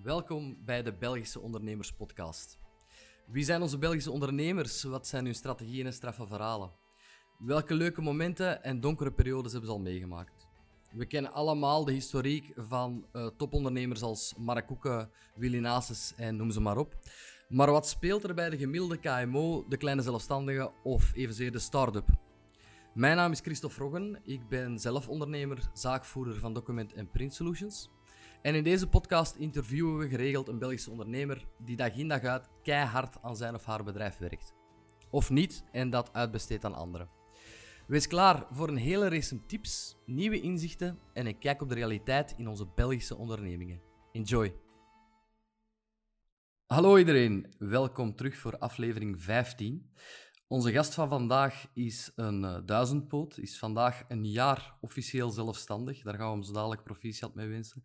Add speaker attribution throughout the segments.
Speaker 1: Welkom bij de Belgische Ondernemers Podcast. Wie zijn onze Belgische ondernemers? Wat zijn hun strategieën en straffe verhalen? Welke leuke momenten en donkere periodes hebben ze al meegemaakt? We kennen allemaal de historiek van topondernemers als Mark Koeken, Willy Nases en noem ze maar op. Maar wat speelt er bij de gemiddelde KMO, de kleine zelfstandige of evenzeer de start-up? Mijn naam is Christophe Roggen, ik ben zelf ondernemer, zaakvoerder van Document & Print Solutions. En in deze podcast interviewen we geregeld een Belgische ondernemer die dag in dag uit keihard aan zijn of haar bedrijf werkt. Of niet en dat uitbesteedt aan anderen. Wees klaar voor een hele race tips, nieuwe inzichten en een kijk op de realiteit in onze Belgische ondernemingen. Enjoy! Hallo iedereen, welkom terug voor aflevering 15. Onze gast van vandaag is een duizendpoot, is vandaag een jaar officieel zelfstandig. Daar gaan we hem zo dadelijk proficiat mee wensen.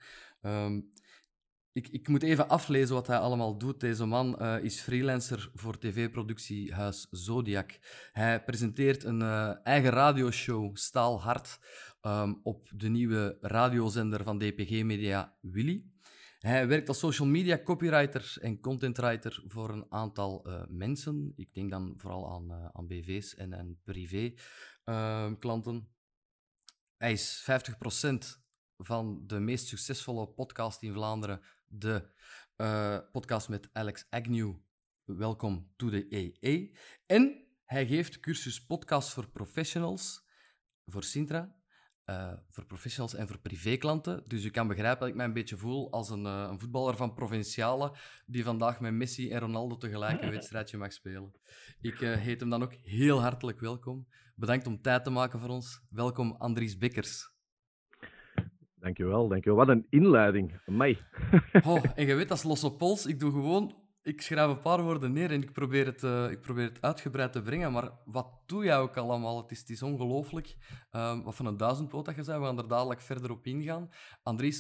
Speaker 1: Ik moet even aflezen wat hij allemaal doet. Deze man is freelancer voor tv-productiehuis Zodiac. Hij presenteert een eigen radioshow, Staalhard, op de nieuwe radiozender van DPG Media, Willy. Hij werkt als social media copywriter en contentwriter voor een aantal mensen. Ik denk dan vooral aan BV's en privé klanten. Hij is 50% van de meest succesvolle podcast in Vlaanderen, de podcast met Alex Agnew. Welkom to the AA. En hij geeft cursus podcast voor professionals, voor Sintra. Voor professionals en voor privéklanten. Dus u kan begrijpen dat ik mij een beetje voel als een voetballer van Provinciale die vandaag met Messi en Ronaldo tegelijk een wedstrijdje mag spelen. Ik heet hem dan ook heel hartelijk welkom. Bedankt om tijd te maken voor ons. Welkom, Andries Bekkers.
Speaker 2: Dankjewel. Wat een inleiding. Amai.
Speaker 1: En je weet, dat is los op pols. Ik schrijf een paar woorden neer en ik probeer het uitgebreid te brengen. Maar wat doe jij ook allemaal? Het is ongelooflijk. Wat van een duizendpoot dat je zei. We gaan er dadelijk verder op ingaan. Andries,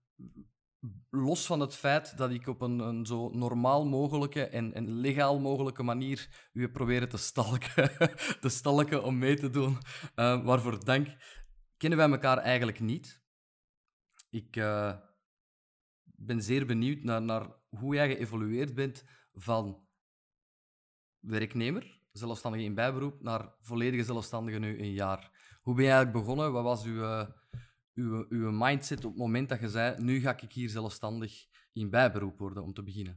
Speaker 1: los van het feit dat ik op een zo normaal mogelijke en legaal mogelijke manier u heb proberen te stalken om mee te doen, waarvoor dank, kennen wij elkaar eigenlijk niet. Ik ben zeer benieuwd naar hoe jij geëvolueerd bent van werknemer, zelfstandige in bijberoep, naar volledige zelfstandige nu een jaar. Hoe ben jij eigenlijk begonnen? Wat was uw mindset op het moment dat je zei, nu ga ik hier zelfstandig in bijberoep worden, om te beginnen?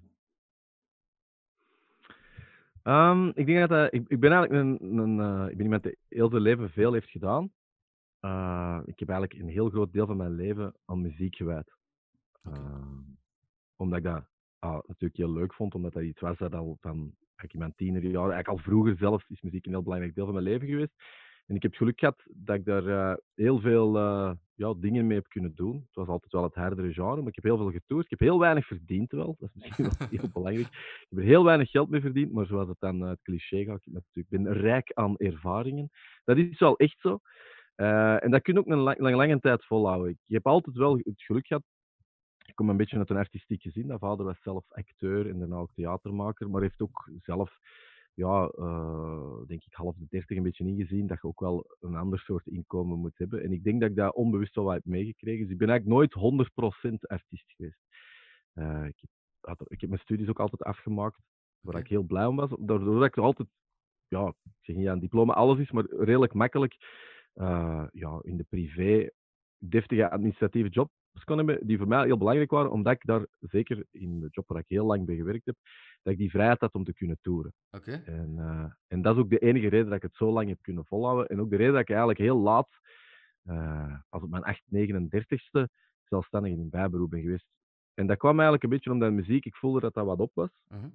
Speaker 2: Ik denk dat ik ben eigenlijk ik ben iemand die heel zijn leven veel heeft gedaan. Ik heb eigenlijk een heel groot deel van mijn leven aan muziek gewijd. Omdat ik dat natuurlijk heel leuk vond, omdat dat iets was dat al van in mijn tienerjaren, eigenlijk al vroeger zelf, is muziek een heel belangrijk deel van mijn leven geweest. En ik heb het geluk gehad dat ik daar heel veel dingen mee heb kunnen doen. Het was altijd wel het hardere genre, maar ik heb heel veel getoerd. Ik heb heel weinig verdiend wel, dat is misschien wel heel belangrijk. Ik heb er heel weinig geld mee verdiend, maar zoals het dan het cliché gaat, ik ben rijk aan ervaringen. Dat is wel echt zo. En dat kun je ook een lange tijd volhouden. Ik heb altijd wel het geluk gehad. Ik kom een beetje uit een artistiek gezin. Mijn vader was zelf acteur en daarna ook theatermaker, maar heeft ook zelf, denk ik, half de 30 een beetje ingezien dat je ook wel een ander soort inkomen moet hebben. En ik denk dat ik dat onbewust wel wat heb meegekregen. Dus ik ben eigenlijk nooit 100% artiest geweest. Ik heb mijn studies ook altijd afgemaakt, waar ik heel blij om was. Doordat ik altijd, ik zeg niet aan diploma alles is, maar redelijk makkelijk in de privé deftige administratieve jobs kon hebben, die voor mij heel belangrijk waren, omdat ik daar, zeker in de job waar ik heel lang bij gewerkt heb, dat ik die vrijheid had om te kunnen toeren.
Speaker 1: Okay.
Speaker 2: En dat is ook de enige reden dat ik het zo lang heb kunnen volhouden. En ook de reden dat ik eigenlijk heel laat, als op mijn 39ste, zelfstandig in bijberoep ben geweest. En dat kwam eigenlijk een beetje omdat muziek, ik voelde dat wat op was.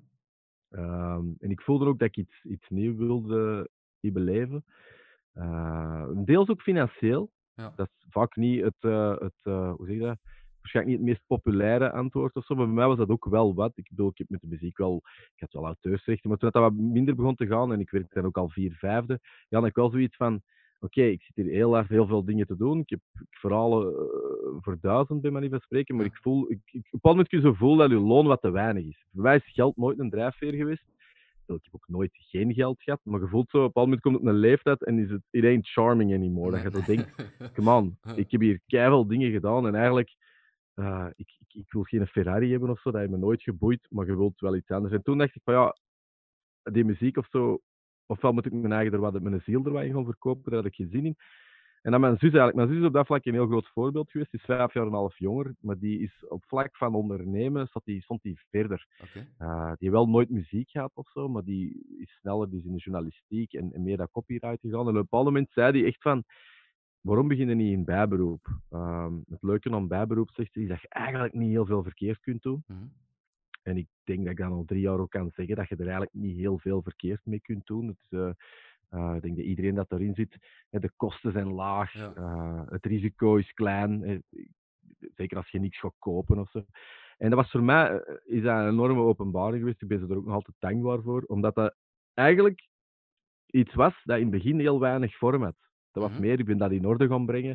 Speaker 2: En ik voelde ook dat ik iets nieuws wilde beleven. Deels ook financieel.
Speaker 1: Ja.
Speaker 2: Dat is vaak niet hoe zeg je dat? Waarschijnlijk niet het meest populaire antwoord of zo, maar bij mij was dat ook wel wat. Ik bedoel, ik heb met de muziek ik had wel auteursrechten, maar toen dat wat minder begon te gaan, en ik werkte dan ook al 4/5, had ik wel zoiets van, oké, ik zit hier heel veel dingen te doen. Ik heb verhalen voor 1000 bij manier van spreken, maar op een bepaald moment kun je zo voelen dat je loon wat te weinig is. Voor mij is geld nooit een drijfveer geweest. Ik heb ook nooit geen geld gehad, maar je voelt zo, op een bepaald moment komt het op een leeftijd en is het it ain't charming anymore. Dat je zo denkt, come on, ik heb hier keiveel dingen gedaan en eigenlijk, ik ik wil geen Ferrari hebben of zo, dat heeft me nooit geboeid, maar je wilt wel iets anders. En toen dacht ik van ja, die muziek of zo, ofwel moet ik mijn ziel er wat in gaan verkopen, daar had ik geen zin in. En dan mijn zus is op dat vlak een heel groot voorbeeld geweest. Die is 5 jaar en een half jonger, maar die is op vlak van ondernemen, stond die verder.
Speaker 1: Oké.
Speaker 2: Die heeft wel nooit muziek gehad of zo, maar die is sneller, die is in de journalistiek en meer dat copyright gegaan. En op een bepaald moment zei hij echt van, waarom begin je niet in bijberoep? Het leuke aan bijberoep, zegt hij, is dat je eigenlijk niet heel veel verkeerd kunt doen.
Speaker 1: Mhm.
Speaker 2: En ik denk dat ik dan al 3 jaar ook kan zeggen dat je er eigenlijk niet heel veel verkeerd mee kunt doen. Ik denk dat iedereen dat erin zit, de kosten zijn laag,
Speaker 1: Ja.
Speaker 2: het risico is klein, zeker als je niks gaat kopen of zo. En dat was voor mij is dat een enorme openbaring geweest. Ik ben er ook nog altijd dankbaar voor, omdat dat eigenlijk iets was dat in het begin heel weinig vorm had. Dat was
Speaker 1: Mhm.
Speaker 2: meer, ik ben dat in orde gaan brengen.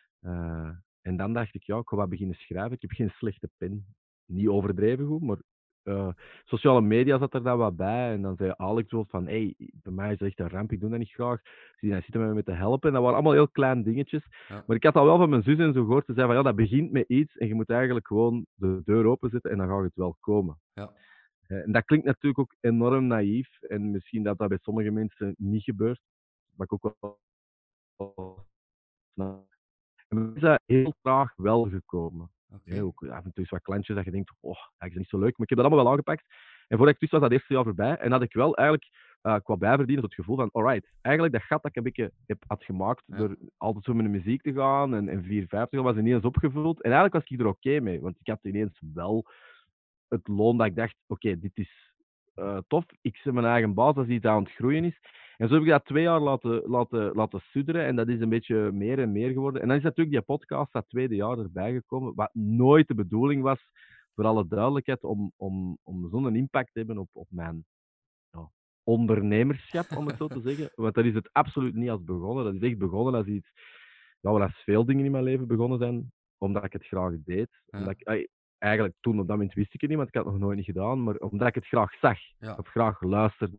Speaker 2: En dan dacht ik, ja, ik ga wat beginnen schrijven. Ik heb geen slechte pen. Niet overdreven goed, maar sociale media zat er dan wat bij. En dan zei Alex zo van, hey, bij mij is het echt een ramp, ik doe dat niet graag. Dus hij zit met me te helpen. En dat waren allemaal heel kleine dingetjes.
Speaker 1: Ja.
Speaker 2: Maar ik had al wel van mijn zus en zo gehoord. Ze zei van, ja, dat begint met iets en je moet eigenlijk gewoon de deur openzetten en dan gaat het wel komen.
Speaker 1: Ja.
Speaker 2: En dat klinkt natuurlijk ook enorm naïef. En misschien dat dat bij sommige mensen niet gebeurt. Maar ik ook wel snap. En is dat heel traag wel gekomen.
Speaker 1: Oké.
Speaker 2: Ook af en toe is wat klantjes dat je denkt, oh, dat is niet zo leuk. Maar ik heb dat allemaal wel aangepakt. En voordat ik wist was dat eerste jaar voorbij. En had ik wel eigenlijk qua bijverdienen het gevoel van, alright, eigenlijk dat gat dat ik een beetje had gemaakt door altijd zo met de muziek te gaan en 4,50 was ineens opgevuld. En eigenlijk was ik er oké mee, want ik had ineens wel het loon dat ik dacht, oké, dit is tof. Ik ben mijn eigen baas als iets aan het groeien is. En zo heb ik dat 2 jaar laten sudderen en dat is een beetje meer en meer geworden. En dan is natuurlijk die podcast dat tweede jaar erbij gekomen, wat nooit de bedoeling was, voor alle duidelijkheid, om zo'n impact te hebben op mijn ja, ondernemerschap, om het zo te zeggen. Want dat is het absoluut niet als begonnen. Dat is echt begonnen als iets, ja, wel als veel dingen in mijn leven begonnen zijn, omdat ik het graag deed.
Speaker 1: Ja.
Speaker 2: Omdat ik, eigenlijk toen op dat moment wist ik het niet, want ik had het nog nooit niet gedaan, maar omdat ik het graag zag
Speaker 1: Ja.
Speaker 2: of graag luisterde.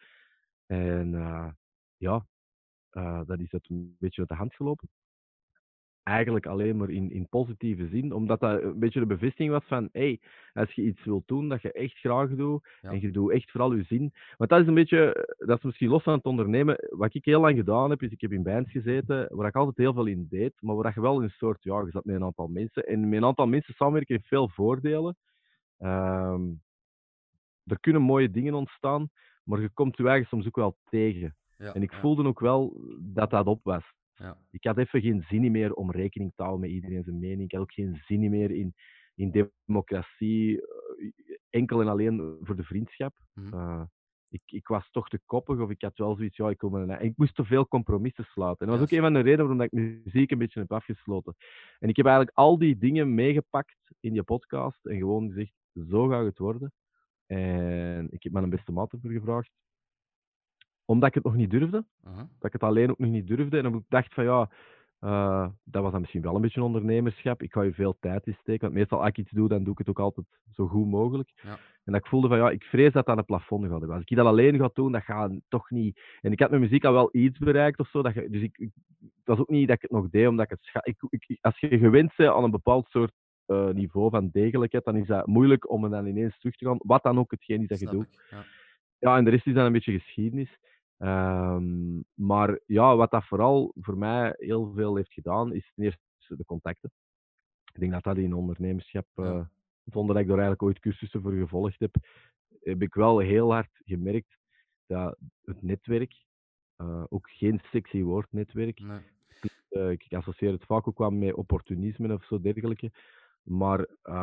Speaker 2: En dat is het een beetje uit de hand gelopen. Eigenlijk alleen maar in positieve zin, omdat dat een beetje de bevestiging was van, hey, als je iets wilt doen dat je echt graag doet, en je doet echt vooral je zin. Want dat is een beetje, dat is misschien los van het ondernemen. Wat ik heel lang gedaan heb, is ik heb in bands gezeten, waar ik altijd heel veel in deed, maar waar je wel een soort, ja, je zat met een aantal mensen. En met een aantal mensen samenwerken heeft veel voordelen. Er kunnen mooie dingen ontstaan, maar je komt je eigen soms ook wel tegen.
Speaker 1: Ja.
Speaker 2: En ik voelde ook wel dat dat op was.
Speaker 1: Ja.
Speaker 2: Ik had even geen zin meer om rekening te houden met iedereen zijn mening. Ik had ook geen zin meer in democratie, enkel en alleen voor de vriendschap.
Speaker 1: Mhm.
Speaker 2: Ik was toch te koppig, of ik had wel zoiets, ja, ik moest te veel compromissen sluiten. En dat was ook
Speaker 1: Juist.
Speaker 2: een van de redenen waarom ik muziek een beetje heb afgesloten. En ik heb eigenlijk al die dingen meegepakt in die podcast en gewoon gezegd, zo gaat het worden. En ik heb mijn beste maat ervoor gevraagd, omdat ik het nog niet durfde.
Speaker 1: Uh-huh.
Speaker 2: Dat ik het alleen ook nog niet durfde. En dan ik dacht van ja, dat was dan misschien wel een beetje ondernemerschap. Ik ga je veel tijd in steken. Want meestal als ik iets doe, dan doe ik het ook altijd zo goed mogelijk.
Speaker 1: Ja.
Speaker 2: En dat ik voelde van ja, ik vrees dat dat een plafond gaat hebben. Als ik dat alleen ga doen, dat gaat toch niet. En ik had met muziek al wel iets bereikt of zo. Dus het was ook niet dat ik het nog deed, omdat ik het als je gewend bent aan een bepaald soort niveau van degelijkheid, dan is dat moeilijk om er dan ineens terug te gaan. Wat dan ook hetgeen is dat je
Speaker 1: Snap
Speaker 2: doet.
Speaker 1: ik. Ja.
Speaker 2: Ja, en de rest is dan een beetje geschiedenis. Maar ja, wat dat vooral voor mij heel veel heeft gedaan, is ten eerste de contacten. Ik denk dat dat in ondernemerschap, zonder dat ik daar eigenlijk ooit cursussen voor gevolgd heb ik wel heel hard gemerkt dat het netwerk, ook geen sexy woord, netwerk.
Speaker 1: Nee.
Speaker 2: Ik associeer het vaak ook wel met opportunisme of zo dergelijke. Maar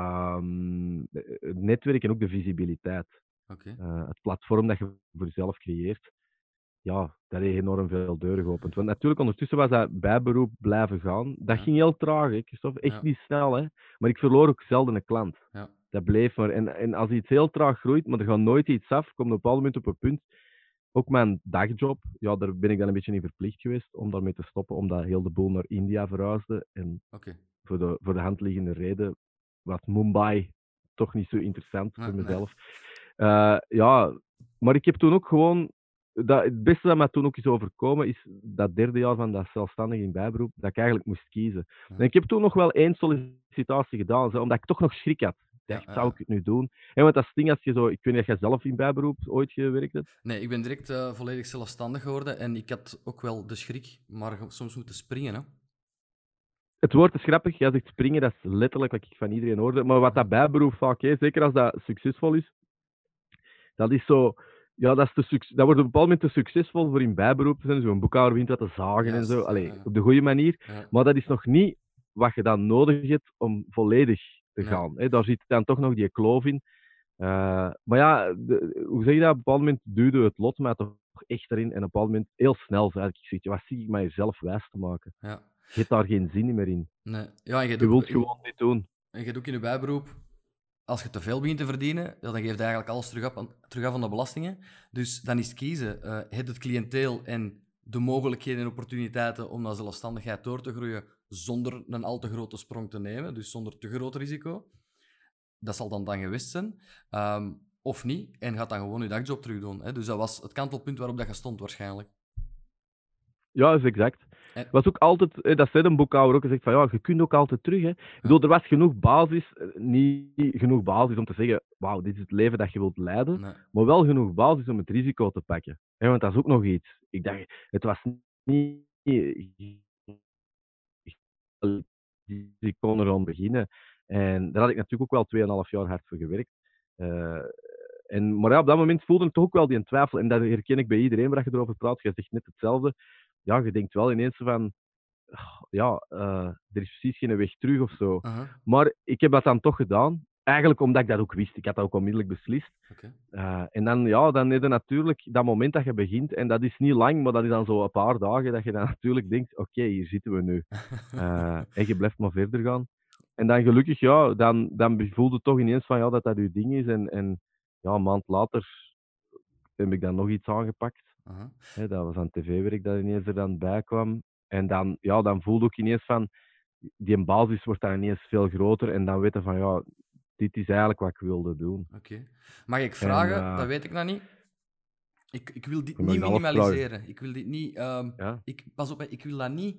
Speaker 2: het netwerk en ook de visibiliteit.
Speaker 1: Oké.
Speaker 2: Het platform dat je voor jezelf creëert, ja, dat heeft enorm veel deuren geopend. Want natuurlijk, ondertussen was dat bijberoep blijven gaan. Dat ging heel traag, hè, Christophe. Echt niet snel, hè. Maar ik verloor ook zelden een klant.
Speaker 1: Ja.
Speaker 2: Dat bleef maar. En als iets heel traag groeit, maar er gaat nooit iets af, komt op een bepaald moment op een punt. Ook mijn dagjob, ja, daar ben ik dan een beetje in verplicht geweest om daarmee te stoppen, omdat heel de boel naar India verhuisde. En
Speaker 1: Oké.
Speaker 2: voor de hand liggende reden was Mumbai toch niet zo interessant voor mezelf. Ja, maar ik heb toen ook gewoon Het beste dat mij toen ook is overkomen, is dat derde jaar van dat zelfstandig in bijberoep, dat ik eigenlijk moest kiezen. En
Speaker 1: Mhm.
Speaker 2: ik heb toen nog wel één sollicitatie gedaan, zo, omdat ik toch nog schrik had. Ik
Speaker 1: Ja,
Speaker 2: dacht, zou ik het nu doen? En want dat sting als je zo... Ik weet niet of jij zelf in bijberoep ooit gewerkt hebt.
Speaker 1: Nee, ik ben direct volledig zelfstandig geworden en ik had ook wel de schrik, maar soms moeten springen, hè.
Speaker 2: Het woord is grappig, jij zegt springen, dat is letterlijk wat ik van iedereen hoorde. Maar wat
Speaker 1: Mhm.
Speaker 2: dat bijberoep vaak is, zeker als dat succesvol is, dat is zo... Ja, dat wordt op een bepaald moment te succesvol voor in bijberoep te zijn. Zo'n boekhouder begint wat te zagen en zo.
Speaker 1: Juist,
Speaker 2: Allee, op de goede manier.
Speaker 1: ja.
Speaker 2: Maar dat is nog niet wat je dan nodig hebt om volledig te
Speaker 1: Nee.
Speaker 2: gaan. Hè. Daar zit dan toch nog die kloof in. Maar ja, hoe zeg je dat? Op een bepaald moment duwde het lot mij toch echt erin. En op een bepaald moment heel snel zei ik zoiets, wat zie ik mij jezelf wijs te maken?
Speaker 1: Ja.
Speaker 2: Je hebt daar geen zin meer in.
Speaker 1: Nee. Ja, en je
Speaker 2: Je
Speaker 1: doet ook
Speaker 2: wilt gewoon niet doen.
Speaker 1: en je doet ook in je bijberoep, als je te veel begint te verdienen, ja, dan geeft je eigenlijk alles terug af aan de belastingen. Dus dan is het kiezen. Het het cliënteel en de mogelijkheden en opportuniteiten om naar zelfstandigheid door te groeien zonder een al te grote sprong te nemen, dus zonder te groot risico. Dat zal dan geweest zijn. Of niet, en gaat dan gewoon je dagjob terug doen. Hè. Dus dat was het kantelpunt waarop dat je stond waarschijnlijk.
Speaker 2: Ja, dat is exact.
Speaker 1: En,
Speaker 2: Het was ook altijd, dat zei een boekhouder ook, gezegd van ja, je kunt ook altijd terug. Hè. Ik bedoel, er was genoeg basis, niet genoeg basis om te zeggen, wauw, dit is het leven dat je wilt leiden,
Speaker 1: nee.
Speaker 2: maar wel genoeg basis om het risico te pakken. Hè, want dat is ook nog iets. Ik dacht, het was niet, ik kon er aan beginnen. En daar had ik natuurlijk ook wel 2,5 jaar hard voor gewerkt. Eh, maar ja, op dat moment voelde ik toch ook wel die twijfel. En dat herken ik bij iedereen waar je erover praat. Je zegt net hetzelfde. Ja, je denkt wel ineens van, ja, er is precies geen weg terug of zo.
Speaker 1: Uh-huh.
Speaker 2: Maar ik heb dat dan toch gedaan. Eigenlijk omdat ik dat ook wist. Ik had dat ook onmiddellijk beslist.
Speaker 1: Okay.
Speaker 2: En dan, ja, dan heb je natuurlijk dat moment dat je begint. En dat is niet lang, maar dat is dan zo een paar dagen dat je dan natuurlijk denkt, oké, hier zitten we nu. En je blijft maar verder gaan. En dan gelukkig, ja, dan voelde het toch ineens van ja, dat dat je ding is. En ja, een maand later heb ik dan nog iets aangepakt.
Speaker 1: Uh-huh.
Speaker 2: Dat was aan tv-werk dat ineens er dan bij kwam. En dan, ja, dan voelde ik ineens van, die basis wordt dan ineens veel groter. En dan weten van, ja, dit is eigenlijk wat ik wilde doen.
Speaker 1: Okay. Mag ik
Speaker 2: En
Speaker 1: vragen? Dat weet ik nog niet. Ik wil dit
Speaker 2: je mag
Speaker 1: niet
Speaker 2: alles vragen.
Speaker 1: minimaliseren. Ik wil dit niet...
Speaker 2: Ja?
Speaker 1: pas op, hè, ik wil dat niet...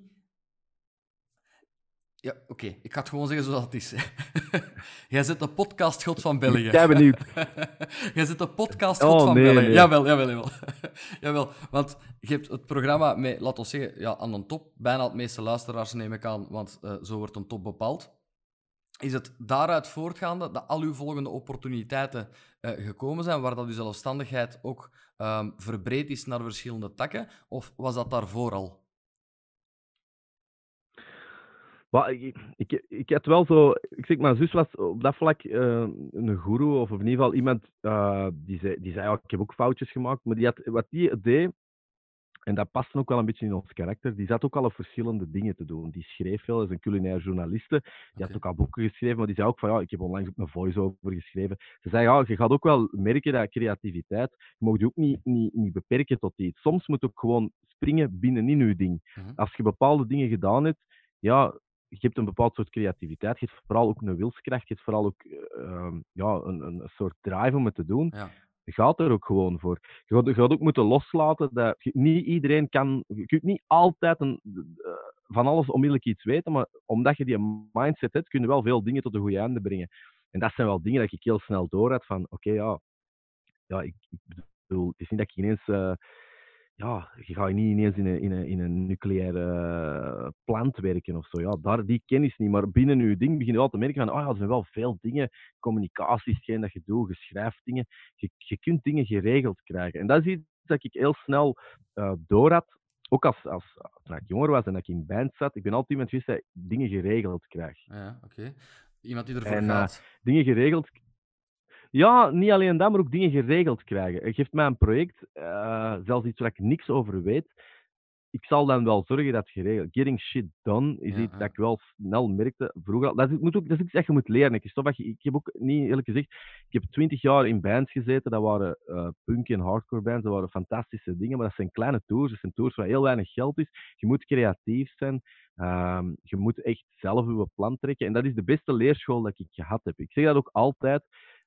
Speaker 1: Ja, oké. Ik ga het gewoon zeggen zoals het is. Jij zit de podcast-god van België.
Speaker 2: Ik ben benieuwd.
Speaker 1: Jij zit de podcast-god
Speaker 2: Oh,
Speaker 1: van
Speaker 2: nee,
Speaker 1: België.
Speaker 2: nee.
Speaker 1: Jawel. Jawel, want je hebt het programma met, laten we zeggen, ja, aan een top. Bijna het meeste luisteraars neem ik aan, want zo wordt een top bepaald. Is het daaruit voortgaande dat al uw volgende opportuniteiten gekomen zijn, waar dat uw zelfstandigheid ook verbreed is naar verschillende takken? Of was dat daarvoor al?
Speaker 2: Maar ik had wel zo... Ik zeg, mijn zus was op dat vlak een goeroe, of in ieder geval iemand die zei, ja, ik heb ook foutjes gemaakt. Maar wat die deed, en dat past ook wel een beetje in ons karakter, die zat ook al op verschillende dingen te doen. Die schreef veel, is een culinair journaliste. Die had ook al boeken geschreven, maar die zei ook van, ja, ik heb onlangs ook een voice-over geschreven. Ze zei, ja, je gaat ook wel merken dat creativiteit, je mag je ook niet beperken tot iets. Soms moet je ook gewoon springen binnenin je ding.
Speaker 1: Mhm.
Speaker 2: Als je bepaalde dingen gedaan hebt, ja, je hebt een bepaald soort creativiteit, je hebt vooral ook een wilskracht, je hebt vooral ook ja, een soort drive om het te doen.
Speaker 1: Ja.
Speaker 2: Je gaat er ook gewoon voor. Je gaat ook moeten loslaten dat niet iedereen kan. Je kunt niet altijd van alles onmiddellijk iets weten, maar omdat je die mindset hebt, kun je wel veel dingen tot een goede einde brengen. En dat zijn wel dingen dat ik heel snel door had van, oké, ja, ik bedoel, het is niet dat ik ineens... ja, je gaat niet ineens in een nucleaire plant werken of zo. Ja, die kennis niet. Maar binnen je ding begin je wel te merken van, oh ja, er zijn wel veel dingen. Communicatie is hetgeen dat je doet, je schrijft dingen. Je kunt dingen geregeld krijgen. En dat is iets dat ik heel snel door had. Ook toen ik jonger was en dat ik in band zat. Ik ben altijd iemand geweest dat dingen geregeld krijgt.
Speaker 1: Ja, oké. Iemand die ervoor
Speaker 2: En
Speaker 1: gaat.
Speaker 2: dingen geregeld... Ja, niet alleen dat, maar ook dingen geregeld krijgen. Je geeft mij een project, zelfs iets waar ik niks over weet. Ik zal dan wel zorgen dat het geregeld... Getting shit done is
Speaker 1: Ja,
Speaker 2: iets
Speaker 1: ja.
Speaker 2: dat ik wel snel merkte vroeger al. Dat is iets dat je moet leren. Ik heb ook niet eerlijk gezegd... Ik heb 20 jaar in bands gezeten. Dat waren punk- en hardcore bands. Dat waren fantastische dingen. Maar dat zijn kleine tours. Dat zijn tours waar heel weinig geld is. Je moet creatief zijn. Je moet echt zelf je plan trekken. En dat is de beste leerschool dat ik gehad heb. Ik zeg dat ook altijd.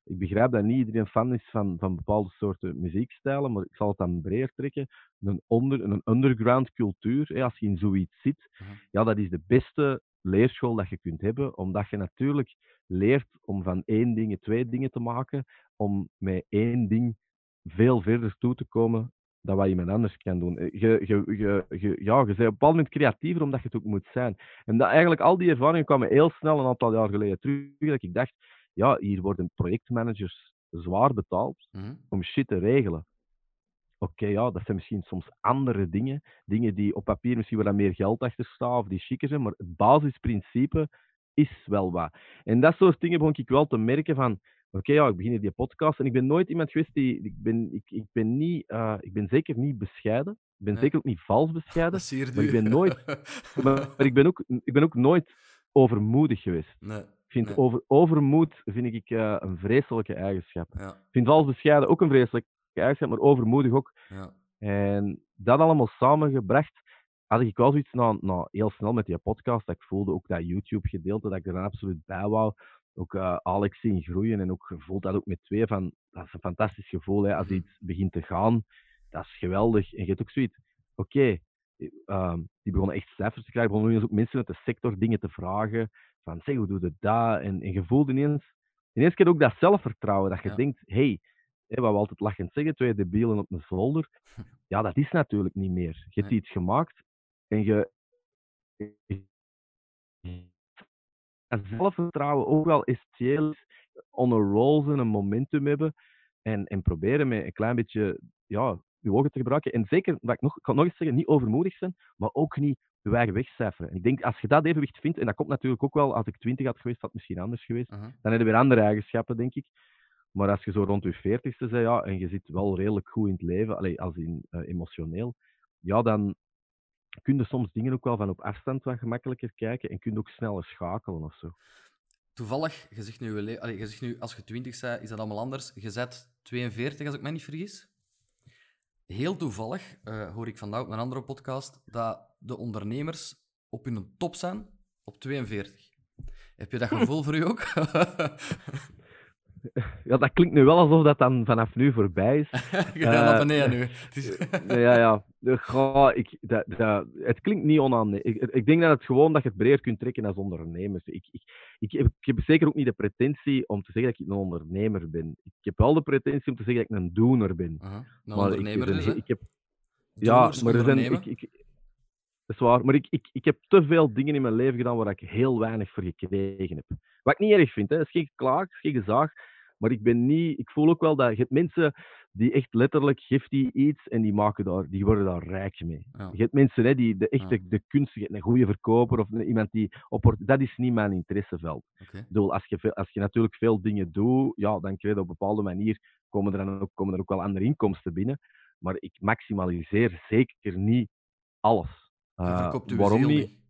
Speaker 2: Ik begrijp dat niet iedereen fan is van bepaalde soorten muziekstijlen, maar ik zal het dan breder trekken. Een underground cultuur, hè, als je in zoiets zit,
Speaker 1: Mhm.
Speaker 2: ja, dat is de beste leerschool dat je kunt hebben, omdat je natuurlijk leert om van één ding twee dingen te maken, om met één ding veel verder toe te komen dan wat iemand anders kan doen. Ja, je bent op een bepaald moment creatiever omdat je het ook moet zijn. En dat, eigenlijk al die ervaringen kwamen heel snel, een aantal jaar geleden terug, dat ik dacht, ja, hier worden projectmanagers zwaar betaald
Speaker 1: Mhm.
Speaker 2: om shit te regelen. Oké, ja, dat zijn misschien soms andere dingen. Dingen die op papier misschien waar meer geld achter staat of die chiquer zijn, maar het basisprincipe is wel wat. En dat soort dingen begon ik wel te merken van, oké, ja, ik begin hier die podcast en ik ben nooit iemand geweest die, ik ben zeker niet bescheiden. Ik ben
Speaker 1: Nee,
Speaker 2: zeker ook niet vals
Speaker 1: dat
Speaker 2: bescheiden,
Speaker 1: siert
Speaker 2: maar
Speaker 1: u.
Speaker 2: maar ik ben ook nooit overmoedig geweest.
Speaker 1: Nee,
Speaker 2: Ik vind
Speaker 1: nee,
Speaker 2: overmoed vind ik een vreselijke eigenschap.
Speaker 1: ja,
Speaker 2: Ik vind vals bescheiden ook een vreselijke eigenschap, maar overmoedig ook.
Speaker 1: ja.
Speaker 2: En dat allemaal samengebracht, had ik wel zoiets heel snel met die podcast, dat ik voelde ook dat YouTube-gedeelte, dat ik er absoluut bij wou. Ook Alex zien groeien en ook gevoeld dat ook met twee van, dat is een fantastisch gevoel, hè, als
Speaker 1: Mhm.
Speaker 2: iets begint te gaan, dat is geweldig. En je hebt ook zoiets, oké, die begonnen echt cijfers te krijgen, begonnen ook mensen uit de sector dingen te vragen, van zeg, hoe doe je dat? En je voelt ineens keer ook dat zelfvertrouwen, dat je
Speaker 1: Ja,
Speaker 2: denkt, hey, hè, wat we altijd lachend zeggen, twee debielen op een zolder. Ja, dat is natuurlijk niet meer. Je hebt
Speaker 1: nee,
Speaker 2: iets gemaakt en en zelfvertrouwen ook wel essentieel is, on a roll zijn, een momentum hebben en proberen met een klein beetje ja, je ogen te gebruiken. En zeker, ik kan nog eens zeggen, niet overmoedig zijn, maar ook niet je eigen wegcijferen. En ik denk, als je dat evenwicht vindt, en dat komt natuurlijk ook wel, als ik 20 had geweest, had het misschien anders geweest,
Speaker 1: mhm.
Speaker 2: dan heb je weer andere eigenschappen, denk ik. Maar als je zo rond je 40ste bent, ja, en je zit wel redelijk goed in het leven, allee, als in emotioneel, ja, dan kun je soms dingen ook wel van op afstand wat gemakkelijker kijken en kun je ook sneller schakelen of zo.
Speaker 1: Toevallig, je zegt nu, je zegt nu, als je 20 bent, is dat allemaal anders. Je zet 42, als ik me niet vergis. Heel toevallig hoor ik vandaag op een andere podcast dat de ondernemers op hun top zijn op 42. Heb je dat gevoel voor u ook?
Speaker 2: Ja, dat klinkt nu wel alsof dat dan vanaf nu voorbij is.
Speaker 1: Je gaat naar beneden nu. Het is...
Speaker 2: Ja, ja. Het klinkt niet onaangenaam. Ik denk dat het gewoon dat je het breder kunt trekken als ondernemer. Ik heb zeker ook niet de pretentie om te zeggen dat ik een ondernemer ben. Ik heb wel de pretentie om te zeggen dat ik een doener ben.
Speaker 1: Een
Speaker 2: Maar
Speaker 1: ondernemer dus, hè?
Speaker 2: ik heb, ja,
Speaker 1: Doeners
Speaker 2: maar
Speaker 1: ondernemen.
Speaker 2: dat is waar. Maar ik heb te veel dingen in mijn leven gedaan waar ik heel weinig voor gekregen heb. Wat ik niet erg vind, hè. Dat is geen klaag, dat is geen gezaag. Maar ik voel ook wel dat je hebt mensen die echt letterlijk geeft die iets en die worden daar rijk mee.
Speaker 1: Ja,
Speaker 2: Je hebt mensen hè, die
Speaker 1: ja,
Speaker 2: de kunst, een goede verkoper of iemand die dat is niet mijn interesseveld.
Speaker 1: oké.
Speaker 2: Ik bedoel, als je natuurlijk veel dingen doet, ja, dan krijg je op een bepaalde manier komen er ook wel andere inkomsten binnen. Maar ik maximaliseer zeker niet alles.
Speaker 1: Je verkoopt uw
Speaker 2: Waarom
Speaker 1: ziel
Speaker 2: niet?
Speaker 1: niet.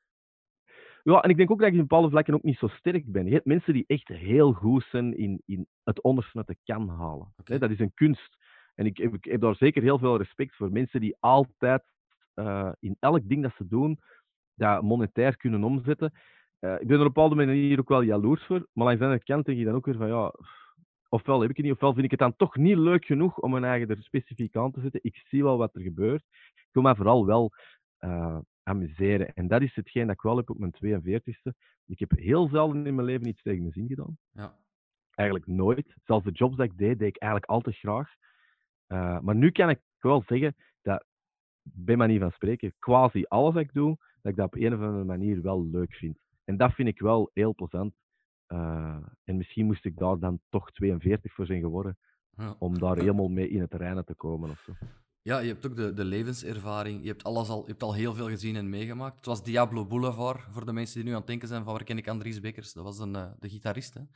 Speaker 2: Ja, en ik denk ook dat ik in bepaalde vlakken ook niet zo sterk ben. Je hebt mensen die echt heel goed zijn in het onderste uit de kan halen.
Speaker 1: Oké.
Speaker 2: Dat is een kunst. En ik heb daar zeker heel veel respect voor. Mensen die altijd in elk ding dat ze doen, dat monetair kunnen omzetten. Ik ben er op een bepaalde manier ook wel jaloers voor. Maar langs de andere kant denk ik dan ook weer van ja, ofwel heb ik het niet, ofwel vind ik het dan toch niet leuk genoeg om mijn eigen er specifiek aan te zetten. Ik zie wel wat er gebeurt. Ik wil mij vooral wel amuseren. En dat is hetgeen dat ik wel heb op mijn 42ste. Ik heb heel zelden in mijn leven iets tegen mijn zin gedaan.
Speaker 1: Ja.
Speaker 2: Eigenlijk nooit. Zelfs de jobs dat ik deed ik eigenlijk altijd graag. Maar nu kan ik wel zeggen dat, bij manier van spreken, quasi alles wat ik doe, dat ik dat op een of andere manier wel leuk vind. En dat vind ik wel heel plezant. En misschien moest ik daar dan toch 42 voor zijn geworden,
Speaker 1: Ja.
Speaker 2: om daar helemaal mee in het reinen te komen of zo.
Speaker 1: Ja, je hebt ook de levenservaring. Je hebt al heel veel gezien en meegemaakt. Het was Diablo Boulevard, voor de mensen die nu aan het denken zijn van waar ken ik Andries Bekkers. Dat was de gitarist. Hè.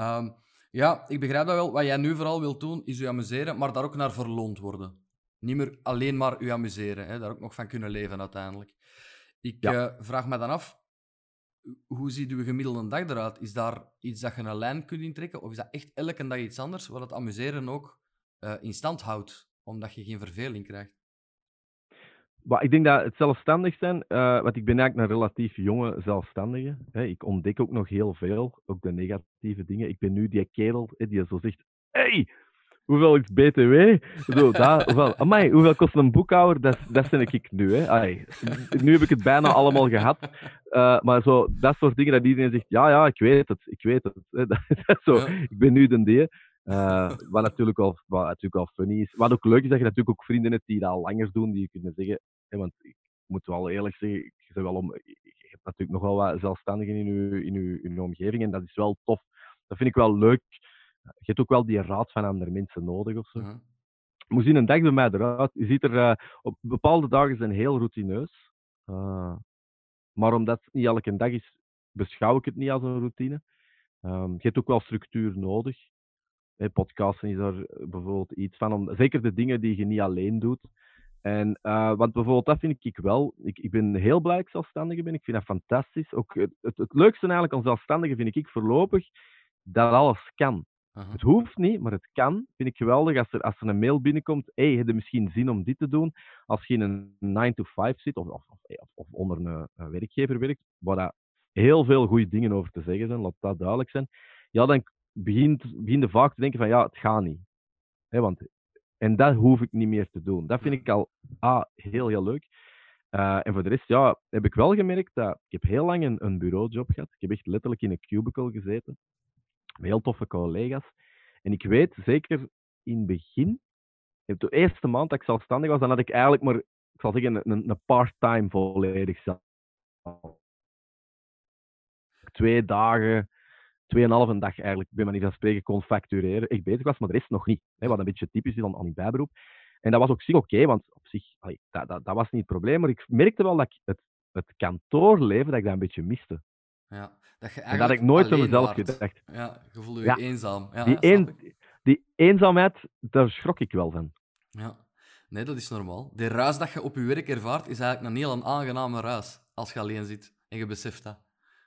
Speaker 1: Ja, ik begrijp dat wel. Wat jij nu vooral wilt doen, is je amuseren, maar daar ook naar verloond worden. Niet meer alleen maar je amuseren. Hè. Daar ook nog van kunnen leven uiteindelijk. Ik
Speaker 2: Ja.
Speaker 1: vraag me dan af, hoe ziet uw gemiddelde dag eruit? Is daar iets dat je een lijn kunt intrekken? Of is dat echt elke dag iets anders, waar het amuseren ook in stand houdt, omdat je geen verveling krijgt?
Speaker 2: Maar ik denk dat het zelfstandig zijn, want ik ben eigenlijk een relatief jonge zelfstandige. Hè. Ik ontdek ook nog heel veel, ook de negatieve dingen. Ik ben nu die kerel die zo zegt: hey, hoeveel is BTW? Zo, dat, amai, hoeveel kost een boekhouder? Dat ben ik nu. Hè. Ai, nu heb ik het bijna allemaal gehad. Maar zo, dat soort dingen dat iedereen zegt: ja, ik weet het. Hè. Dat is zo,
Speaker 1: Ja.
Speaker 2: ik ben nu de die. Wat natuurlijk wel funny is. Wat ook leuk is, dat je natuurlijk ook vrienden hebt die dat al langer doen, die je kunnen zeggen. Hè, want ik moet wel eerlijk zeggen, je hebt natuurlijk nog wel wat zelfstandigen in uw omgeving en dat is wel tof. Dat vind ik wel leuk. Je hebt ook wel die raad van andere mensen nodig of zo.
Speaker 1: Mhm.
Speaker 2: Hoe ziet een dag bij mij eruit? Je ziet er op bepaalde dagen zijn heel routineus. Maar omdat het niet elke dag is, beschouw ik het niet als een routine. Je hebt ook wel structuur nodig. Podcasten is daar bijvoorbeeld iets van. Zeker de dingen die je niet alleen doet. Want bijvoorbeeld, dat vind ik wel. Ik ben heel blij dat ik zelfstandige ben. Ik vind dat fantastisch. Ook het leukste eigenlijk aan zelfstandige vind ik voorlopig dat alles kan.
Speaker 1: Mhm.
Speaker 2: Het hoeft niet, maar het kan. Vind ik geweldig als er een mail binnenkomt. Hey, heb je misschien zin om dit te doen? Als je in een 9 to 5 zit of onder een werkgever werkt, waar daar heel veel goede dingen over te zeggen zijn, laat dat duidelijk zijn. Ja, dan begin je vaak te denken van ja, het gaat niet. En dat hoef ik niet meer te doen. Dat vind ik al heel, heel leuk. En voor de rest, ja, heb ik wel gemerkt dat ik heb heel lang een bureaujob gehad. Ik heb echt letterlijk in een cubicle gezeten. Met heel toffe collega's. En ik weet, zeker in het begin, de eerste maand dat ik zelfstandig was, dan had ik eigenlijk maar, ik zal zeggen, een part-time volledig zelf. 2 dagen, 2,5 dag eigenlijk, bij manier van spreken, kon factureren. Echt bezig was, maar de rest nog niet. Wat een beetje typisch is aan die bijberoep. En dat was op zich oké, want op zich, dat was niet het probleem. Maar ik merkte wel dat ik het kantoorleven, dat ik dat een beetje miste.
Speaker 1: Ja. Dat je
Speaker 2: En dat had
Speaker 1: eigenlijk
Speaker 2: ik nooit van
Speaker 1: alleen
Speaker 2: mezelf
Speaker 1: waart.
Speaker 2: gedacht.
Speaker 1: Ja, je voelde je
Speaker 2: Ja,
Speaker 1: eenzaam. Ja,
Speaker 2: die,
Speaker 1: snap ik.
Speaker 2: die eenzaamheid, daar schrok ik wel van.
Speaker 1: Ja. Nee, dat is normaal. De ruis dat je op je werk ervaart, is eigenlijk een heel aangename ruis. Als je alleen zit en je beseft dat.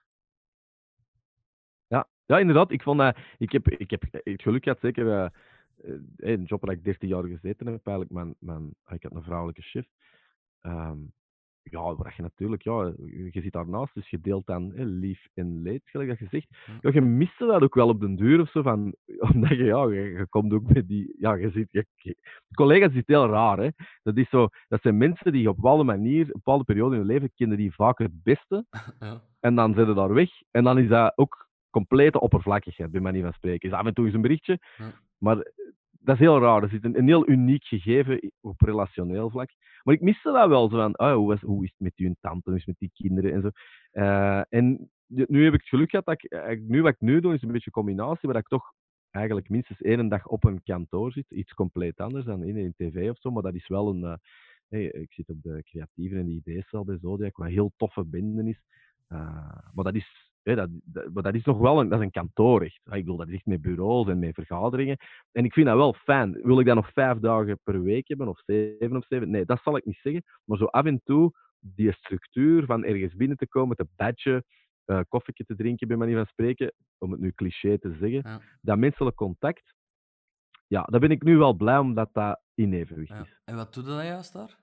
Speaker 2: Ja, inderdaad. Ik vond dat... Ik heb het geluk gehad, zeker... een job waar ik 13 jaar gezeten heb, eigenlijk. Ik had een vrouwelijke chef. Ehm, ja, waar je natuurlijk... Ja, je zit daarnaast, dus je deelt dan lief en leed, gelijk dat je zegt. Ja, je miste dat ook wel op den duur of zo, van... Omdat je komt ook met die... Ja, collega's is het heel raar, hè. Dat zijn mensen die op een bepaalde manier, een bepaalde periode in hun leven, kennen die vaak het beste.
Speaker 1: Ja.
Speaker 2: En dan zitten ze daar weg. En dan is dat ook complete oppervlakkigheid, bij manier van spreken. Is af en toe eens een berichtje,
Speaker 1: Ja.
Speaker 2: maar dat is heel raar. Er zit een heel uniek gegeven op relationeel vlak. Maar ik miste dat wel, zo van, hoe is het met uw tante, hoe is het met die kinderen en zo. En nu heb ik het geluk gehad dat wat ik nu doe, is een beetje een combinatie, waar ik toch eigenlijk minstens 1 dag op een kantoor zit. Iets compleet anders dan in tv of zo, maar dat is wel ik zit op de creatieve en de ideeëncel bij Zodiac, wat een heel toffe bende is. Maar dat is, maar dat is nog wel dat is een kantoor echt. Ik bedoel, dat is echt met bureaus en met vergaderingen. En ik vind dat wel fijn. Wil ik dat nog 5 dagen per week hebben, of 7 of 7? Nee, dat zal ik niet zeggen. Maar zo af en toe, die structuur van ergens binnen te komen, te badgen, koffietje te drinken, bij manier van spreken, om het nu cliché te zeggen,
Speaker 1: Ja.
Speaker 2: dat menselijk contact, ja, daar ben ik nu wel blij omdat dat in evenwicht
Speaker 1: Ja.
Speaker 2: is.
Speaker 1: En wat doe je dan juist daar?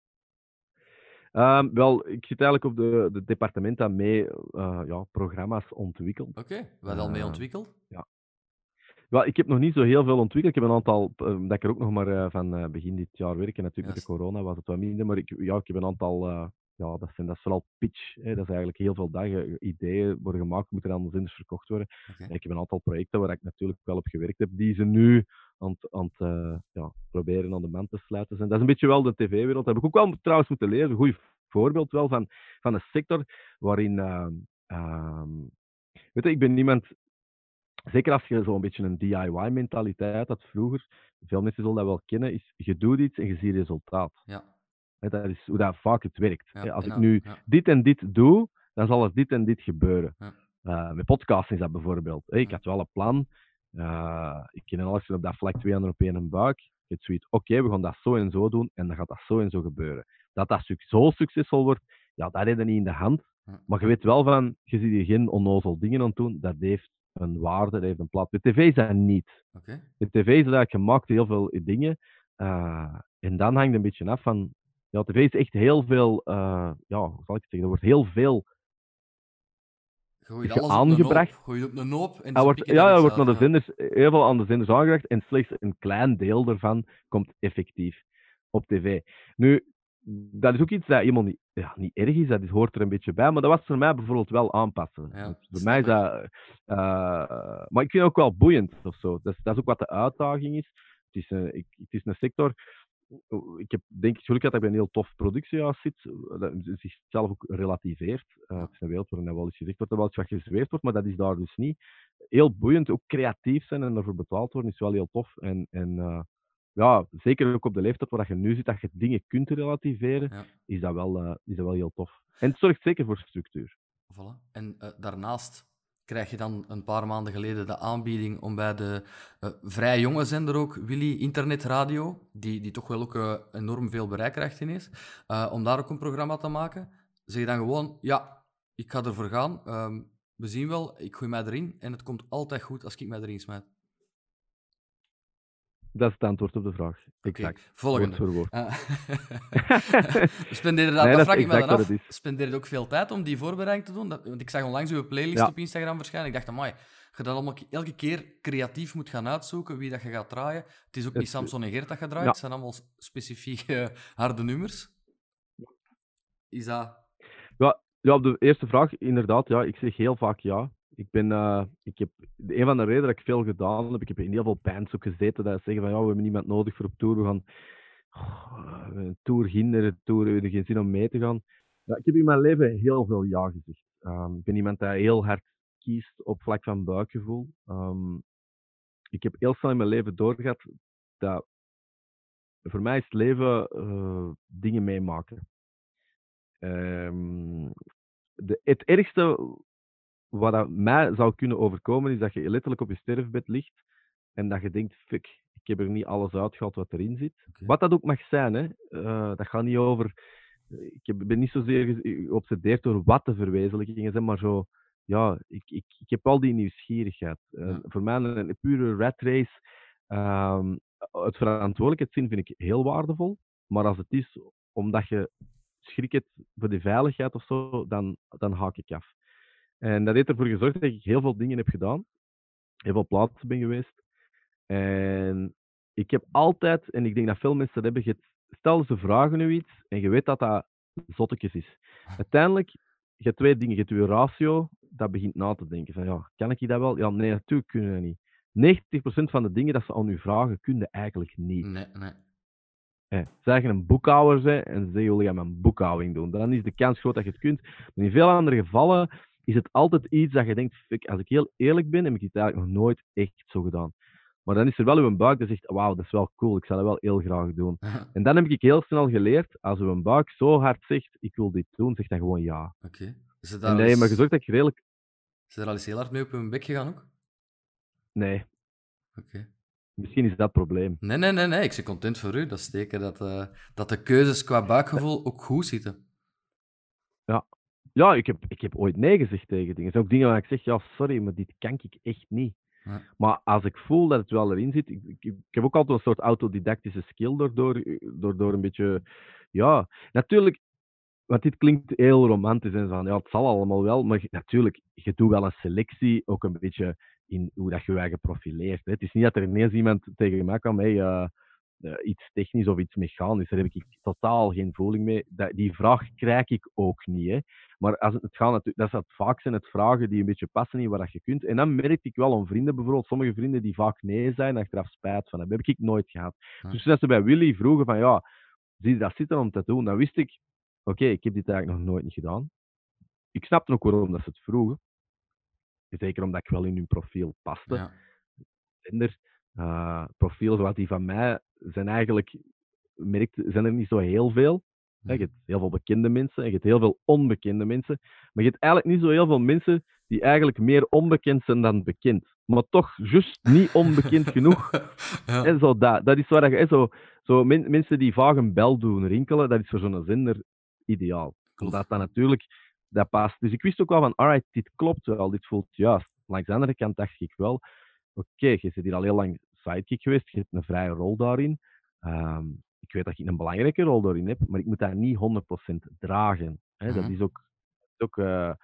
Speaker 2: Wel, ik zit eigenlijk op het departement dat mee programma's ontwikkelt.
Speaker 1: Oké, wat al mee ontwikkeld?
Speaker 2: Ja. Wel, ik heb nog niet zo heel veel ontwikkeld. Ik heb een aantal, dat ik er ook nog maar van begin dit jaar werken. Natuurlijk met de corona was het wat minder, maar ik heb een aantal, dat is vooral pitch. Hè. Dat is eigenlijk heel veel dagen ideeën worden gemaakt, moeten aan de zenders verkocht worden.
Speaker 1: Oké.
Speaker 2: En ik heb een aantal projecten waar ik natuurlijk wel op gewerkt heb, die ze nu aan het proberen aan de man te sluiten zijn. Dat is een beetje wel de tv-wereld. Dat heb ik ook wel trouwens moeten leren. Een goed voorbeeld wel van een sector waarin... weet je, ik ben iemand... Zeker als je zo'n beetje een DIY-mentaliteit had vroeger, veel mensen zullen dat wel kennen, is je doet iets en je ziet resultaat.
Speaker 1: Ja.
Speaker 2: Dat is hoe dat vaak het werkt.
Speaker 1: Ja,
Speaker 2: Als ik
Speaker 1: en
Speaker 2: nu
Speaker 1: ja.
Speaker 2: dit en dit doe, dan zal er dit en dit gebeuren.
Speaker 1: Ja.
Speaker 2: Met podcasten is dat bijvoorbeeld. Ik had wel een plan. Ik ken alles op dat vlak 2 op één buik. Ik heb zoiets, oké, we gaan dat zo en zo doen en dan gaat dat zo en zo gebeuren. Dat zo succesvol wordt, ja, dat heb je niet in de hand.
Speaker 1: Ja.
Speaker 2: Maar je weet wel van, je ziet hier geen onnozel dingen aan het doen, dat heeft een waarde, dat heeft een plaats. Met tv is dat niet.
Speaker 1: Oké.
Speaker 2: Met tv is dat eigenlijk gemaakt heel veel dingen. En dan hangt het een beetje af van Ja, tv is echt heel veel, ja, hoe zal ik het zeggen? Er wordt heel veel
Speaker 1: Gooi je alles op een hoop.
Speaker 2: aangebracht.
Speaker 1: Gooi je op een hoop en
Speaker 2: Hij
Speaker 1: ze
Speaker 2: wordt,
Speaker 1: pikken er
Speaker 2: ja, hij
Speaker 1: iets
Speaker 2: wordt
Speaker 1: uit.
Speaker 2: naar de
Speaker 1: Ja.
Speaker 2: zenders, heel veel aan de zenders aangebracht en slechts een klein deel daarvan komt effectief op tv. Nu, dat is ook iets dat helemaal niet, ja, niet erg is, hoort er een beetje bij, maar dat was voor mij bijvoorbeeld wel aanpassen.
Speaker 1: Ja,
Speaker 2: Want voor mij
Speaker 1: snap
Speaker 2: is
Speaker 1: ik.
Speaker 2: dat, maar ik vind het ook wel boeiend of zo. Dat is ook wat de uitdaging is. Het is een sector. Ik heb denk ik geluk dat ik bij een heel tof productiehuis zit, dat zichzelf ook relativeert.
Speaker 1: Ja.
Speaker 2: Het is een wereld waarin dat wel eens gezegd wordt dat wel iets wat gezweerd wordt, maar dat is daar dus niet. Heel boeiend, ook creatief zijn en ervoor betaald worden is wel heel tof. Ja, zeker ook op de leeftijd waar je nu zit, dat je dingen kunt relativeren,
Speaker 1: Ja.
Speaker 2: is dat wel heel tof. En het zorgt zeker voor structuur.
Speaker 1: Voilà. En daarnaast krijg je dan een paar maanden geleden de aanbieding om bij de vrij jonge zender ook, Willy Internetradio, die toch wel ook enorm veel bereik krijgt ineens, om daar ook een programma te maken. Zeg je dan gewoon, ja, ik ga ervoor gaan. We zien wel, ik gooi mij erin en het komt altijd goed als ik mij erin smijt.
Speaker 2: Dat is het antwoord op de vraag.
Speaker 1: Oké,
Speaker 2: Exact.
Speaker 1: volgende.
Speaker 2: Woord voor woord.
Speaker 1: Spendeer
Speaker 2: Nee,
Speaker 1: dat
Speaker 2: dat
Speaker 1: vraag
Speaker 2: is
Speaker 1: ik me dan
Speaker 2: exact wat
Speaker 1: af.
Speaker 2: het is.
Speaker 1: Spendeer je ook veel tijd om die voorbereiding te doen? Want ik zag onlangs uw playlist
Speaker 2: Ja,
Speaker 1: op Instagram verschijnen. Ik dacht, amai, je dat allemaal elke keer creatief moet gaan uitzoeken wie dat je gaat draaien. Het is ook niet
Speaker 2: het,
Speaker 1: Samson en Gert dat je draait.
Speaker 2: ja.
Speaker 1: Het zijn allemaal specifieke harde nummers. Is dat...
Speaker 2: Ja, op de eerste vraag, inderdaad, ja, ik zeg heel vaak ja. Ik heb, een van de redenen dat ik veel gedaan heb, ik heb in heel veel bands ook gezeten dat zeggen van ja, we hebben niemand nodig voor op tour, we gaan een tour hinderen, een tour, we hebben geen zin om mee te gaan. Ja, ik heb in mijn leven heel veel ja gezegd. Ik ben iemand die heel hard kiest op vlak van buikgevoel. Ik heb heel snel in mijn leven doorgehad dat voor mij is het leven dingen meemaken. Ehm, het ergste wat dat mij zou kunnen overkomen, is dat je letterlijk op je sterfbed ligt en dat je denkt, fuck, ik heb er niet alles uitgehaald wat erin zit.
Speaker 1: Oké.
Speaker 2: Wat dat ook mag zijn, hè. Dat gaat niet over... ben niet zozeer geobsedeerd door wat de verwezenlijkingen zijn, maar zo... Ja, ik heb al die nieuwsgierigheid.
Speaker 1: Ja.
Speaker 2: Voor mij een pure rat race. Het verantwoordelijkheidszin vind ik heel waardevol, maar als het is omdat je schrik hebt voor de veiligheid of zo, dan haak ik af. En dat heeft ervoor gezorgd dat ik heel veel dingen heb gedaan. Heel veel plaatsen ben geweest. En ik heb altijd, en ik denk dat veel mensen dat hebben, stel ze vragen nu iets en je weet dat dat zottekjes is. Uiteindelijk, je hebt twee dingen. Je hebt je ratio, dat begint na te denken. Van ja, kan ik dat wel? Ja, nee, natuurlijk kunnen we niet. 90% van de dingen dat ze aan u vragen, kun je eigenlijk niet.
Speaker 1: Nee.
Speaker 2: Zeg je een boekhouder bent en ze zeggen, wil je mijn boekhouding doen? Dan is de kans groot dat je het kunt. Maar in veel andere gevallen is het altijd iets dat je denkt, fuck, als ik heel eerlijk ben, heb ik dit eigenlijk nog nooit echt zo gedaan. Maar dan is er wel uw buik dat zegt, wauw, dat is wel cool, ik zou dat wel heel graag doen. En dan heb ik heel snel geleerd, als uw buik zo hard zegt, ik wil dit doen, zeg dan gewoon ja.
Speaker 1: Oké.
Speaker 2: En dat heeft me gezorgd dat ik redelijk...
Speaker 1: Is er al eens heel hard mee op hun bek gegaan ook?
Speaker 2: Nee,
Speaker 1: Oké.
Speaker 2: misschien is dat het probleem.
Speaker 1: Nee. Ik ben content voor u. Dat is teken dat de keuzes qua buikgevoel ook goed zitten.
Speaker 2: Ja, ik heb ooit nee gezegd tegen dingen. Er zijn ook dingen waar ik zeg, ja, sorry, maar dit kan ik echt niet.
Speaker 1: Ja.
Speaker 2: Maar als ik voel dat het wel erin zit, ik heb ook altijd een soort autodidactische skill door een beetje, ja, natuurlijk, want dit klinkt heel romantisch en van, ja, het zal allemaal wel, maar natuurlijk, je doet wel een selectie, ook een beetje in hoe dat je je eigen profileert. Hè. Het is niet dat er ineens iemand tegen mij kwam, hey, iets technisch of iets mechanisch, daar heb ik totaal geen voeling mee. Die vraag krijg ik ook niet. Hè. Maar als het gaat, dat zou vaak zijn het vragen die een beetje passen in wat dat je kunt. En dan merk ik wel om vrienden, bijvoorbeeld sommige vrienden die vaak nee zijn, achteraf spijt van hebben. Dat heb ik nooit gehad.
Speaker 1: Ja.
Speaker 2: Dus als ze bij Willy vroegen van, ja, zie je dat zitten om te doen, dan wist ik, oké, ik heb dit eigenlijk nog nooit niet gedaan. Ik snapte ook waarom dat ze het vroegen. Zeker omdat ik wel in hun profiel paste.
Speaker 1: Ja.
Speaker 2: Zender, profielen zoals die van mij zijn eigenlijk, zijn er niet zo heel veel. Je hebt heel veel bekende mensen en je hebt heel veel onbekende mensen. Maar je hebt eigenlijk niet zo heel veel mensen die eigenlijk meer onbekend zijn dan bekend. Maar toch juist niet onbekend genoeg.
Speaker 1: Ja.
Speaker 2: En zo dat is waar je... mensen die vaak een bel doen rinkelen, dat is voor zo'n zender ideaal.
Speaker 1: Klopt.
Speaker 2: Omdat dat natuurlijk... Dat past. Dus ik wist ook wel van, alright, dit klopt wel, dit voelt juist. Langs de andere kant dacht ik wel, oké, je zit hier al heel lang sidekick geweest, je hebt een vrije rol daarin. ik weet dat ik een belangrijke rol daarin heb, maar ik moet dat niet 100% dragen. Hè. Dat
Speaker 1: Mhm.
Speaker 2: is ook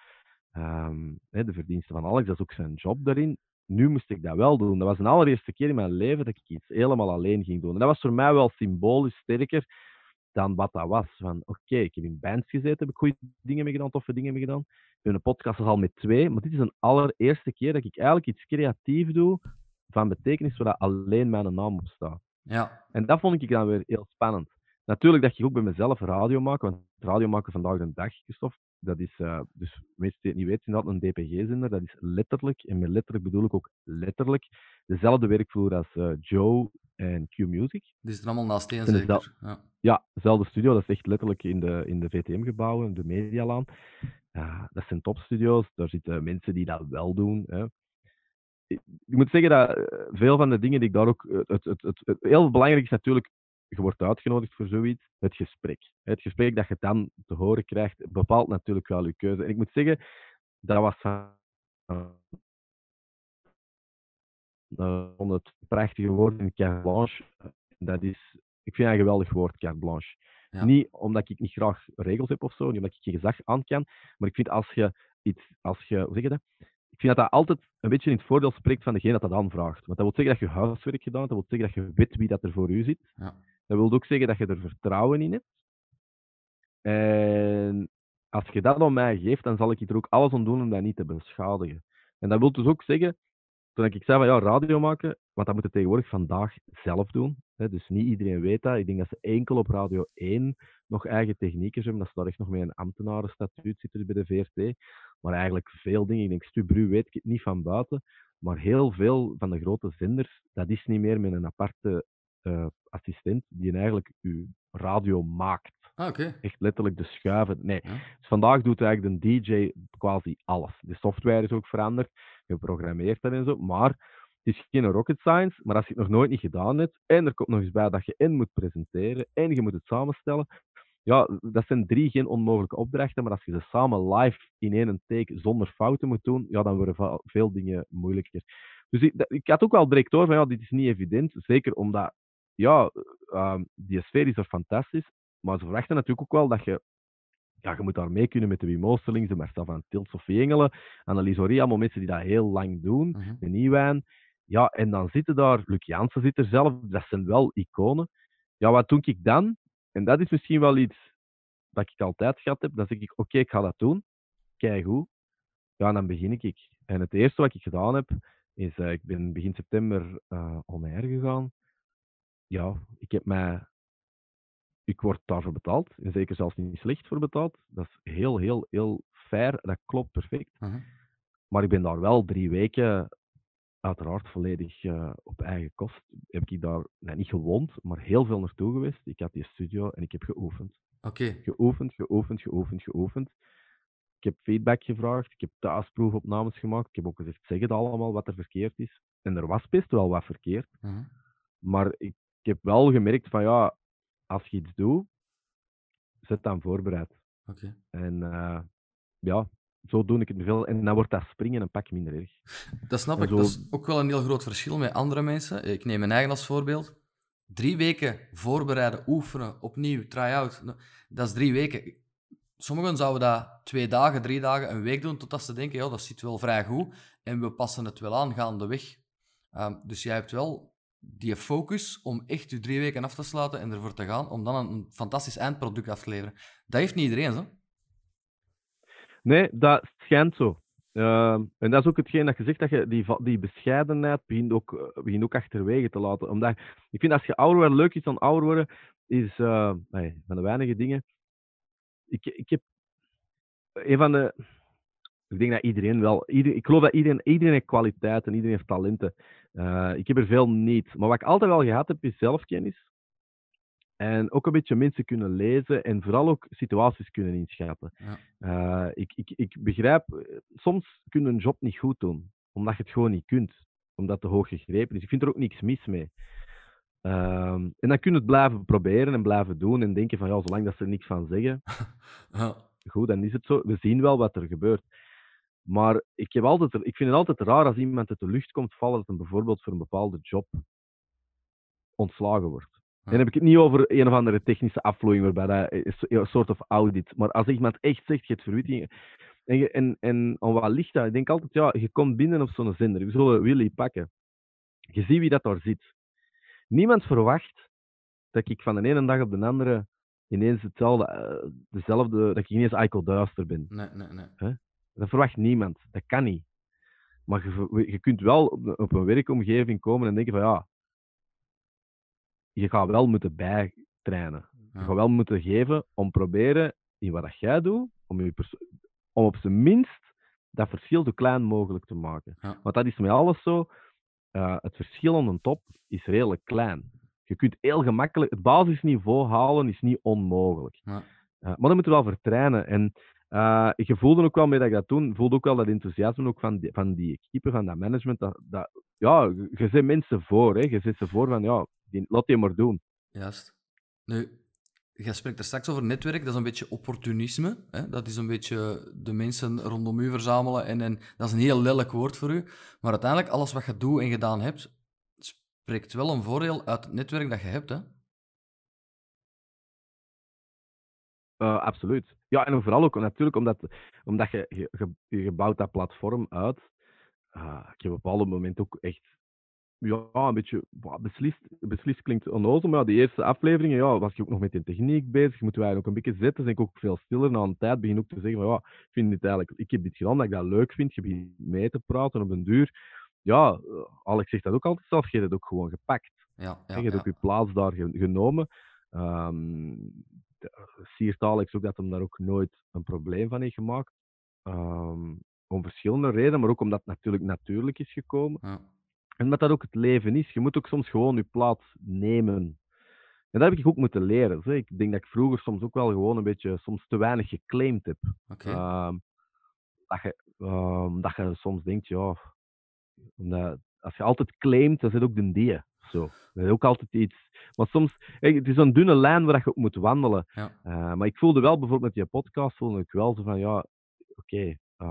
Speaker 2: de verdienste van Alex, dat is ook zijn job daarin. Nu moest ik dat wel doen. Dat was de allereerste keer in mijn leven dat ik iets helemaal alleen ging doen. En dat was voor mij wel symbolisch sterker dan wat dat was. Van oké, ik heb in bands gezeten, heb ik goede dingen mee gedaan, toffe dingen mee gedaan. Ik ben een podcast al met 2, maar dit is een allereerste keer dat ik eigenlijk iets creatief doe van betekenis waar alleen mijn naam op staat.
Speaker 1: Ja.
Speaker 2: En dat vond ik dan weer heel spannend. Natuurlijk dat je ook bij mezelf radio maken, want radio maken vandaag de dag, Christophe, dat is, dus mensen die het niet weten, inderdaad een DPG-zender, dat is letterlijk, en met letterlijk bedoel ik ook letterlijk, dezelfde werkvloer als Joe en Q-Music.
Speaker 1: Die zitten allemaal naast één,
Speaker 2: Het zijn
Speaker 1: zeker. Ja.
Speaker 2: Ja, dezelfde studio, dat is echt letterlijk in de VTM-gebouwen, de Medialaan. Dat zijn topstudio's, daar zitten mensen die dat wel doen. Hè. Ik moet zeggen dat veel van de dingen die ik daar ook. Het heel belangrijk is natuurlijk, je wordt uitgenodigd voor zoiets, het gesprek. Het gesprek dat je dan te horen krijgt, bepaalt natuurlijk wel je keuze. En ik moet zeggen, dat was van het prachtige woord in carte blanche. Dat is, ik vind dat een geweldig woord, carte blanche.
Speaker 1: Ja.
Speaker 2: Niet omdat ik niet graag regels heb of zo, niet omdat ik je gezag aan kan, maar ik vind hoe zeg je dat? Ik vind dat altijd een beetje in het voordeel spreekt van degene dat aanvraagt. Want dat wil zeggen dat je huiswerk gedaan hebt, dat wil zeggen dat je weet wie dat er voor u zit.
Speaker 1: Ja.
Speaker 2: Dat wil ook zeggen dat je er vertrouwen in hebt. En als je dat aan mij geeft, dan zal ik er ook alles aan doen om dat niet te beschadigen. En dat wil dus ook zeggen, toen ik zei van ja, radio maken, want dat moet je tegenwoordig vandaag zelf doen. Hè, dus niet iedereen weet dat. Ik denk dat ze enkel op Radio 1 nog eigen techniekers hebben. Dat ze daar echt nog met een ambtenarenstatuut zitten bij de VRT. Maar eigenlijk veel dingen. Ik denk, Stubru weet ik het niet van buiten. Maar heel veel van de grote zenders, dat is niet meer met een aparte assistent die eigenlijk uw radio maakt.
Speaker 1: Ah, oké.
Speaker 2: Echt letterlijk de schuiven. Nee.
Speaker 1: Ja.
Speaker 2: Dus vandaag doet eigenlijk de DJ quasi alles. De software is ook veranderd. Je programmeert dat en zo. Maar het is geen rocket science. Maar als je het nog nooit niet gedaan hebt. En er komt nog eens bij dat je en moet presenteren. En je moet het samenstellen. Ja, dat zijn 3 geen onmogelijke opdrachten. Maar als je ze samen live in één take zonder fouten moet doen. Ja, dan worden veel dingen moeilijker. Dus ik had ook wel direct door van ja, dit is niet evident. Zeker omdat ja, die sfeer is er fantastisch. Maar ze verwachten natuurlijk ook wel dat je moet daar mee kunnen met de Wim Oosterlings, de Marcel van Tilt, Sofie Engelen, Annelies Orie, allemaal mensen die dat heel lang doen, de Nieuwijn. Ja, en dan zitten daar, Luc Jansen zit er zelf, dat zijn wel iconen. Ja, wat doe ik dan? En dat is misschien wel iets dat ik altijd gehad heb. Dan zeg ik, oké, ik ga dat doen. Keigoed. Ja, en dan begin ik. En het eerste wat ik gedaan heb, is, ik ben begin september on air gegaan. Ja, ik word daarvoor betaald. En zeker zelfs niet slecht voor betaald. Dat is heel, heel, heel fair. Dat klopt perfect. Maar ik ben daar wel 3 weken, uiteraard volledig op eigen kost. Heb ik daar niet gewoond, maar heel veel naartoe geweest. Ik had die studio en ik heb geoefend.
Speaker 1: Oké.
Speaker 2: Geoefend. Ik heb feedback gevraagd. Ik heb thuisproefopnames gemaakt. Ik heb ook gezegd, zeg het allemaal wat er verkeerd is. En er was best wel wat verkeerd. Maar ik heb wel gemerkt van ja, als je iets doet, zet dan voorbereid.
Speaker 1: Oké.
Speaker 2: En ja, zo doe ik het veel. En dan wordt dat springen een pak minder erg.
Speaker 1: Dat snap
Speaker 2: En
Speaker 1: ik.
Speaker 2: zo-
Speaker 1: Dat is ook wel een heel groot verschil met andere mensen. Ik neem mijn eigen als voorbeeld. 3 weken voorbereiden, oefenen, opnieuw, try-out. Dat is 3 weken. Sommigen zouden dat 2 dagen, 3 dagen, een week doen, totdat ze denken, ja, dat zit wel vrij goed en we passen het wel aan gaandeweg. Dus jij hebt wel die focus om echt je 3 weken af te sluiten en ervoor te gaan, om dan een fantastisch eindproduct af te leveren. Dat heeft niet iedereen, zo.
Speaker 2: Nee, dat schijnt zo. En dat is ook hetgeen dat je zegt, dat je die bescheidenheid begint ook achterwege te laten. Omdat ik vind als je ouder wordt, leuk is aan ouder worden, is van de weinige dingen. Ik heb een van de. Ik denk dat iedereen wel. Ik geloof dat iedereen heeft kwaliteiten, iedereen heeft talenten. Ik heb er veel niet. Maar wat ik altijd wel gehad heb, is zelfkennis. En ook een beetje mensen kunnen lezen en vooral ook situaties kunnen inschatten.
Speaker 1: Ja.
Speaker 2: Ik begrijp, soms kun je een job niet goed doen, omdat je het gewoon niet kunt. Omdat het te hoog gegrepen is. Ik vind er ook niks mis mee. En dan kun je het blijven proberen en blijven doen en denken van ja, zolang dat ze er niks van zeggen,
Speaker 1: Ja.
Speaker 2: goed, dan is het zo. We zien wel wat er gebeurt. Maar ik vind het altijd raar als iemand uit de lucht komt vallen dat hij bijvoorbeeld voor een bepaalde job ontslagen wordt. dan heb ik het niet over een of andere technische afvloeiing, waarbij dat is een soort of audit. Maar als iemand echt zegt, je hebt verwittiging... En aan wat ligt dat? Ik denk altijd, ja, je komt binnen op zo'n zender. We zullen Willy pakken. Je ziet wie dat daar zit. Niemand verwacht dat ik van de ene dag op de andere ineens dezelfde, dat ik ineens Eikel Duister ben.
Speaker 1: Nee.
Speaker 2: Dat verwacht niemand. Dat kan niet. Maar je kunt wel op een werkomgeving komen en denken van ja, je gaat wel moeten bijtrainen. Je gaat wel moeten geven om proberen in wat dat jij doet, om op zijn minst dat verschil zo klein mogelijk te maken.
Speaker 1: Ja.
Speaker 2: Want dat is met alles zo. Het verschil aan de top is redelijk klein. Je kunt heel gemakkelijk... Het basisniveau halen is niet onmogelijk.
Speaker 1: Ja.
Speaker 2: Maar dan moet je wel vertrainen. En je voelde ook wel mee dat ik dat toen... voelde ook wel dat enthousiasme ook van die equipe, van dat management. Ja, je zet mensen voor. Hè. Je zet ze voor van, ja, laat die maar doen.
Speaker 1: Juist. Nu, jij spreekt er straks over netwerk, dat is een beetje opportunisme. Hè? Dat is een beetje de mensen rondom u verzamelen en dat is een heel lelijk woord voor u. Maar uiteindelijk, alles wat je doet en gedaan hebt, spreekt wel een voordeel uit het netwerk dat je hebt, hè?
Speaker 2: Absoluut. Ja, en vooral ook natuurlijk omdat je bouwt dat platform uit. Ik heb op een bepaald moment ook echt een beetje beslist klinkt onnozel, maar die eerste afleveringen was je ook nog met de techniek bezig. Je moet eigenlijk ook een beetje zetten. Dus ik ook veel stiller na een tijd begin ook te zeggen van ik heb dit gedaan dat ik dat leuk vind. Je begint mee te praten op een duur. Ja, Alex zegt dat ook altijd zelf. Je hebt het ook gewoon gepakt.
Speaker 1: Ja,
Speaker 2: je hebt ook je plaats daar genomen. Siert Alex ook dat hem daar ook nooit een probleem van heeft gemaakt. Om verschillende redenen, maar ook omdat het natuurlijk is gekomen.
Speaker 1: Ja.
Speaker 2: En omdat dat ook het leven is. Je moet ook soms gewoon je plaats nemen. En dat heb ik ook moeten leren. Zeg. Ik denk dat ik vroeger soms ook wel gewoon een beetje soms te weinig geclaimd heb.
Speaker 1: Okay.
Speaker 2: Dat je soms denkt, ja, als je altijd claimt, dan zit ook de die. Zo. Dat is ook altijd iets. Maar soms, het is een dunne lijn waar je op moet wandelen.
Speaker 1: Ja.
Speaker 2: Maar ik voelde wel, bijvoorbeeld met die podcast, voelde ik wel zo van, ja, oké,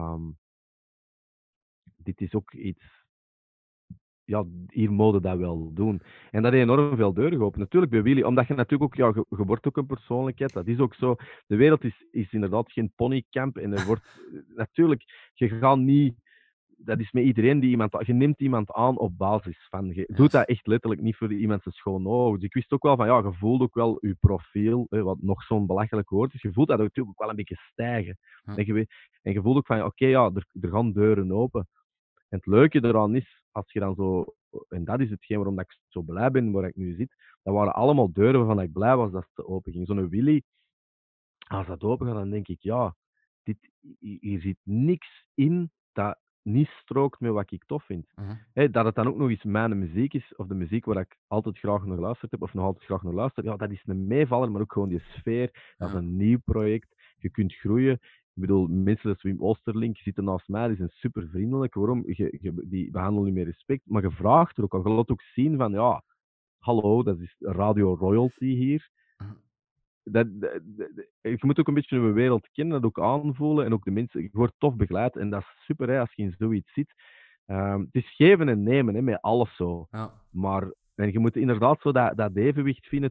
Speaker 2: dit is ook iets... Ja, hier mogen dat wel doen. En dat heeft enorm veel deuren geopend. Natuurlijk bij Willy, omdat je natuurlijk ook, je wordt ook een persoonlijkheid. Dat is ook zo. De wereld is inderdaad geen ponykamp. En er wordt natuurlijk, je gaat niet... Dat is met iedereen die je neemt iemand aan op basis van... Je doet dat echt letterlijk niet voor iemand zijn schone ogen. Dus ik wist ook wel van, je voelt ook wel je profiel, wat nog zo'n belachelijk woord is. Je voelt dat natuurlijk ook wel een beetje stijgen.
Speaker 1: Ja.
Speaker 2: En je voelt ook van, er gaan deuren open. En het leuke eraan is, als je dan zo... En dat is hetgeen waarom ik zo blij ben waar ik nu zit. Dat waren allemaal deuren waarvan ik blij was dat ze open gingen. Zo'n Willy, als dat open gaat, dan denk ik, hier zit niks in dat niet strookt met wat ik tof vind. Dat het dan ook nog eens mijn muziek is, of de muziek waar ik altijd graag naar geluisterd heb, of nog altijd graag naar luister, dat is een meevaller, maar ook gewoon die sfeer. Dat is een nieuw project. Je kunt groeien. Ik bedoel, mensen als Wim Oosterlink zitten naast mij, die zijn super vriendelijk. Waarom? Die behandelen je met respect, maar je vraagt er ook aan. Je laat ook zien van, hallo, dat is radio royalty hier. Je moet ook een beetje de wereld kennen, dat ook aanvoelen en ook de mensen. Je wordt tof begeleid en dat is super hè, als je in zoiets zit. Het is geven en nemen hè, met alles zo.
Speaker 1: Ja.
Speaker 2: Maar en je moet inderdaad zo dat evenwicht vinden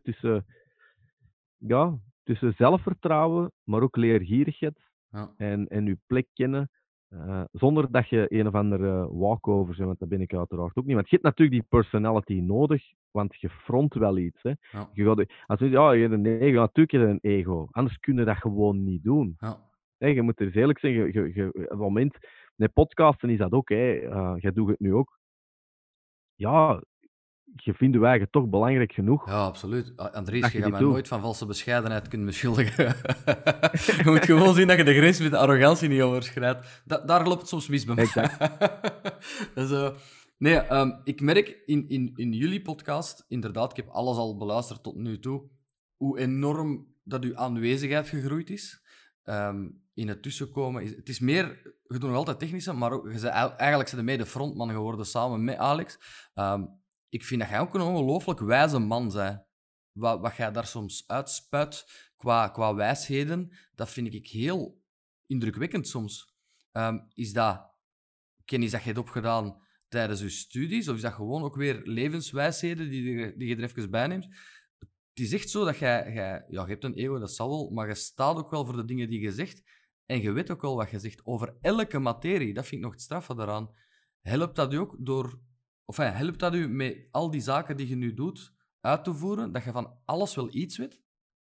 Speaker 2: tussen zelfvertrouwen, maar ook leergierigheid en je plek kennen. Zonder dat je een of andere walkover bent, want dat ben ik uiteraard ook niet. Want je hebt natuurlijk die personality nodig, want je front wel iets. Hè.
Speaker 1: Ja.
Speaker 2: Je hebt een ego, natuurlijk heb je een ego. Anders kun je dat gewoon niet doen.
Speaker 1: Ja.
Speaker 2: Je moet er eerlijk zijn, op het moment, met podcasten is dat ook. Jij doet het nu ook. Ja, je vindt je eigen toch belangrijk genoeg.
Speaker 1: Ja, absoluut. Andries,
Speaker 2: Dat
Speaker 1: je
Speaker 2: je
Speaker 1: gaat
Speaker 2: dit
Speaker 1: mij
Speaker 2: doet.
Speaker 1: nooit van valse bescheidenheid kunnen beschuldigen. Je moet gewoon zien dat je de grens met de arrogantie niet overschrijdt. Daar loopt het soms mis bij mij. Dus, nee, ik merk in jullie podcast, inderdaad, ik heb alles al beluisterd tot nu toe, hoe enorm dat uw aanwezigheid gegroeid is. In het tussenkomen. Het is meer, je doet nog altijd technische, maar ook, eigenlijk zijn de mede frontman geworden samen met Alex. Ik vind dat jij ook een ongelooflijk wijze man bent. Wat jij daar soms uitspuit qua wijsheden, dat vind ik heel indrukwekkend soms. Is dat kennis dat je hebt opgedaan tijdens je studies, of is dat gewoon ook weer levenswijsheden die je er even bij neemt? het is echt zo dat jij ja, je hebt een ego, dat zal wel, maar je staat ook wel voor de dingen die je zegt. En je weet ook wel wat je zegt over elke materie. Dat vind ik nog het straffe daaraan. Helpt dat u ook door... Of helpt dat u met al die zaken die je nu doet uit te voeren, dat je van alles wel iets weet?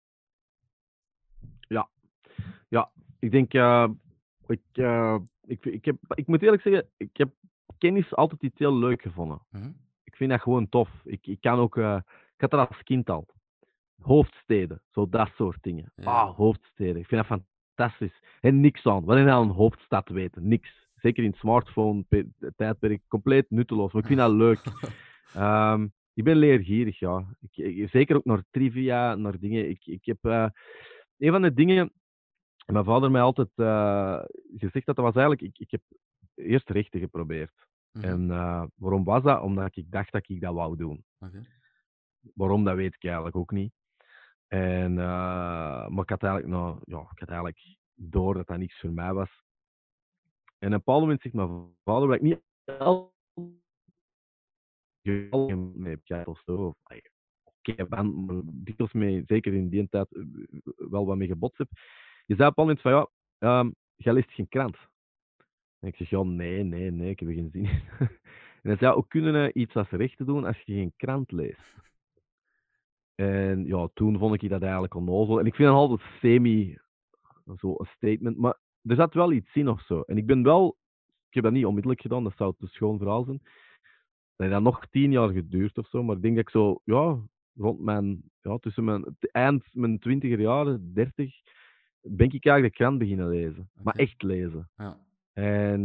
Speaker 2: Ja, ja. Ik denk... ik moet eerlijk zeggen, ik heb kennis altijd iets heel leuk gevonden.
Speaker 1: Mhm.
Speaker 2: Ik vind dat gewoon tof. Ik kan ook... ik had dat als kind al. Hoofdsteden, zo dat soort dingen.
Speaker 1: Ja.
Speaker 2: Hoofdsteden. Ik vind dat fantastisch. En niks aan. Wat is nou een hoofdstad weten? Niks. Zeker in het smartphone-tijdperk compleet nutteloos. Maar ik vind dat leuk. Ik ben leergierig, ja. Zeker ook naar trivia, naar dingen. Ik heb... een van de dingen... Mijn vader mij altijd gezegd dat was eigenlijk... Ik heb eerst rechten geprobeerd.
Speaker 1: Mhm.
Speaker 2: En waarom was dat? Omdat ik dacht dat ik dat wou doen.
Speaker 1: Oké.
Speaker 2: Waarom, dat weet ik eigenlijk ook niet. En, maar ik had eigenlijk door dat dat niks voor mij was. En op een bepaald moment zegt mijn vader, waar ik niet mee heb gehad of zo. Oké, maar dikwijls mee, zeker in die tijd, wel wat mee gebotst heb. Je zei op een bepaald moment van, ja, jij leest geen krant. En ik zeg, ja, nee, ik heb er geen zin in. En hij zei, hoe kunnen we iets als rechten doen als je geen krant leest? En ja, toen vond ik dat eigenlijk onnozel. En ik vind het altijd zo een statement. Maar er zat wel iets in of zo. En ik heb dat niet onmiddellijk gedaan, dat zou te schoon verhaal zijn. Dat heeft dan nog 10 jaar geduurd of zo. Maar ik denk dat ik zo, ja, tussen eind mijn 20er jaren, 30, ben ik eigenlijk de krant beginnen lezen. Maar
Speaker 1: Oké.
Speaker 2: echt lezen.
Speaker 1: Ja.
Speaker 2: En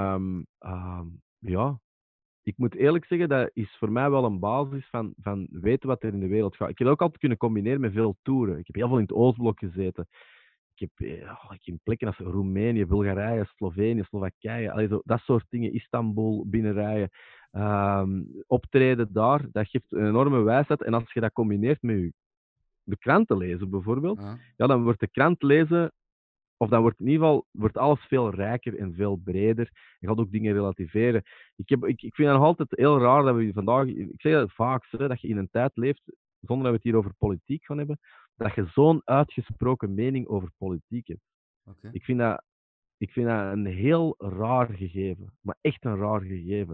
Speaker 2: ja, ik moet eerlijk zeggen, dat is voor mij wel een basis van weten wat er in de wereld gaat. Ik heb dat ook altijd kunnen combineren met veel toeren. Ik heb heel veel in het Oostblok gezeten. Ik heb in plekken als Roemenië, Bulgarije, Slovenië, Slowakije, dat soort dingen, Istanbul binnenrijden. Optreden daar, dat geeft een enorme wijsheid. En als je dat combineert met de kranten lezen bijvoorbeeld, ja, dan wordt de krant lezen, of dan wordt in ieder geval alles veel rijker en veel breder. Je gaat ook dingen relativeren. Ik vind het nog altijd heel raar dat we vandaag... Ik zeg dat vaak, dat je in een tijd leeft, zonder dat we het hier over politiek gaan hebben, dat je zo'n uitgesproken mening over politiek hebt.
Speaker 1: Okay.
Speaker 2: Ik vind dat een heel raar gegeven. Maar echt een raar gegeven.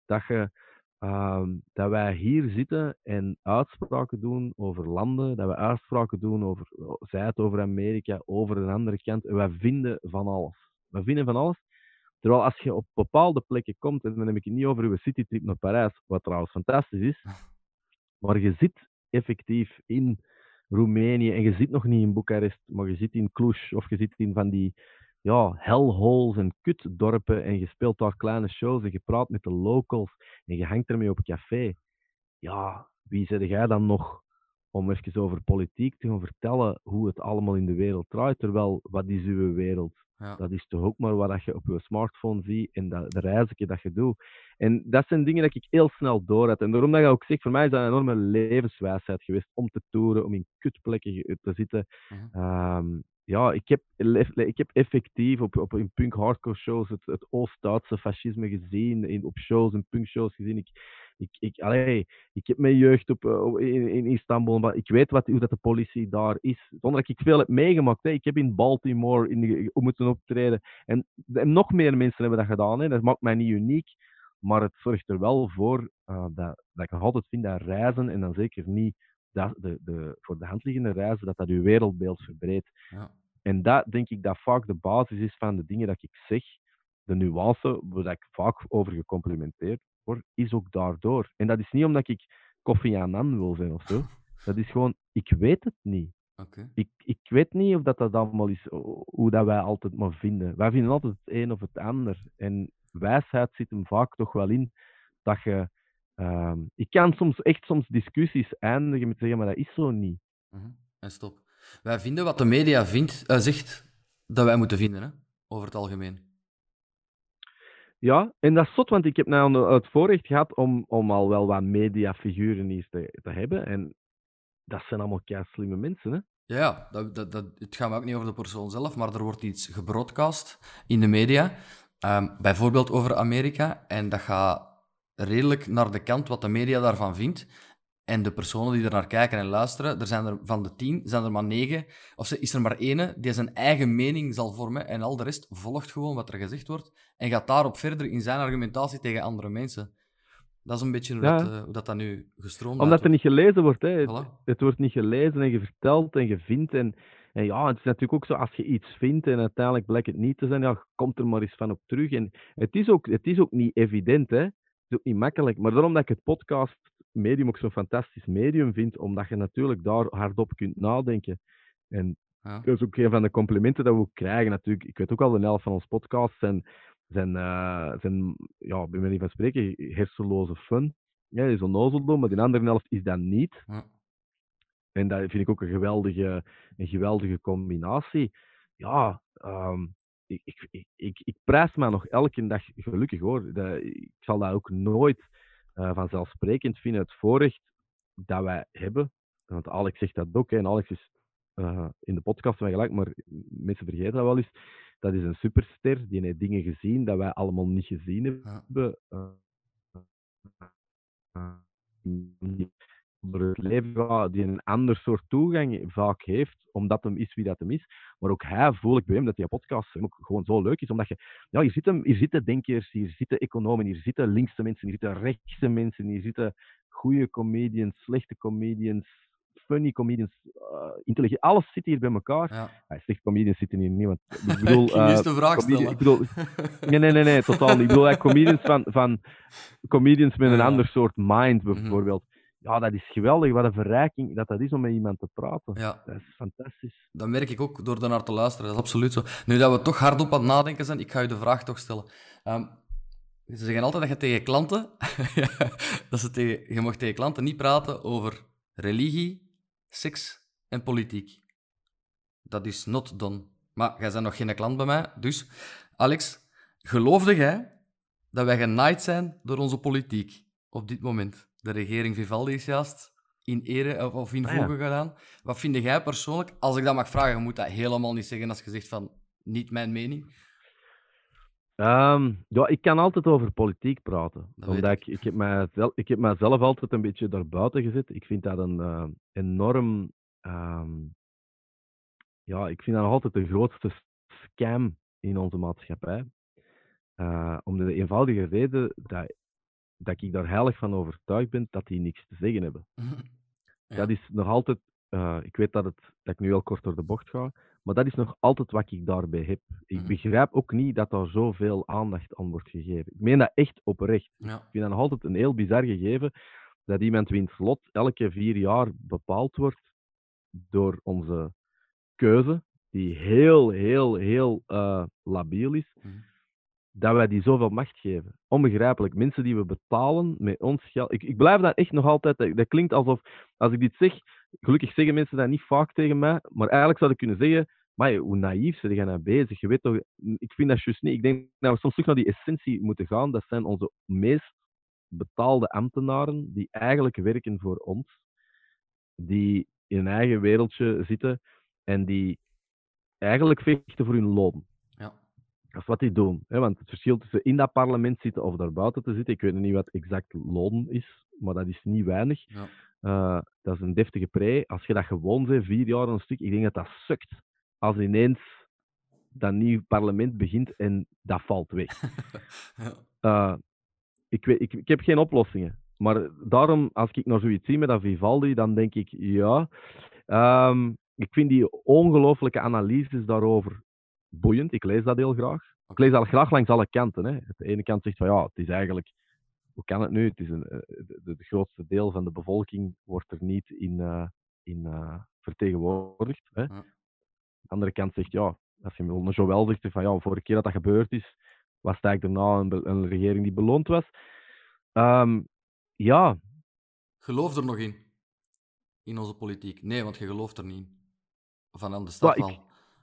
Speaker 2: Dat wij hier zitten en uitspraken doen over landen, dat we uitspraken doen zij het over Amerika, over een andere kant, en wij vinden van alles. We vinden van alles. Terwijl als je op bepaalde plekken komt, en dan heb ik het niet over uw citytrip naar Parijs, wat trouwens fantastisch is, maar je zit effectief in Roemenië en je zit nog niet in Boekarest, maar je zit in Cluj of je zit in van die hellholes en kutdorpen en je speelt daar kleine shows en je praat met de locals en je hangt ermee op een café. Ja, wie zeg jij dan nog om even over politiek te gaan vertellen hoe het allemaal in de wereld draait? Terwijl, wat is uw wereld?
Speaker 1: Ja.
Speaker 2: Dat is toch ook maar wat je op je smartphone ziet en de reizen dat je doet. En dat zijn dingen dat ik heel snel door had. En daarom dat ik ook zeg, voor mij is dat een enorme levenswijsheid geweest om te toeren, om in kutplekken te zitten. Ja, ik heb effectief in punk hardcore shows het Oost-Duitse fascisme gezien, op shows en punkshows gezien. Ik heb mijn jeugd in Istanbul, maar ik weet hoe dat de politie daar is, zonder dat ik veel heb meegemaakt. Hè. Ik heb in Baltimore moeten optreden. En nog meer mensen hebben dat gedaan. Hè. Dat maakt mij niet uniek, maar het zorgt er wel voor dat ik nog altijd vind dat reizen, en dan zeker niet voor de hand liggende reizen, dat uw wereldbeeld verbreedt.
Speaker 1: Ja.
Speaker 2: En dat denk ik dat vaak de basis is van de dingen dat ik zeg. De nuance, waar ik vaak over gecomplimenteerd word, is ook daardoor. En dat is niet omdat ik Kofi Annan wil zijn of zo. Dat is gewoon, ik weet het niet.
Speaker 1: Okay.
Speaker 2: Ik weet niet of dat allemaal is, hoe dat wij altijd maar vinden. Wij vinden altijd het een of het ander. En wijsheid zit hem vaak toch wel in dat je... ik kan soms discussies eindigen met zeggen, maar dat is zo niet.
Speaker 1: En stop. Wij vinden wat de media zegt dat wij moeten vinden, hè? Over het algemeen.
Speaker 2: Ja, en dat is zot, want ik heb nou het voorrecht gehad om al wel wat mediafiguren eens te hebben. En dat zijn allemaal slimme mensen, hè?
Speaker 1: Ja, het gaat me ook niet over de persoon zelf, maar er wordt iets gebroadcast in de media, bijvoorbeeld over Amerika, en dat gaat redelijk naar de kant wat de media daarvan vindt. En de personen die er naar kijken en luisteren, er zijn er van de 10, zijn er maar 9, of is er maar ene die zijn eigen mening zal vormen en al de rest volgt gewoon wat er gezegd wordt en gaat daarop verder in zijn argumentatie tegen andere mensen. Dat is een beetje hoe dat nu gestroomd
Speaker 2: Omdat er niet gelezen wordt. Hè.
Speaker 1: Voilà.
Speaker 2: Het wordt niet gelezen en je vertelt en je vindt. En ja, het is natuurlijk ook zo, als je iets vindt en uiteindelijk blijkt het niet te zijn, ja, komt er maar eens van op terug. En het is ook niet evident, hè. Het is ook niet makkelijk. Maar daarom dat ik het podcastmedium ook zo'n fantastisch medium vind, omdat je natuurlijk daar hardop kunt nadenken. En
Speaker 1: Ja.
Speaker 2: dat is ook een van de complimenten dat we ook krijgen natuurlijk. Ik weet ook al, de helft van ons podcast zijn ja, bij manier van spreken, hersenloze fun. Ja, die is onnozel doen, maar die andere helft is dat niet.
Speaker 1: Ja.
Speaker 2: En dat vind ik ook een geweldige combinatie. Ja, ik prijs me nog elke dag gelukkig hoor. Ik zal dat ook nooit vanzelfsprekend vinden, het voorrecht dat wij hebben. Want Alex zegt dat ook, hè, en Alex is in de podcast van gelijk, maar mensen vergeten dat wel eens. Dat is een superster, die heeft dingen gezien dat wij allemaal niet gezien hebben. Die door het leven gaat, die een ander soort toegang vaak heeft, omdat hem is wie dat hem is. Maar ook hij voel ik bij hem dat die podcast ook gewoon zo leuk is, omdat je, ja, hier zitten denkers, hier zitten economen, hier zitten linkse mensen, hier zitten rechtse mensen, hier zitten goede comedians, slechte comedians, funny comedians, intelligent, alles zit hier bij elkaar.
Speaker 1: Ja.
Speaker 2: Slechte comedians zitten hier niet, want ik bedoel...
Speaker 1: ik ging de vraag stellen.
Speaker 2: Ik bedoel, nee, totaal niet. Ik bedoel comedians met een ander soort mind, bijvoorbeeld. Ja, dat is geweldig. Wat een verrijking dat is om met iemand te praten.
Speaker 1: Ja.
Speaker 2: Dat is fantastisch.
Speaker 1: Dat merk ik ook door daarnaar te luisteren. Dat is absoluut zo. Nu dat we toch hardop aan het nadenken zijn, ik ga je de vraag toch stellen. Ze zeggen altijd dat je tegen klanten... je mag tegen klanten niet praten over religie, seks en politiek. Dat is not done. Maar jij bent nog geen klant bij mij, dus... Alex, geloofde jij dat wij genaaid zijn door onze politiek op dit moment? De regering Vivaldi is juist in ere of in voege gedaan. Wat vind jij persoonlijk? Als ik dat mag vragen, je moet dat helemaal niet zeggen als je zegt van niet mijn mening.
Speaker 2: Ja, ik kan altijd over politiek praten.
Speaker 1: Dat
Speaker 2: omdat ik heb mijzelf altijd een beetje daarbuiten gezet. Ik vind dat een enorm... ja, ik vind dat nog altijd de grootste scam in onze maatschappij. Om de eenvoudige reden dat ik daar heilig van overtuigd ben dat die niks te zeggen hebben. Ja. Dat is nog altijd... ik weet dat ik nu heel kort door de bocht ga, maar dat is nog altijd wat ik daarbij heb. Ik begrijp ook niet dat daar zoveel aandacht aan wordt gegeven. Ik meen dat echt oprecht.
Speaker 1: Ja.
Speaker 2: Ik vind dat nog altijd een heel bizar gegeven dat iemand wiens lot elke 4 jaar bepaald wordt door onze keuze, die heel, heel, heel labiel is, dat wij die zoveel macht geven. Onbegrijpelijk. Mensen die we betalen met ons geld. Ik blijf dat echt nog altijd... Dat klinkt alsof... Als ik dit zeg... Gelukkig zeggen mensen dat niet vaak tegen mij, maar eigenlijk zou ik kunnen zeggen... Maar hoe naïef zijn jij nou bezig? Je weet toch... Ik vind dat juist niet. Ik denk dat we soms terug naar die essentie moeten gaan. Dat zijn onze meest betaalde ambtenaren die eigenlijk werken voor ons. Die in een eigen wereldje zitten en die eigenlijk vechten voor hun loon.
Speaker 1: Ja.
Speaker 2: Dat is wat die doen. Hè? Want het verschil tussen in dat parlement zitten of daar buiten te zitten, ik weet niet wat exact loon is, maar dat is niet weinig. Ja. Dat is een deftige pre. Als je dat gewoon bent, 4 jaar een stuk, ik denk dat dat sukt. Als ineens dat nieuw parlement begint en dat valt weg. Ja. Ik heb geen oplossingen. Maar daarom, als ik naar zoiets zie met dat Vivaldi, dan denk ik, ja... ik vind die ongelooflijke analyses daarover boeiend. Ik lees dat heel graag. Ik lees dat graag langs alle kanten. Hè. De ene kant zegt van ja, het is eigenlijk... Hoe kan het nu? Het is de grootste deel van de bevolking wordt er niet in vertegenwoordigd. Hè. Ja. De andere kant zegt ja, als je me zo wel zegt van ja, vorige keer dat gebeurd is, was het eigenlijk daarna een regering die beloond was. Ja.
Speaker 1: Geloof er nog in onze politiek? Nee, want je gelooft er niet in. Van aan de stad wel.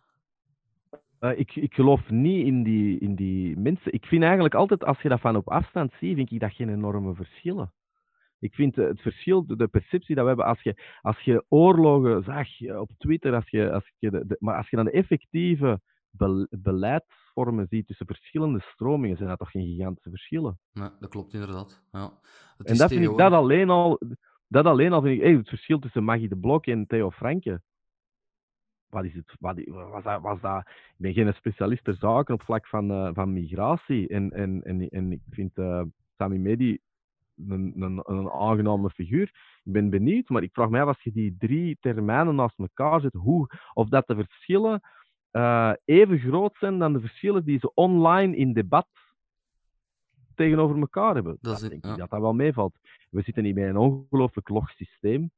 Speaker 2: Ik geloof niet in die mensen. Ik vind eigenlijk altijd, als je dat van op afstand ziet, vind ik dat geen enorme verschillen. Ik vind het verschil, de perceptie dat we hebben, als je oorlogen zag op Twitter, maar als je dan de effectieve beleidsvormen ziet tussen verschillende stromingen, zijn dat toch geen gigantische verschillen?
Speaker 1: Nee, dat klopt inderdaad. Ja.
Speaker 2: En dat vind ik dat alleen al... Dat alleen al vind ik... het verschil tussen Maggie de Blok en Theo Franke. Wat is het? Was dat... Ik ben geen specialist ter zaken op vlak van migratie. En ik vind Sami Medi een aangename figuur. Ik ben benieuwd, maar ik vraag me af, als je die 3 termijnen naast elkaar zet, of dat de verschillen even groot zijn dan de verschillen die ze online in debat tegenover elkaar hebben.
Speaker 1: Dat
Speaker 2: Denk
Speaker 1: ja.
Speaker 2: ik dat wel meevalt. We zitten niet bij een ongelooflijk log systeem.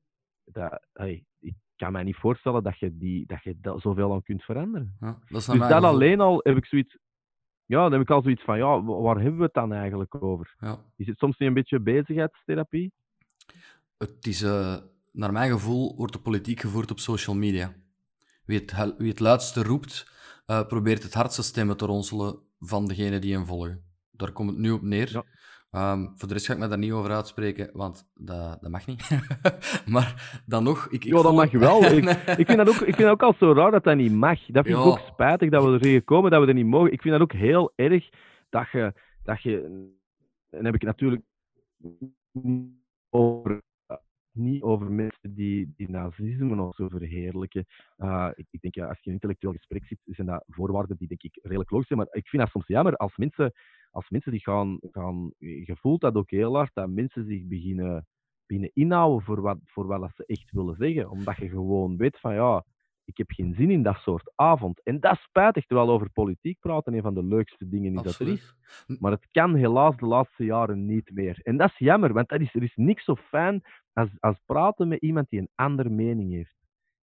Speaker 2: Ik kan mij niet voorstellen dat je zoveel aan kunt veranderen.
Speaker 1: Ja, dat is
Speaker 2: Dus dat
Speaker 1: gevoel.
Speaker 2: alleen al heb ik zoiets... Ja, dan heb ik al zoiets van, ja, waar hebben we het dan eigenlijk over?
Speaker 1: Ja.
Speaker 2: Is het soms niet een beetje bezigheidstherapie?
Speaker 1: Het is, naar mijn gevoel, wordt de politiek gevoerd op social media. Wie het luidste roept, probeert het hardste stemmen te ronselen van degenen die hem volgen. Daar komt het nu op neer.
Speaker 2: Ja.
Speaker 1: Voor de rest ga ik me daar niet over uitspreken, want dat mag niet. Maar dan nog...
Speaker 2: Dat mag wel. Ik vind dat ook al zo raar dat dat niet mag. Dat vind ik ook spijtig dat we erin komen, dat we er niet mogen. Ik vind dat ook heel erg dat je... En heb ik het natuurlijk niet over mensen die nazisme of zo verheerlijken. Ik denk, als je in een intellectueel gesprek zit, zijn dat voorwaarden die denk ik redelijk logisch zijn. Maar ik vind dat soms jammer als mensen die gaan... Je voelt dat ook heel hard, dat mensen zich beginnen inhouden voor wat ze echt willen zeggen. Omdat je gewoon weet van, ja, ik heb geen zin in dat soort avond. En dat is spijtig, terwijl over politiek praten een van de leukste dingen is dat er is. Maar het kan helaas de laatste jaren niet meer. En dat is jammer, want er is niks zo fijn als praten met iemand die een andere mening heeft.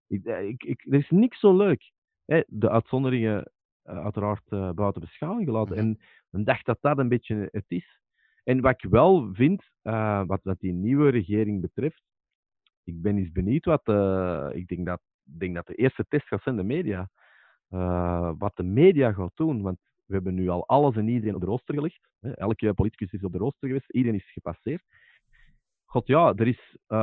Speaker 2: Er is niks zo leuk. De uitzonderingen uiteraard buiten beschouwing gelaten. En ik dacht dat dat een beetje het is. En wat ik wel vind, wat die nieuwe regering betreft, ik ben eens benieuwd ik denk dat de eerste test gaat zijn de media. Wat de media gaat doen, want we hebben nu al alles en iedereen op de rooster gelegd. Elke politicus is op de rooster geweest, iedereen is gepasseerd. God ja, er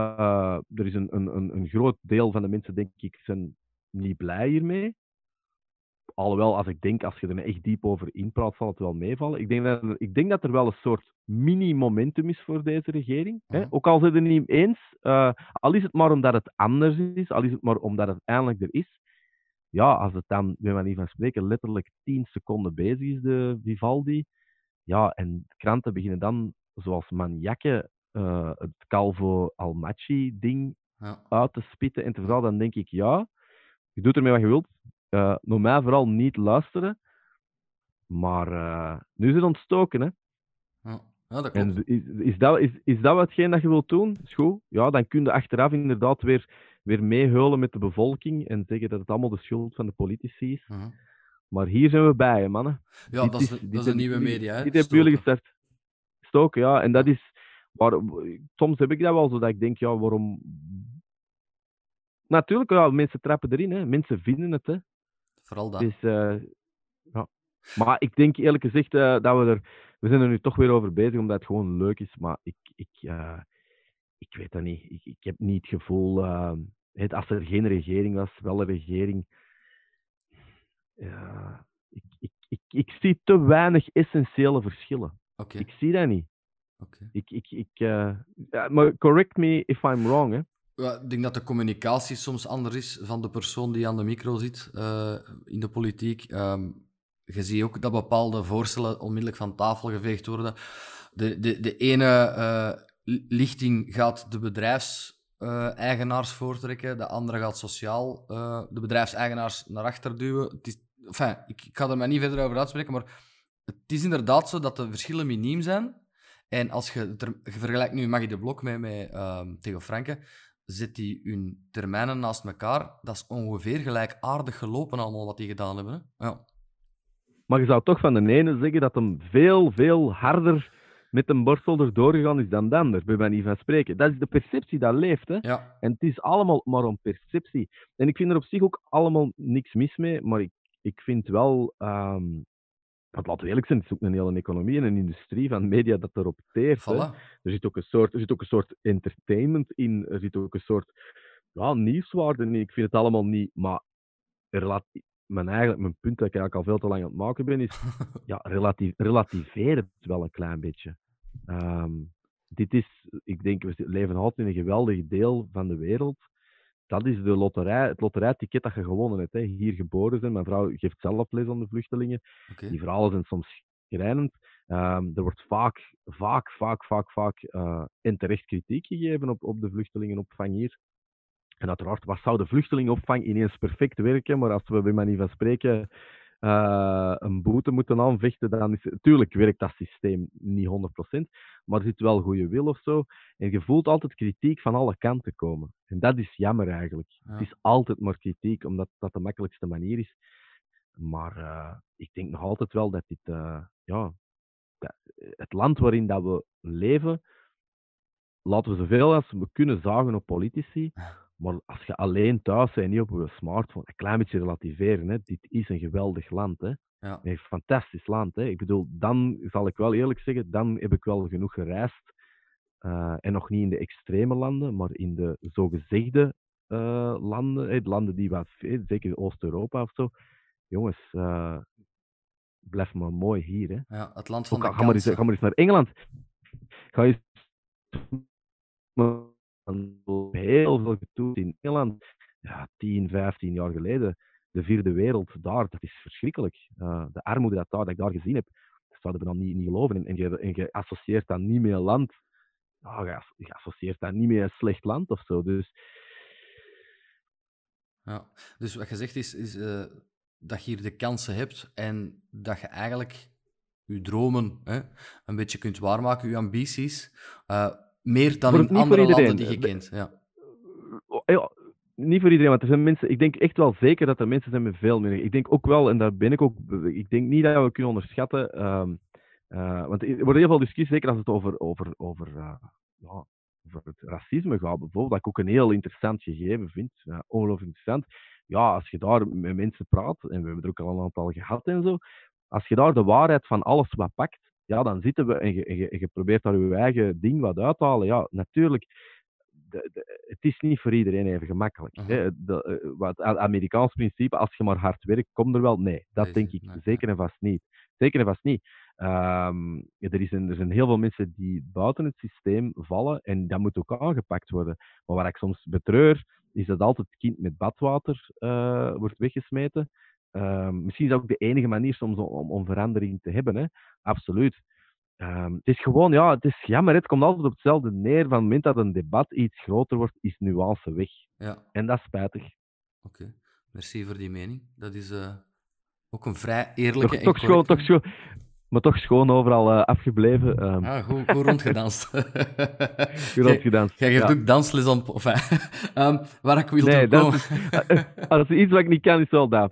Speaker 2: is een groot deel van de mensen, denk ik, zijn niet blij hiermee. Alhoewel, als je er echt diep over inpraat, zal het wel meevallen. Ik denk dat er wel een soort mini-momentum is voor deze regering. Hè? Ook al zijn ze het niet eens, al is het maar omdat het anders is, al is het maar omdat het eindelijk er is. Ja, als het dan, bij manier van spreken, letterlijk 10 seconden bezig is, de Vivaldi. Ja, en kranten beginnen dan, zoals maniakken, het Calvo Almaci-ding uit te spitten en te vertellen. Dan denk ik, ja, je doet ermee wat je wilt. Naar mij vooral niet luisteren. Maar nu is het ontstoken, hè.
Speaker 1: Ja, dat klopt.
Speaker 2: En is dat watgeen dat je wilt doen? Is goed. Ja, dan kun je achteraf inderdaad weer meeheulen met de bevolking en zeggen dat het allemaal de schuld van de politici is. Maar hier zijn we bij, hè, mannen.
Speaker 1: Ja, dat is een nieuwe media, hè.
Speaker 2: Dit hebben jullie gestart. Stoken, ja. En dat is... soms heb ik dat wel zo, dat ik denk, ja, waarom... Natuurlijk, ja, mensen trappen erin, hè. Mensen vinden het, hè.
Speaker 1: Vooral dat.
Speaker 2: Dus, ja. Maar ik denk eerlijk gezegd dat we zijn er nu toch weer over bezig, omdat het gewoon leuk is. Maar ik weet dat niet. Ik heb niet het gevoel... als er geen regering was, wel een regering... Ik zie te weinig essentiële verschillen.
Speaker 1: Okay.
Speaker 2: Ik zie dat niet.
Speaker 1: Okay.
Speaker 2: Maar correct me if I'm wrong, hè.
Speaker 1: Ja, ik denk dat de communicatie soms anders is van de persoon die aan de micro zit in de politiek. Je ziet ook dat bepaalde voorstellen onmiddellijk van tafel geveegd worden. De ene lichting gaat de bedrijfseigenaars voortrekken, de andere gaat sociaal de bedrijfseigenaars naar achter duwen. Ik ga er maar niet verder over uitspreken, maar het is inderdaad zo dat de verschillen miniem zijn. En als je vergelijkt nu Maggie de Blok met Theo Franke, zet die hun termijnen naast elkaar. Dat is ongeveer gelijkaardig gelopen allemaal wat die gedaan hebben. Hè? Ja.
Speaker 2: Maar je zou toch van de ene zeggen dat hem veel, veel harder met een borstel erdoor gegaan is dan de ander, bij manier van spreken. Dat is de perceptie dat leeft. Hè?
Speaker 1: Ja.
Speaker 2: En het is allemaal maar een perceptie. En ik vind er op zich ook allemaal niks mis mee, maar ik vind wel... Want laten we eerlijk zijn, het is ook een hele economie en een industrie van media dat erop teert.
Speaker 1: Voilà.
Speaker 2: Er zit ook een soort entertainment in, er zit ook een soort nieuwswaarde in. Ik vind het allemaal niet, maar mijn punt dat ik eigenlijk al veel te lang aan het maken ben, is relativeer het wel een klein beetje. Ik denk, we leven altijd in een geweldig deel van de wereld. Dat is de loterij, het loterijticket dat je gewonnen hebt. Hè. Hier geboren zijn. Mijn vrouw geeft zelf les aan de vluchtelingen.
Speaker 1: Oké.
Speaker 2: Die verhalen zijn soms schrijnend. Er wordt vaak en terecht kritiek gegeven op de vluchtelingenopvang hier. En uiteraard, wat zou de vluchtelingenopvang ineens perfect werken? Maar als we bij manier van spreken een boete moeten aanvechten, dan is natuurlijk werkt dat systeem niet 100%, maar er zit wel goede wil of zo. En je voelt altijd kritiek van alle kanten komen. En dat is jammer eigenlijk. Het
Speaker 1: Ja.
Speaker 2: is altijd maar kritiek, omdat dat de makkelijkste manier is. Maar ik denk nog altijd wel dat dit, ja, het land waarin dat we leven, laten we zoveel als we kunnen zagen op politici. Maar als je alleen thuis bent en niet op je smartphone, een klein beetje relativeren. Hè. Dit is een geweldig land. Hè.
Speaker 1: Ja.
Speaker 2: Een fantastisch land. Hè. Ik bedoel, dan zal ik wel eerlijk zeggen, dan heb ik wel genoeg gereisd. En nog niet in de extreme landen, maar in de zogezegde landen. Hè, de landen die wat, zeker in Oost-Europa of zo. Jongens, blijf maar mooi hier. Hè.
Speaker 1: Ja, het land van
Speaker 2: Ook
Speaker 1: de
Speaker 2: al, ga maar
Speaker 1: kansen.
Speaker 2: eens naar Engeland. Ga eens heel veel getoerd in Engeland. Ja, 10, 15 jaar geleden. De vierde wereld daar, dat is verschrikkelijk. De armoede dat ik daar gezien heb, dat zouden we dan niet geloven. En je associeert dat niet met een land. Ja, je associeert dat niet met een slecht land of zo. Dus
Speaker 1: Ja. Dus wat je zegt is dat je hier de kansen hebt en dat je eigenlijk je dromen een beetje kunt waarmaken, je ambities, meer dan in
Speaker 2: niet voor
Speaker 1: andere landen
Speaker 2: iedereen.
Speaker 1: die je kent. Ja.
Speaker 2: Ja, niet voor iedereen, want er zijn mensen. Ik denk echt wel zeker dat er mensen zijn met veel meer. Ik denk ook wel, en daar ben ik ook. Ik denk niet dat we kunnen onderschatten. Want er wordt heel veel discussie, zeker als het ja, over het racisme gaat, bijvoorbeeld. Dat ik ook een heel interessant gegeven vind. Ongelooflijk interessant. Ja, als je daar met mensen praat, en we hebben er ook al een aantal gehad en zo. Als je daar de waarheid van alles wat pakt, ja, dan zitten we en je probeert daar je eigen ding wat uit te halen. Ja, natuurlijk het is niet voor iedereen even gemakkelijk.
Speaker 1: Uh-huh.
Speaker 2: Hè. Het Amerikaans principe, als je maar hard werkt, kom er wel. Nee, dat denk ik
Speaker 1: Nee.
Speaker 2: zeker en vast niet. Zeker en vast niet. Er zijn heel veel mensen die buiten het systeem vallen en dat moet ook aangepakt worden. Maar waar ik soms betreur, is dat altijd het kind met badwater wordt weggesmeten. Misschien is dat ook de enige manier soms om verandering te hebben. Hè. Absoluut. Het is gewoon, ja, het is jammer. Het komt altijd op hetzelfde neer. Van het moment dat een debat iets groter wordt, is nuance weg.
Speaker 1: Ja,
Speaker 2: En dat is spijtig.
Speaker 1: oké. Merci voor die mening. Dat is ook een vrij eerlijke en
Speaker 2: Schoon,
Speaker 1: correcte...
Speaker 2: maar toch schoon overal afgebleven.
Speaker 1: Goed rondgedanst.
Speaker 2: Goed rondgedanst.
Speaker 1: Jij geeft
Speaker 2: Ja.
Speaker 1: ook dansles aan... waar ik wil
Speaker 2: Nee,
Speaker 1: toe komen...
Speaker 2: als er iets wat ik niet kan, is wel dat.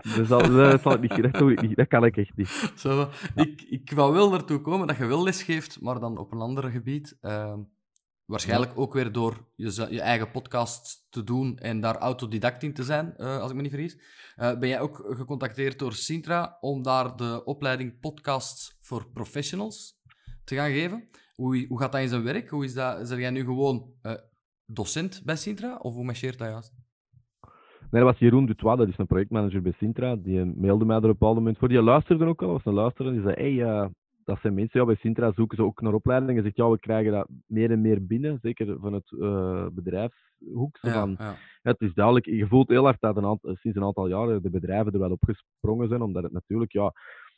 Speaker 2: Dat doe ik niet. Dat kan ik echt niet.
Speaker 1: Zo, ik wou wel naartoe komen dat je wel les geeft, maar dan op een ander gebied. Waarschijnlijk ook weer door je eigen podcast te doen en daar autodidact in te zijn, als ik me niet vergis. Ben jij ook gecontacteerd door Sintra om daar de opleiding Podcasts voor Professionals te gaan geven? Hoe gaat dat in zijn werk? Hoe is dat? Zijn jij nu gewoon docent bij Sintra? Of hoe marcheert dat juist?
Speaker 2: Nee, dat was Jeroen Dutois, dat is een projectmanager bij Sintra. Die mailde mij er op een bepaald moment voor. Die luisterde ook al, was een luisteraar. Die zei, hey, dat zijn mensen, ja, bij Sintra zoeken ze ook naar opleidingen. Hij zegt, ja, we krijgen dat meer en meer binnen, zeker van het bedrijfshoek.
Speaker 1: Ja.
Speaker 2: Het is duidelijk, je voelt heel hard dat sinds een aantal jaren de bedrijven er wel op gesprongen zijn, omdat het natuurlijk, ja,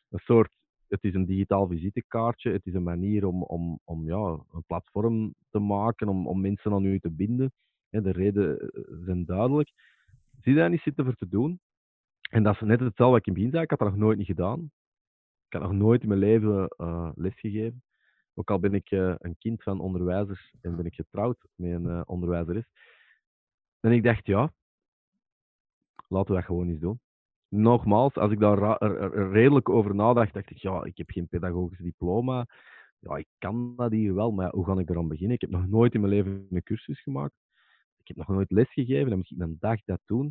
Speaker 2: het is een digitaal visitekaartje, het is een manier om ja, een platform te maken, om mensen aan u te binden. De redenen zijn duidelijk. Zie je daar niet zitten voor te doen? En dat is net hetzelfde wat ik in het begin zei. Ik had dat nog nooit niet gedaan. Ik had nog nooit in mijn leven lesgegeven. Ook al ben ik een kind van onderwijzers en ben ik getrouwd met een onderwijzeres. En ik dacht, ja, laten we dat gewoon eens doen. Nogmaals, als ik daar redelijk over nadacht, dacht ik, ja, ik heb geen pedagogisch diploma. Ja, ik kan dat hier wel, maar hoe ga ik eraan beginnen? Ik heb nog nooit in mijn leven een cursus gemaakt. Ik heb nog nooit lesgegeven. Dan moet ik een dag dat doen.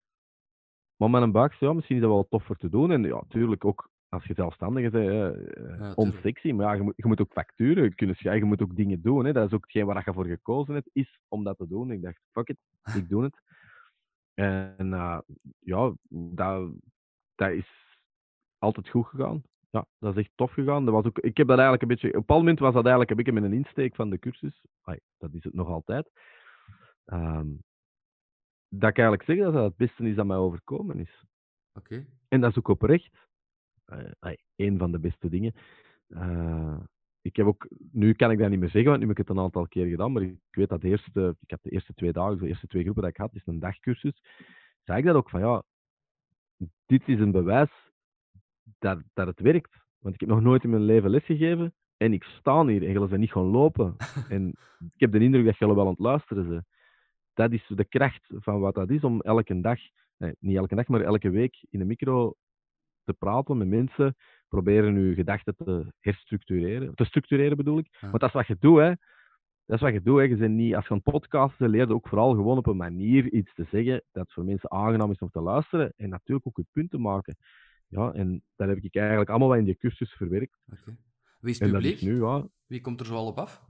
Speaker 2: Maar met een buik, ja, misschien is dat wel tof voor te doen. En ja, natuurlijk ook als je zelfstandige bent, onsexy. Maar ja, je moet ook facturen kunnen schrijven. Je moet ook dingen doen. Hè. Dat is ook hetgeen waar je voor gekozen hebt, is om dat te doen. Ik dacht, fuck it, ik doe het. En ja, dat is altijd goed gegaan. Ja, dat is echt tof gegaan. Dat was ook, ik heb dat eigenlijk een beetje... Op een bepaald moment was dat eigenlijk een beetje met een insteek van de cursus. Dat is het nog altijd. Ehm, dat ik eigenlijk zeg dat dat het beste is dat mij overkomen is.
Speaker 1: Oké.
Speaker 2: En dat is ook oprecht. Een van de beste dingen. Ik heb ook... Nu kan ik dat niet meer zeggen, want nu heb ik het een aantal keer gedaan. Maar ik weet dat ik heb de eerste 2 dagen, de eerste 2 groepen dat ik had, is een dagcursus. Zei ik dat ook van, ja, dit is een bewijs dat het werkt. Want ik heb nog nooit in mijn leven lesgegeven en ik sta hier en jullie zijn niet gaan lopen. En ik heb de indruk dat jullie wel aan het luisteren zijn. Dat is de kracht van wat dat is om elke dag, niet elke dag, maar elke week in de micro te praten met mensen, proberen je gedachten te herstructureren. Te structureren bedoel ik.
Speaker 1: Ja.
Speaker 2: Want dat is wat je doet, hè. Dat is wat je doet. Hè. Je bent niet, als je een podcast leert, ook vooral gewoon op een manier iets te zeggen dat voor mensen aangenaam is om te luisteren en natuurlijk ook je punten maken. Ja, en dat heb ik eigenlijk allemaal wel in die cursus verwerkt.
Speaker 1: Oké. Wie is het
Speaker 2: En dat is
Speaker 1: publiek?
Speaker 2: nu, ja.
Speaker 1: Wie komt er zoal op af?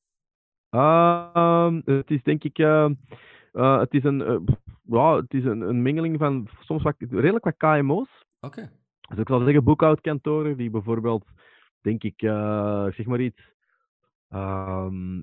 Speaker 2: Het is denk ik... het is het is een mengeling van soms redelijk wat KMO's.
Speaker 1: Oké.
Speaker 2: Dus ik zal zeggen boekhoudkantoren die bijvoorbeeld, denk ik, zeg maar iets, ehm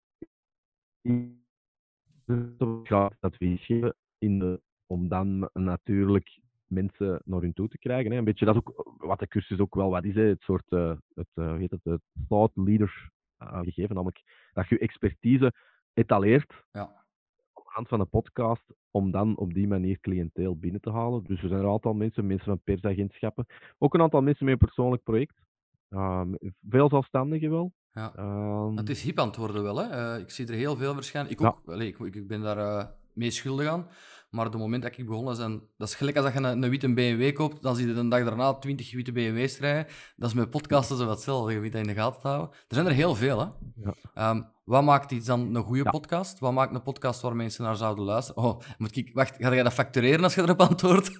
Speaker 2: gratis advies geven om dan natuurlijk mensen naar hun toe te krijgen. Hè. Een beetje, dat is ook wat de cursus ook wel wat is. Hè. Het soort, hoe heet het, thought leader gegeven, namelijk dat je expertise etaleert
Speaker 1: Ja.
Speaker 2: aan de hand van een podcast, om dan op die manier cliënteel binnen te halen. Dus er zijn een aantal mensen van persagentschappen, ook een aantal mensen met een persoonlijk project. Veel zelfstandigen wel.
Speaker 1: Ja.
Speaker 2: Ehm,
Speaker 1: Het is hip aan het worden wel, hè. Ik zie er heel veel verschijnen. Ik
Speaker 2: ja,
Speaker 1: ook. Allee, ik ben daar mee schuldig aan. Maar op het moment dat ik begonnen ben, dat is gelijk als dat je een witte BMW koopt, dan zie je de dag daarna 20 witte BMW's rijden. Dat is met podcasten zo wat hetzelfde, je weet dat in de gaten te houden. Er zijn er heel veel, hè.
Speaker 2: ja.
Speaker 1: Wat maakt iets dan een goede
Speaker 2: Ja.
Speaker 1: podcast? Wat maakt een podcast waar mensen naar zouden luisteren? Oh, wacht, ga jij dat factureren als je erop antwoordt?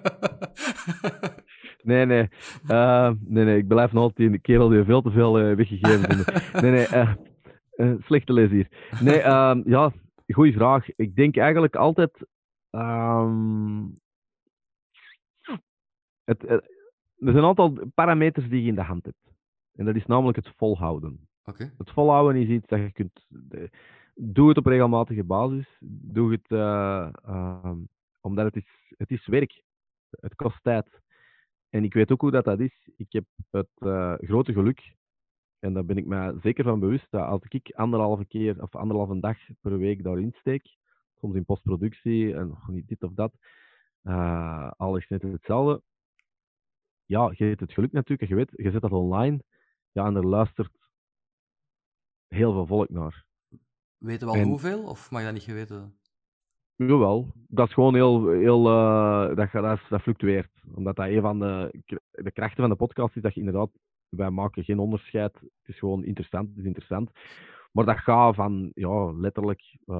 Speaker 2: Nee, nee. Nee, ik blijf nog altijd een kerel die veel te veel weggegeven heeft. Nee. Slechte les hier. Nee, ja, goeie vraag. Ik denk eigenlijk altijd... er zijn een aantal parameters die je in de hand hebt. En dat is namelijk het volhouden.
Speaker 1: Oké.
Speaker 2: Het volhouden is iets dat je kunt... Doe het op regelmatige basis. Doe het omdat het is werk. Het kost tijd. En ik weet ook hoe dat is. Ik heb het grote geluk, en daar ben ik me zeker van bewust, dat als ik anderhalve dag per week daarin steek, soms in postproductie en nog niet dit of dat, alles net hetzelfde. Ja, je hebt het geluk natuurlijk, en je weet, je zet dat online, ja, en er luistert heel veel volk naar.
Speaker 1: Weten we al hoeveel, of mag je dat niet geweten?
Speaker 2: Jawel, dat is gewoon heel dat fluctueert. Omdat dat een van de krachten van de podcast is, dat je inderdaad, wij maken geen onderscheid. Het is gewoon interessant, het is interessant. Maar dat gaat van, ja, letterlijk,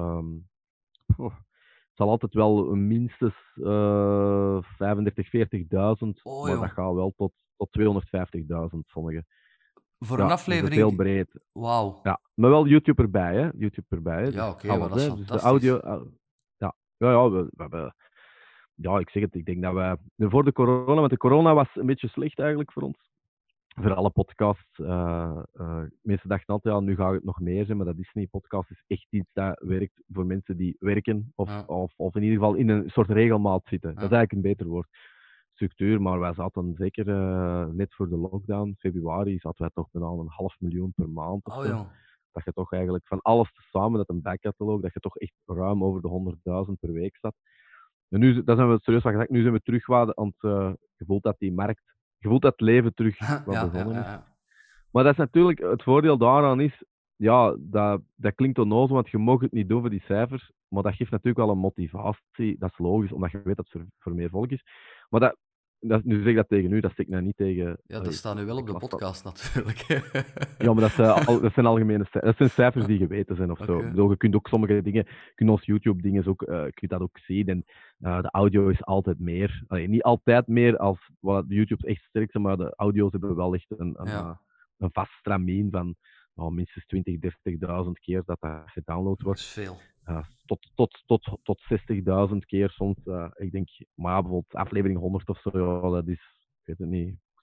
Speaker 2: het zal altijd wel minstens 35, 40.000,
Speaker 1: Oh,
Speaker 2: maar dat
Speaker 1: jong.
Speaker 2: gaat wel tot 250.000, sommige.
Speaker 1: Voor
Speaker 2: Ja,
Speaker 1: een
Speaker 2: dus
Speaker 1: aflevering?
Speaker 2: dat is heel breed.
Speaker 1: Wauw.
Speaker 2: Ja, maar wel YouTube erbij, hè. YouTube erbij, hè.
Speaker 1: Ja,
Speaker 2: Dus
Speaker 1: oké,
Speaker 2: alles,
Speaker 1: maar dat is
Speaker 2: hè. Dus de
Speaker 1: fantastisch.
Speaker 2: audio... Ja, we hebben... Ja, ik zeg het, ik denk dat wij... Voor de corona, want de corona was een beetje slecht eigenlijk voor ons. Voor alle podcasts. Mensen dachten altijd, ja, nu gaat het nog meer zijn, maar dat is niet. Podcast is echt iets dat werkt voor mensen die werken, of in ieder geval in een soort regelmaat zitten. Dat is eigenlijk een beter woord. Structuur, maar wij zaten zeker net voor de lockdown, februari, zaten wij toch bijna 500.000 per maand of zo.
Speaker 1: jong.
Speaker 2: Dat je toch eigenlijk van alles tezamen, dat een backcatalog, dat je toch echt ruim over de 100.000 per week zat. En nu, dat zijn we serieus van gezegd, nu zijn we terug aan het gevoeld dat die markt, gevoeld dat het leven terug wat begonnen is. Maar dat is natuurlijk, het voordeel daaraan is, ja, dat klinkt onnozel, want je mag het niet doen voor die cijfers, maar dat geeft natuurlijk wel een motivatie, dat is logisch, omdat je weet dat het voor meer volk is. Maar nu zeg ik dat tegen u, dat steek ik nou niet tegen...
Speaker 1: Ja, dat staat nu wel op de podcast natuurlijk.
Speaker 2: Ja, maar dat zijn algemene cijfers. Dat zijn cijfers die geweten zijn of zo. Ik bedoel, je kunt ook sommige dingen, ons YouTube-dingen ook, kun je dat ook zien. En de audio is altijd meer. Niet altijd meer als wat YouTube echt sterk zijn, maar de audio's hebben wel echt een vast stramien van minstens 20.000, 30.000 keer dat gedownload wordt.
Speaker 1: Dat is veel.
Speaker 2: Tot 60.000 keer soms. Ik denk, maar ja, bijvoorbeeld aflevering 100 of zo, ja, dat is, ik weet het niet.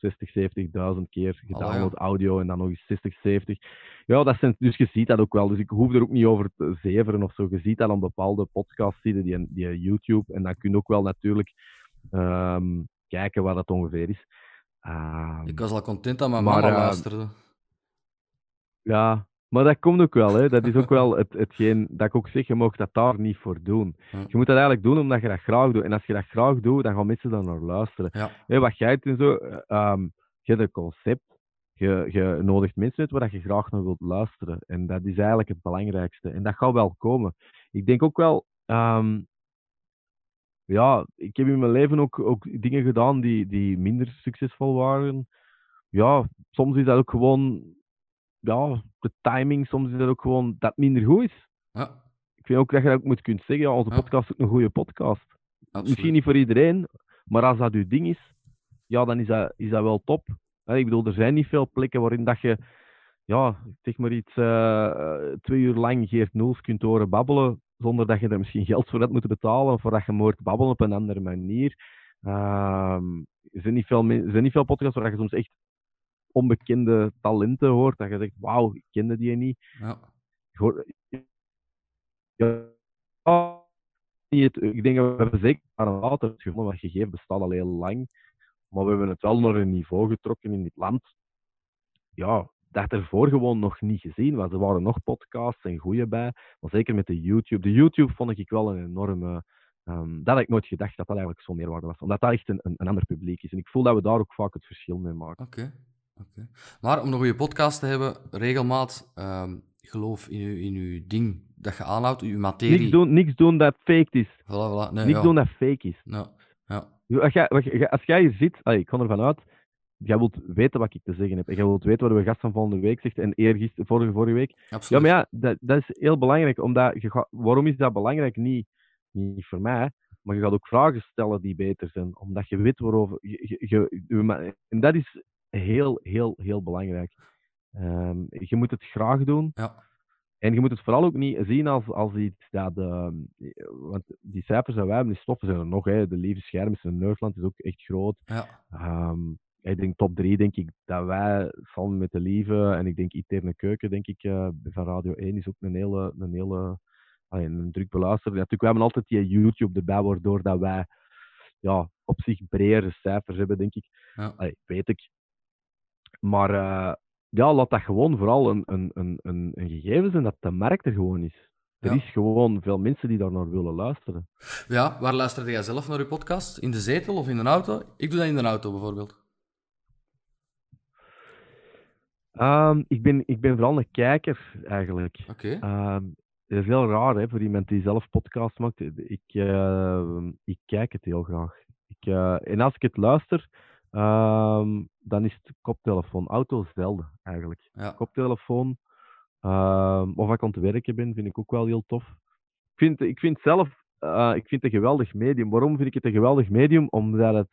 Speaker 2: 60, 70.000 keer gedownload
Speaker 1: ja.
Speaker 2: audio en dan nog eens 60, 70. Ja, dat zijn, dus je ziet dat ook wel. Dus ik hoef er ook niet over te zeveren of zo. Je ziet dat aan bepaalde podcasts, die YouTube. En dan kun je ook wel natuurlijk kijken waar dat ongeveer is.
Speaker 1: Ik was al content dat mijn
Speaker 2: maar,
Speaker 1: mama luisterde.
Speaker 2: Ja, maar dat komt ook wel. Hè. Dat is ook wel hetgeen dat ik ook zeg, je mag dat daar niet voor doen.
Speaker 1: Ja.
Speaker 2: Je moet dat eigenlijk doen omdat je dat graag doet. En als je dat graag doet, dan gaan mensen daar naar luisteren.
Speaker 1: Ja.
Speaker 2: Hè, wat jij doet en zo, je hebt een concept. Je nodigt mensen uit waar je graag naar wilt luisteren. En dat is eigenlijk het belangrijkste. En dat gaat wel komen. Ik denk ook wel... ja, ik heb in mijn leven ook dingen gedaan die minder succesvol waren. Ja, soms is dat ook gewoon... Ja, de timing, soms is dat ook gewoon dat het minder goed is.
Speaker 1: Ja.
Speaker 2: Ik vind ook dat je dat ook moet kunnen zeggen. Ja, onze podcast is ook een goede podcast.
Speaker 1: Absoluut.
Speaker 2: Misschien niet voor iedereen, maar als dat je ding is, ja, dan is dat wel top. Ik bedoel, er zijn niet veel plekken waarin dat je, ja, zeg maar iets, 2 uur lang Geert Noels kunt horen babbelen, zonder dat je er misschien geld voor hebt moeten betalen, of dat je hem hoort babbelen op een andere manier. Er zijn niet veel podcasts waar je soms echt onbekende talenten hoort, dat je zegt, wauw, ik kende die niet.
Speaker 1: Ja.
Speaker 2: Ik denk dat we hebben zeker maar een later het gevonden, want gegeven bestaat al heel lang, maar we hebben het wel naar een niveau getrokken in dit land, ja, dat ervoor gewoon nog niet gezien was. Er waren nog podcasts en goeie bij, maar zeker met de YouTube. De YouTube vond ik wel een enorme... dat had ik nooit gedacht dat eigenlijk zo'n meerwaarde was, omdat dat echt een ander publiek is. En ik voel dat we daar ook vaak het verschil mee maken.
Speaker 1: Oké. Maar om een goede podcast te hebben, regelmaat geloof in uw ding dat je aanhoudt, uw materie.
Speaker 2: Niks doen dat fake is.
Speaker 1: Voilà. Nee,
Speaker 2: niks doen dat fake is.
Speaker 1: Ja.
Speaker 2: Als jij hier zit, ik ga ervan uit, jij wilt weten wat ik te zeggen heb. En jij wilt weten wat de gast van volgende week zegt en vorige week.
Speaker 1: Absoluut.
Speaker 2: Ja, maar ja, dat is heel belangrijk. Omdat waarom is dat belangrijk? Niet voor mij, maar je gaat ook vragen stellen die beter zijn. Omdat je weet waarover... en dat is heel, heel, heel belangrijk. Je moet het graag doen.
Speaker 1: Ja.
Speaker 2: En je moet het vooral ook niet zien als iets dat... want die cijfers dat wij hebben, die stoffen zijn er nog. Hè. De Lieve Scherms in Nederland is ook echt groot.
Speaker 1: Ja.
Speaker 2: Ik denk top 3, denk ik, dat wij samen met de Lieve en ik denk Interne Keuken, denk ik, van Radio 1 is ook een druk beluisterd. Natuurlijk, we hebben altijd die YouTube erbij, waardoor dat wij op zich bredere cijfers hebben, denk ik.
Speaker 1: Ja.
Speaker 2: Weet ik. Maar laat dat gewoon vooral een gegeven zijn dat de markt er gewoon is. Er is gewoon veel mensen die daar naar willen luisteren.
Speaker 1: Ja, waar luisterde jij zelf naar je podcast? In de zetel of in een auto? Ik doe dat in de auto bijvoorbeeld.
Speaker 2: Ik ben vooral een kijker eigenlijk.
Speaker 1: Oké.
Speaker 2: Dat is heel raar hè, voor iemand die zelf podcast maakt. Ik kijk het heel graag. En als ik het luister, dan is het koptelefoon. Auto zelden eigenlijk.
Speaker 1: Ja.
Speaker 2: Koptelefoon. Of als ik aan het werken ben, vind ik ook wel heel tof. Ik vind het een geweldig medium. Waarom vind ik het een geweldig medium? Omdat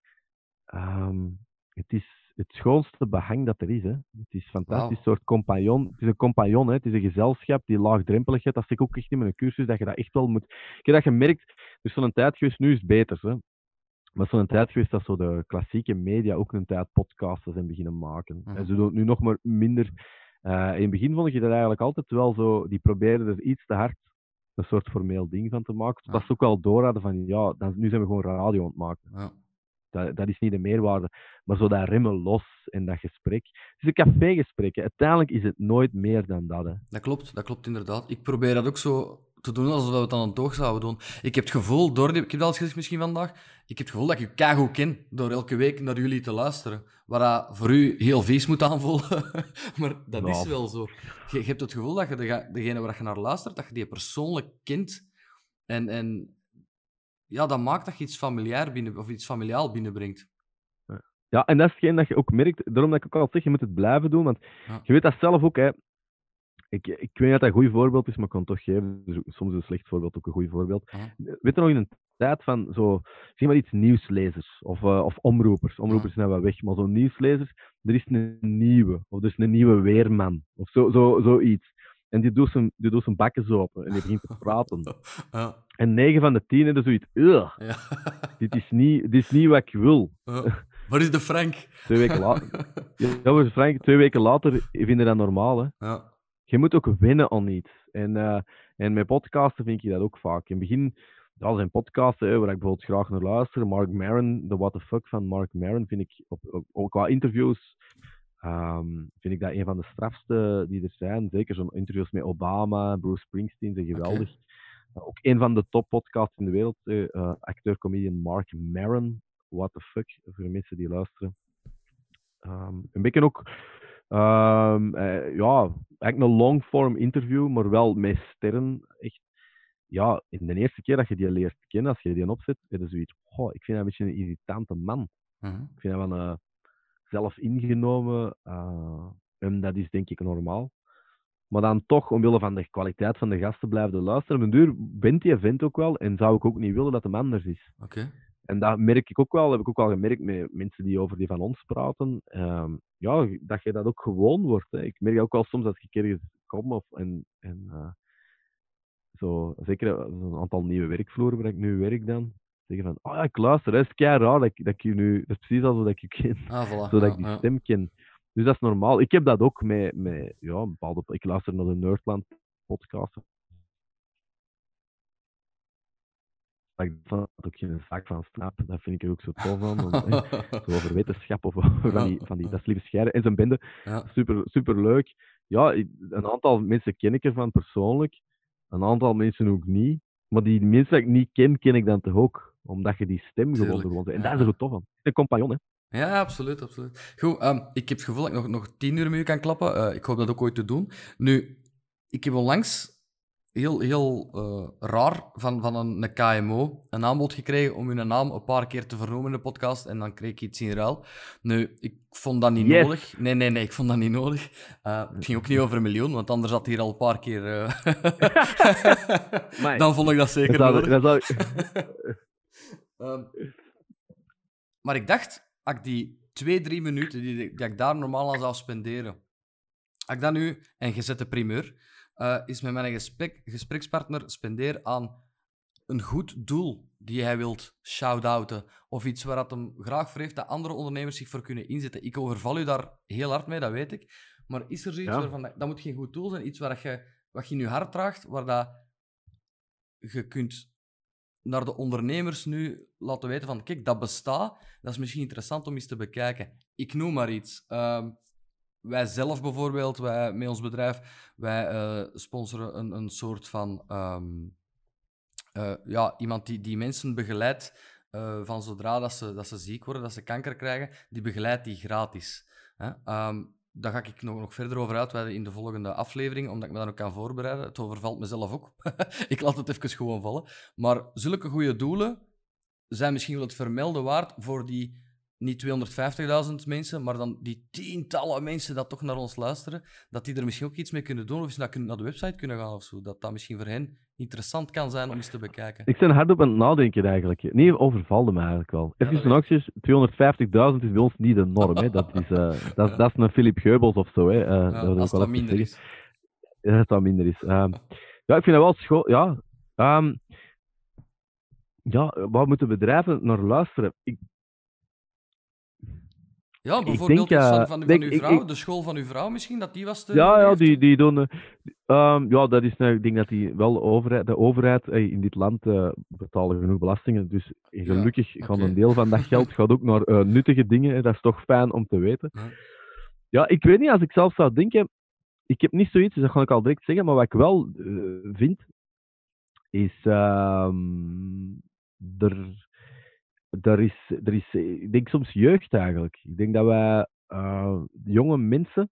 Speaker 2: het is het schoonste behang dat er is. Hè. Het is een fantastisch soort compagnon. Het is een compagnon, hè. Het is een gezelschap die laagdrempeligheid. Dat zie ik ook echt in mijn cursus, dat je dat echt wel moet... Ik heb dat gemerkt, er is zo'n tijd geweest, nu is het beter. Hè. Maar zo'n tijd geweest dat zo de klassieke media ook een tijd podcasts zijn beginnen maken.
Speaker 1: Mm-hmm.
Speaker 2: En ze doen het nu nog maar minder. In het begin vond je dat eigenlijk altijd wel zo... Die probeerden er iets te hard een soort formeel ding van te maken. Dat ze ook wel door hadden van, nu zijn we gewoon radio aan het maken.
Speaker 1: Ja.
Speaker 2: Dat is niet de meerwaarde. Maar zo dat remmen los en dat gesprek. Het is een cafégesprek. Uiteindelijk is het nooit meer dan dat. Hè.
Speaker 1: Dat klopt inderdaad. Ik probeer dat ook zo te doen alsof we het aan een toog zouden doen. Ik heb het gevoel, ik heb dat al eens gezegd misschien vandaag, ik heb het gevoel dat ik u keigoed ken door elke week naar jullie te luisteren. Waar dat voor u heel vies moet aanvoelen. Maar dat is wel zo. Je hebt het gevoel dat je degene waar je naar luistert, dat je die persoonlijk kent. En ja, dat maakt dat je iets familiaal binnenbrengt.
Speaker 2: Ja, en dat is hetgeen dat je ook merkt. Daarom dat ik ook al zeg, je moet het blijven doen. Want je weet dat zelf ook. Hè. Ik weet niet dat dat een goed voorbeeld is, maar ik kan het toch geven. Dus soms is een slecht voorbeeld ook een goed voorbeeld. Weet je nog in een tijd van zo, zeg maar iets nieuwslezers of omroepers. Omroepers zijn wel weg, maar zo'n nieuwslezers. Er is een nieuwe, of er is een nieuwe weerman. Of zoiets. En die doet zijn bakken zo open en die begint te praten. En 9 van de 10 hebben zoiets. Dit is niet wat ik wil.
Speaker 1: Waar is de Frank?
Speaker 2: 2 weken later... Ja, maar Frank, 2 weken later vinden dat normaal, hè.
Speaker 1: Ja.
Speaker 2: Je moet ook winnen aan iets. En met podcasten vind je dat ook vaak. In het begin, er zijn podcasten waar ik bijvoorbeeld graag naar luister. Mark Maron, de What the Fuck van Mark Maron, vind ik, ook qua interviews, vind ik dat een van de strafste die er zijn. Zeker zo'n interviews met Obama, Bruce Springsteen, zijn geweldig. Ook een van de top podcasts in de wereld, acteur-comedian Mark Maron, What the Fuck, voor de mensen die luisteren. Een beetje ook... ja, eigenlijk een long-form interview, maar wel met sterren. Echt, ja, in de eerste keer dat je die leert kennen, als je die opzet, is het zoiets. Oh, ik vind dat een beetje een irritante man. Ik vind dat wel zelf ingenomen. En dat is denk ik normaal. Maar dan toch, omwille van de kwaliteit van de gasten, blijven luisteren. Op een duur bent die vent ook wel, en zou ik ook niet willen dat hem anders is. En dat merk ik ook wel, heb ik ook wel gemerkt met mensen die over die van ons praten. Ja, dat je dat ook gewoon wordt. Hè. Ik merk ook wel soms als ik ergens kom zo, zeker een aantal nieuwe werkvloeren waar ik nu werk dan. Zeggen van, oh ja, ik luister, dat is kei raar dat ik je nu... Dat is precies als dat ik je ken.
Speaker 1: Voilà,
Speaker 2: zodat ik die stem ken. Dus dat is normaal. Ik heb dat ook met ja, bepaalde... Ik luister naar de Nerdland podcast. Dat ik dat ook geen zak van snap. Dat vind ik er ook zo tof aan. Zo over wetenschap of van die dat is lieve scheiden. En zijn bende. Super leuk. Ja, een aantal mensen ken ik ervan persoonlijk. Een aantal mensen ook niet. Maar die mensen die ik niet ken, ken ik dan toch ook. Omdat je die stem gewoon... En daar is er zo tof aan. Een compagnon, hè.
Speaker 1: Ja, absoluut. Goed, ik heb het gevoel dat ik nog 10 uur met u kan klappen. Ik hoop dat ook ooit te doen. Nu, ik heb onlangs heel raar van een KMO een aanbod gekregen om hun naam een paar keer te vernoemen in de podcast en dan kreeg ik iets in ruil. Nu, ik vond dat niet nodig. Nee, ik vond dat niet nodig. Het ging ook niet over 1 miljoen, want anders had hier al een paar keer... Dan vond ik dat zeker nodig. Maar ik dacht, als ik die 2-3 minuten die ik daar normaal aan zou spenderen, als ik dat nu, en je zet de primeur, is met mijn gesprekspartner spendeer aan een goed doel die hij wilt shout-outen, of iets waar hem graag voor heeft dat andere ondernemers zich voor kunnen inzetten. Ik overval u daar heel hard mee, dat weet ik. Maar is er zoiets waarvan dat moet geen goed doel zijn, iets wat je in je hart draagt, waar dat je kunt naar de ondernemers nu laten weten van, kijk, dat bestaat, dat is misschien interessant om eens te bekijken. Ik noem maar iets. Wij zelf bijvoorbeeld, met ons bedrijf, wij sponsoren een soort van... iemand die mensen begeleidt van zodra dat ze ziek worden, dat ze kanker krijgen, die begeleidt die gratis. Daar ga ik nog verder over uit in de volgende aflevering, omdat ik me dan ook kan voorbereiden. Het overvalt mezelf ook. Ik laat het even gewoon vallen. Maar zulke goede doelen zijn misschien wel het vermelden waard voor die niet 250.000 mensen, maar dan die tientallen mensen dat toch naar ons luisteren, dat die er misschien ook iets mee kunnen doen, of ze dat naar de website kunnen gaan of zo. Dat misschien voor hen interessant kan zijn om eens te bekijken.
Speaker 2: Ik ben hard op aan het nadenken eigenlijk. Nee, overvalde me eigenlijk wel. Even een acties, 250.000 is bij ons niet de norm. Hè. Dat is een Philip Geubels of zo. Hè.
Speaker 1: Als het wat minder is.
Speaker 2: Als het wat minder is. Ja, ik vind dat wel schoon. Ja, waar moeten bedrijven naar luisteren?
Speaker 1: Ja, bijvoorbeeld van uw vrouw, de school van uw vrouw misschien, dat die was steunen.
Speaker 2: Ja, die doen... ja, dat is, ik denk dat die wel de overheid in dit land betalen genoeg belastingen. Dus gelukkig gaat een deel van dat geld gaat ook naar nuttige dingen. Hè. Dat is toch fijn om te weten. Ja, ik weet niet, als ik zelf zou denken... Ik heb niet zoiets, dus dat ga ik al direct zeggen. Maar wat ik wel vind, is... Er is, ik denk soms jeugd eigenlijk. Ik denk dat wij jonge mensen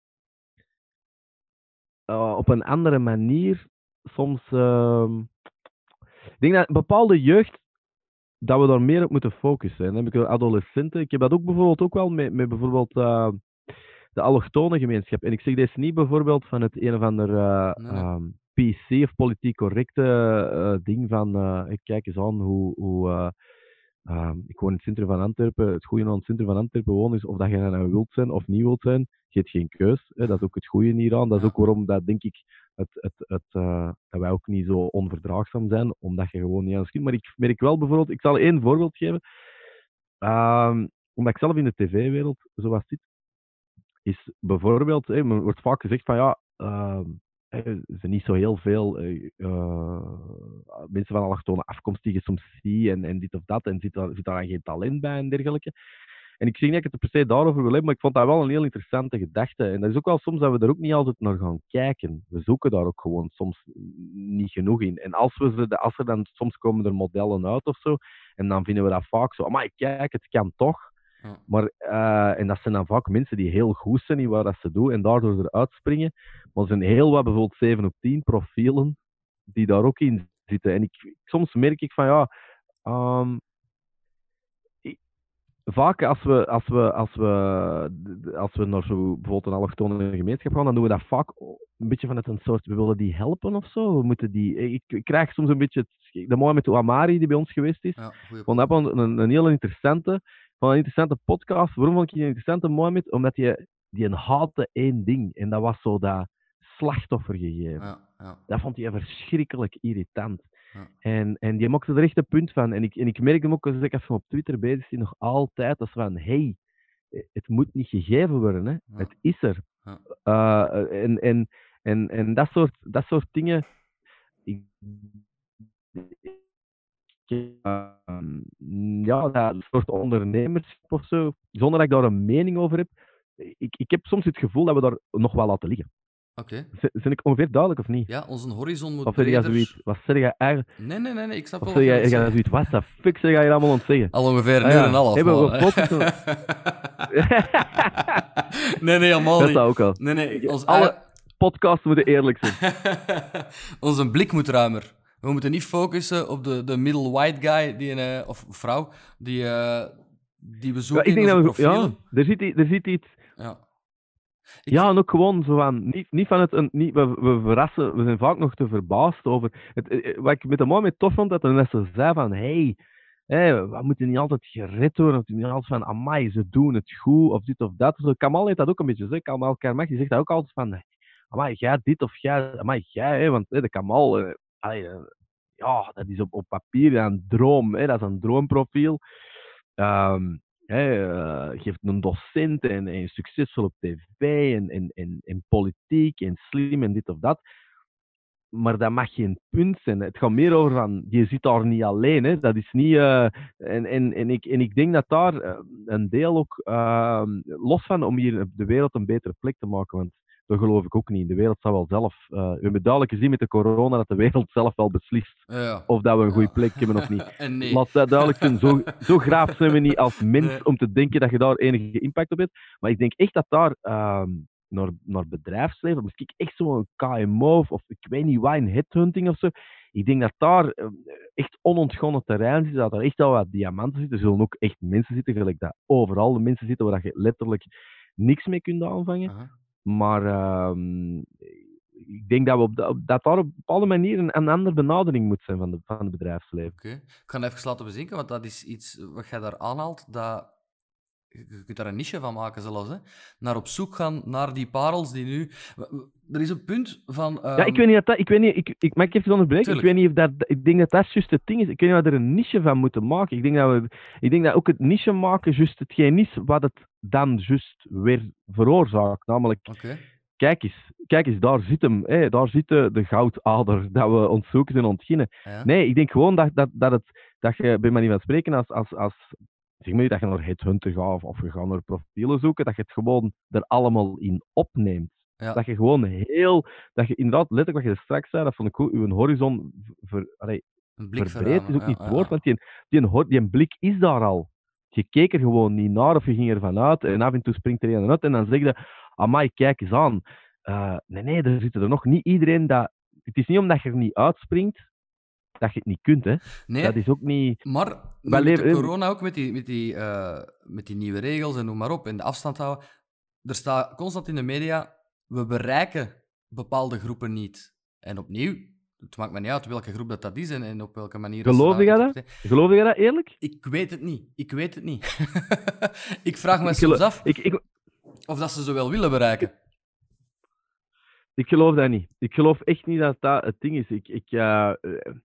Speaker 2: op een andere manier soms... ik denk dat bepaalde jeugd, dat we daar meer op moeten focussen. En dan heb ik adolescenten. Ik heb dat ook bijvoorbeeld ook wel met bijvoorbeeld de allochtone gemeenschap. En ik zeg deze niet bijvoorbeeld van het een of ander PC of politiek correcte ding van kijk eens aan hoe ik woon in het centrum van Antwerpen. Het goede aan het centrum van Antwerpen wonen is of dat je nou wilt zijn of niet wilt zijn. Je hebt geen keus. Hè. Dat is ook het goede hieraan. Dat is ook waarom dat, denk ik, dat wij ook niet zo onverdraagzaam zijn, omdat je gewoon niet aan het schiet. Maar ik merk wel bijvoorbeeld, ik zal 1 voorbeeld geven. omdat ik zelf in de tv-wereld zoals zit, is bijvoorbeeld, er wordt vaak gezegd van ja, er zijn niet zo heel veel mensen van allochtone afkomst die je soms ziet en dit of dat, en zit daar dan geen talent bij en dergelijke. En ik zeg niet dat ik het per se daarover wil hebben, maar ik vond dat wel een heel interessante gedachte. En dat is ook wel soms dat we er ook niet altijd naar gaan kijken. We zoeken daar ook gewoon soms niet genoeg in. En als er dan soms komen er modellen uit of zo, en dan vinden we dat vaak zo, maar kijk, het kan toch.
Speaker 1: Ja.
Speaker 2: Maar, en dat zijn dan vaak mensen die heel goed zijn in wat dat ze doen en daardoor eruit springen. Maar er zijn heel wat, bijvoorbeeld 7 op 10 profielen, die daar ook in zitten. En soms merk ik van ja, vaak als we naar zo bijvoorbeeld een allochtone gemeenschap gaan, dan doen we dat vaak een beetje vanuit een soort, we willen die helpen of zo. We moeten die, ik krijg soms een beetje de Mohamed Ouamari die bij ons geweest is.
Speaker 1: Ja,
Speaker 2: Vond dat een heel interessante podcast. Waarom vond ik die een interessante, Mohamed? Omdat die een haatte één ding. En dat was zo dat slachtoffergegeven.
Speaker 1: Ja.
Speaker 2: Dat vond hij verschrikkelijk irritant.
Speaker 1: Ja.
Speaker 2: En die maakte er echt een punt van. En ik merk hem ook, als ik even op Twitter bezig ben, nog altijd, dat is van, hey, het moet niet gegeven worden, hè.
Speaker 1: Ja.
Speaker 2: Het is er.
Speaker 1: Ja.
Speaker 2: En dat soort dingen. Ja, dat soort ondernemerschap of zo, zonder dat ik daar een mening over heb. Ik heb soms het gevoel dat we daar nog wel laten liggen.
Speaker 1: Oké.
Speaker 2: Ben ik ongeveer duidelijk of niet?
Speaker 1: Ja, onze horizon moet
Speaker 2: Of zeg jij
Speaker 1: breder...
Speaker 2: zoiets? Wat zeg jij eigenlijk?
Speaker 1: Nee, ik snap
Speaker 2: Of
Speaker 1: wel
Speaker 2: zeg
Speaker 1: wat je
Speaker 2: jij
Speaker 1: wilt
Speaker 2: zoiets? What the fuck zeg jij hier allemaal aan het zeggen?
Speaker 1: Al ongeveer een
Speaker 2: Ah,
Speaker 1: uur
Speaker 2: ja.
Speaker 1: en een half.
Speaker 2: Hebben we
Speaker 1: man.
Speaker 2: foto's?
Speaker 1: Nee, helemaal
Speaker 2: Dat
Speaker 1: niet.
Speaker 2: zou ook al.
Speaker 1: Nee,
Speaker 2: Alle podcasts moeten eerlijk zijn.
Speaker 1: Onze blik moet ruimer. We moeten niet focussen op de middle white guy of vrouw die we zoeken
Speaker 2: Ik denk
Speaker 1: in onze
Speaker 2: dat
Speaker 1: profielen.
Speaker 2: er zit iets.
Speaker 1: Ja.
Speaker 2: Ja, en ook gewoon zo van, niet van het, we verrassen, we zijn vaak nog te verbaasd over. Wat ik met de Mohamed tof vond, dat hij net zo zei van, hey, we moeten niet altijd gered worden, of niet altijd van, amai, ze doen het goed, of dit of dat. Zo, Kamal heeft dat ook een beetje, zo. Kamal Karmach, die zegt dat ook altijd van, amai, jij dit of jij, amai, jij, want de Kamal, ja, dat is op papier een droom, dat is een droomprofiel. Geeft een docent en succesvol op tv en politiek en slim en dit of dat. Maar dat mag geen punt zijn. Het gaat meer over van, je zit daar niet alleen. Hè. Dat is niet... ik denk dat daar een deel ook, los van om hier de wereld een betere plek te maken, want dat geloof ik ook niet. De wereld zal wel zelf... we hebben duidelijk gezien met de corona dat de wereld zelf wel beslist
Speaker 1: Ja.
Speaker 2: of dat we een goede plek hebben of niet.
Speaker 1: En nee.
Speaker 2: Laat dat duidelijk zijn. Zo graaf zijn we niet als mens om te denken dat je daar enige impact op hebt. Maar ik denk echt dat daar naar bedrijfsleven, misschien echt zo'n KMO of ik weet niet wat, een headhunting of zo. Ik denk dat daar echt onontgonnen terrein zit, dat er echt al wat diamanten zitten. Er zullen ook echt mensen zitten, gelijk dat overal de mensen zitten waar je letterlijk niks mee kunt aanvangen.
Speaker 1: Uh-huh.
Speaker 2: Maar ik denk dat dat daar op een bepaalde manier een andere benadering moet zijn van het bedrijfsleven.
Speaker 1: Oké. Ik ga het even laten bezinken, want dat is iets wat jij daar aanhaalt, dat je kunt daar een niche van maken zelfs, hè. Naar op zoek gaan naar die parels die nu... Er is een punt van...
Speaker 2: Ja, ik weet niet dat... Ik weet niet... Mag ik even onderbreken?
Speaker 1: Tuurlijk.
Speaker 2: Ik weet niet of dat... Ik denk dat dat juist het ding is. Ik weet niet of we er een niche van moeten maken. Ik denk dat ook het niche maken juist hetgeen is wat het dan juist weer veroorzaakt. Namelijk...
Speaker 1: Oké.
Speaker 2: Kijk eens, daar zit hem. Daar zit de goudader dat we ontzoeken en ontginnen.
Speaker 1: Ja.
Speaker 2: Nee, ik denk gewoon dat je, bij manier van spreken, als zeg maar niet dat je naar Headhunter gaat of je gaat naar profielen zoeken, dat je het gewoon er allemaal in opneemt.
Speaker 1: Ja.
Speaker 2: Dat je gewoon dat je inderdaad, letterlijk wat je er straks zei, dat vond ik goed, uw horizon
Speaker 1: Een blik
Speaker 2: verbreed is ook niet het woord,
Speaker 1: ja.
Speaker 2: want die blik is daar al. Je keek er gewoon niet naar of je ging ervan uit en af en toe springt er een uit en dan zeg je, amai, kijk eens aan. Nee, er zitten er nog niet iedereen dat... Het is niet omdat je er niet uitspringt, dat je het niet kunt, hè.
Speaker 1: Nee,
Speaker 2: dat is ook niet...
Speaker 1: maar
Speaker 2: Wij
Speaker 1: met de
Speaker 2: leven-
Speaker 1: corona ook, met die nieuwe regels en noem maar op, en de afstand houden, er staat constant in de media, we bereiken bepaalde groepen niet. En opnieuw, het maakt me niet uit welke groep dat is en op welke manier...
Speaker 2: Geloofde jij dat? Geloofde jij dat eerlijk?
Speaker 1: Ik weet het niet. Ik vraag me soms af of dat ze zo wel willen bereiken.
Speaker 2: Ik geloof dat niet. Ik geloof echt niet dat dat het ding is.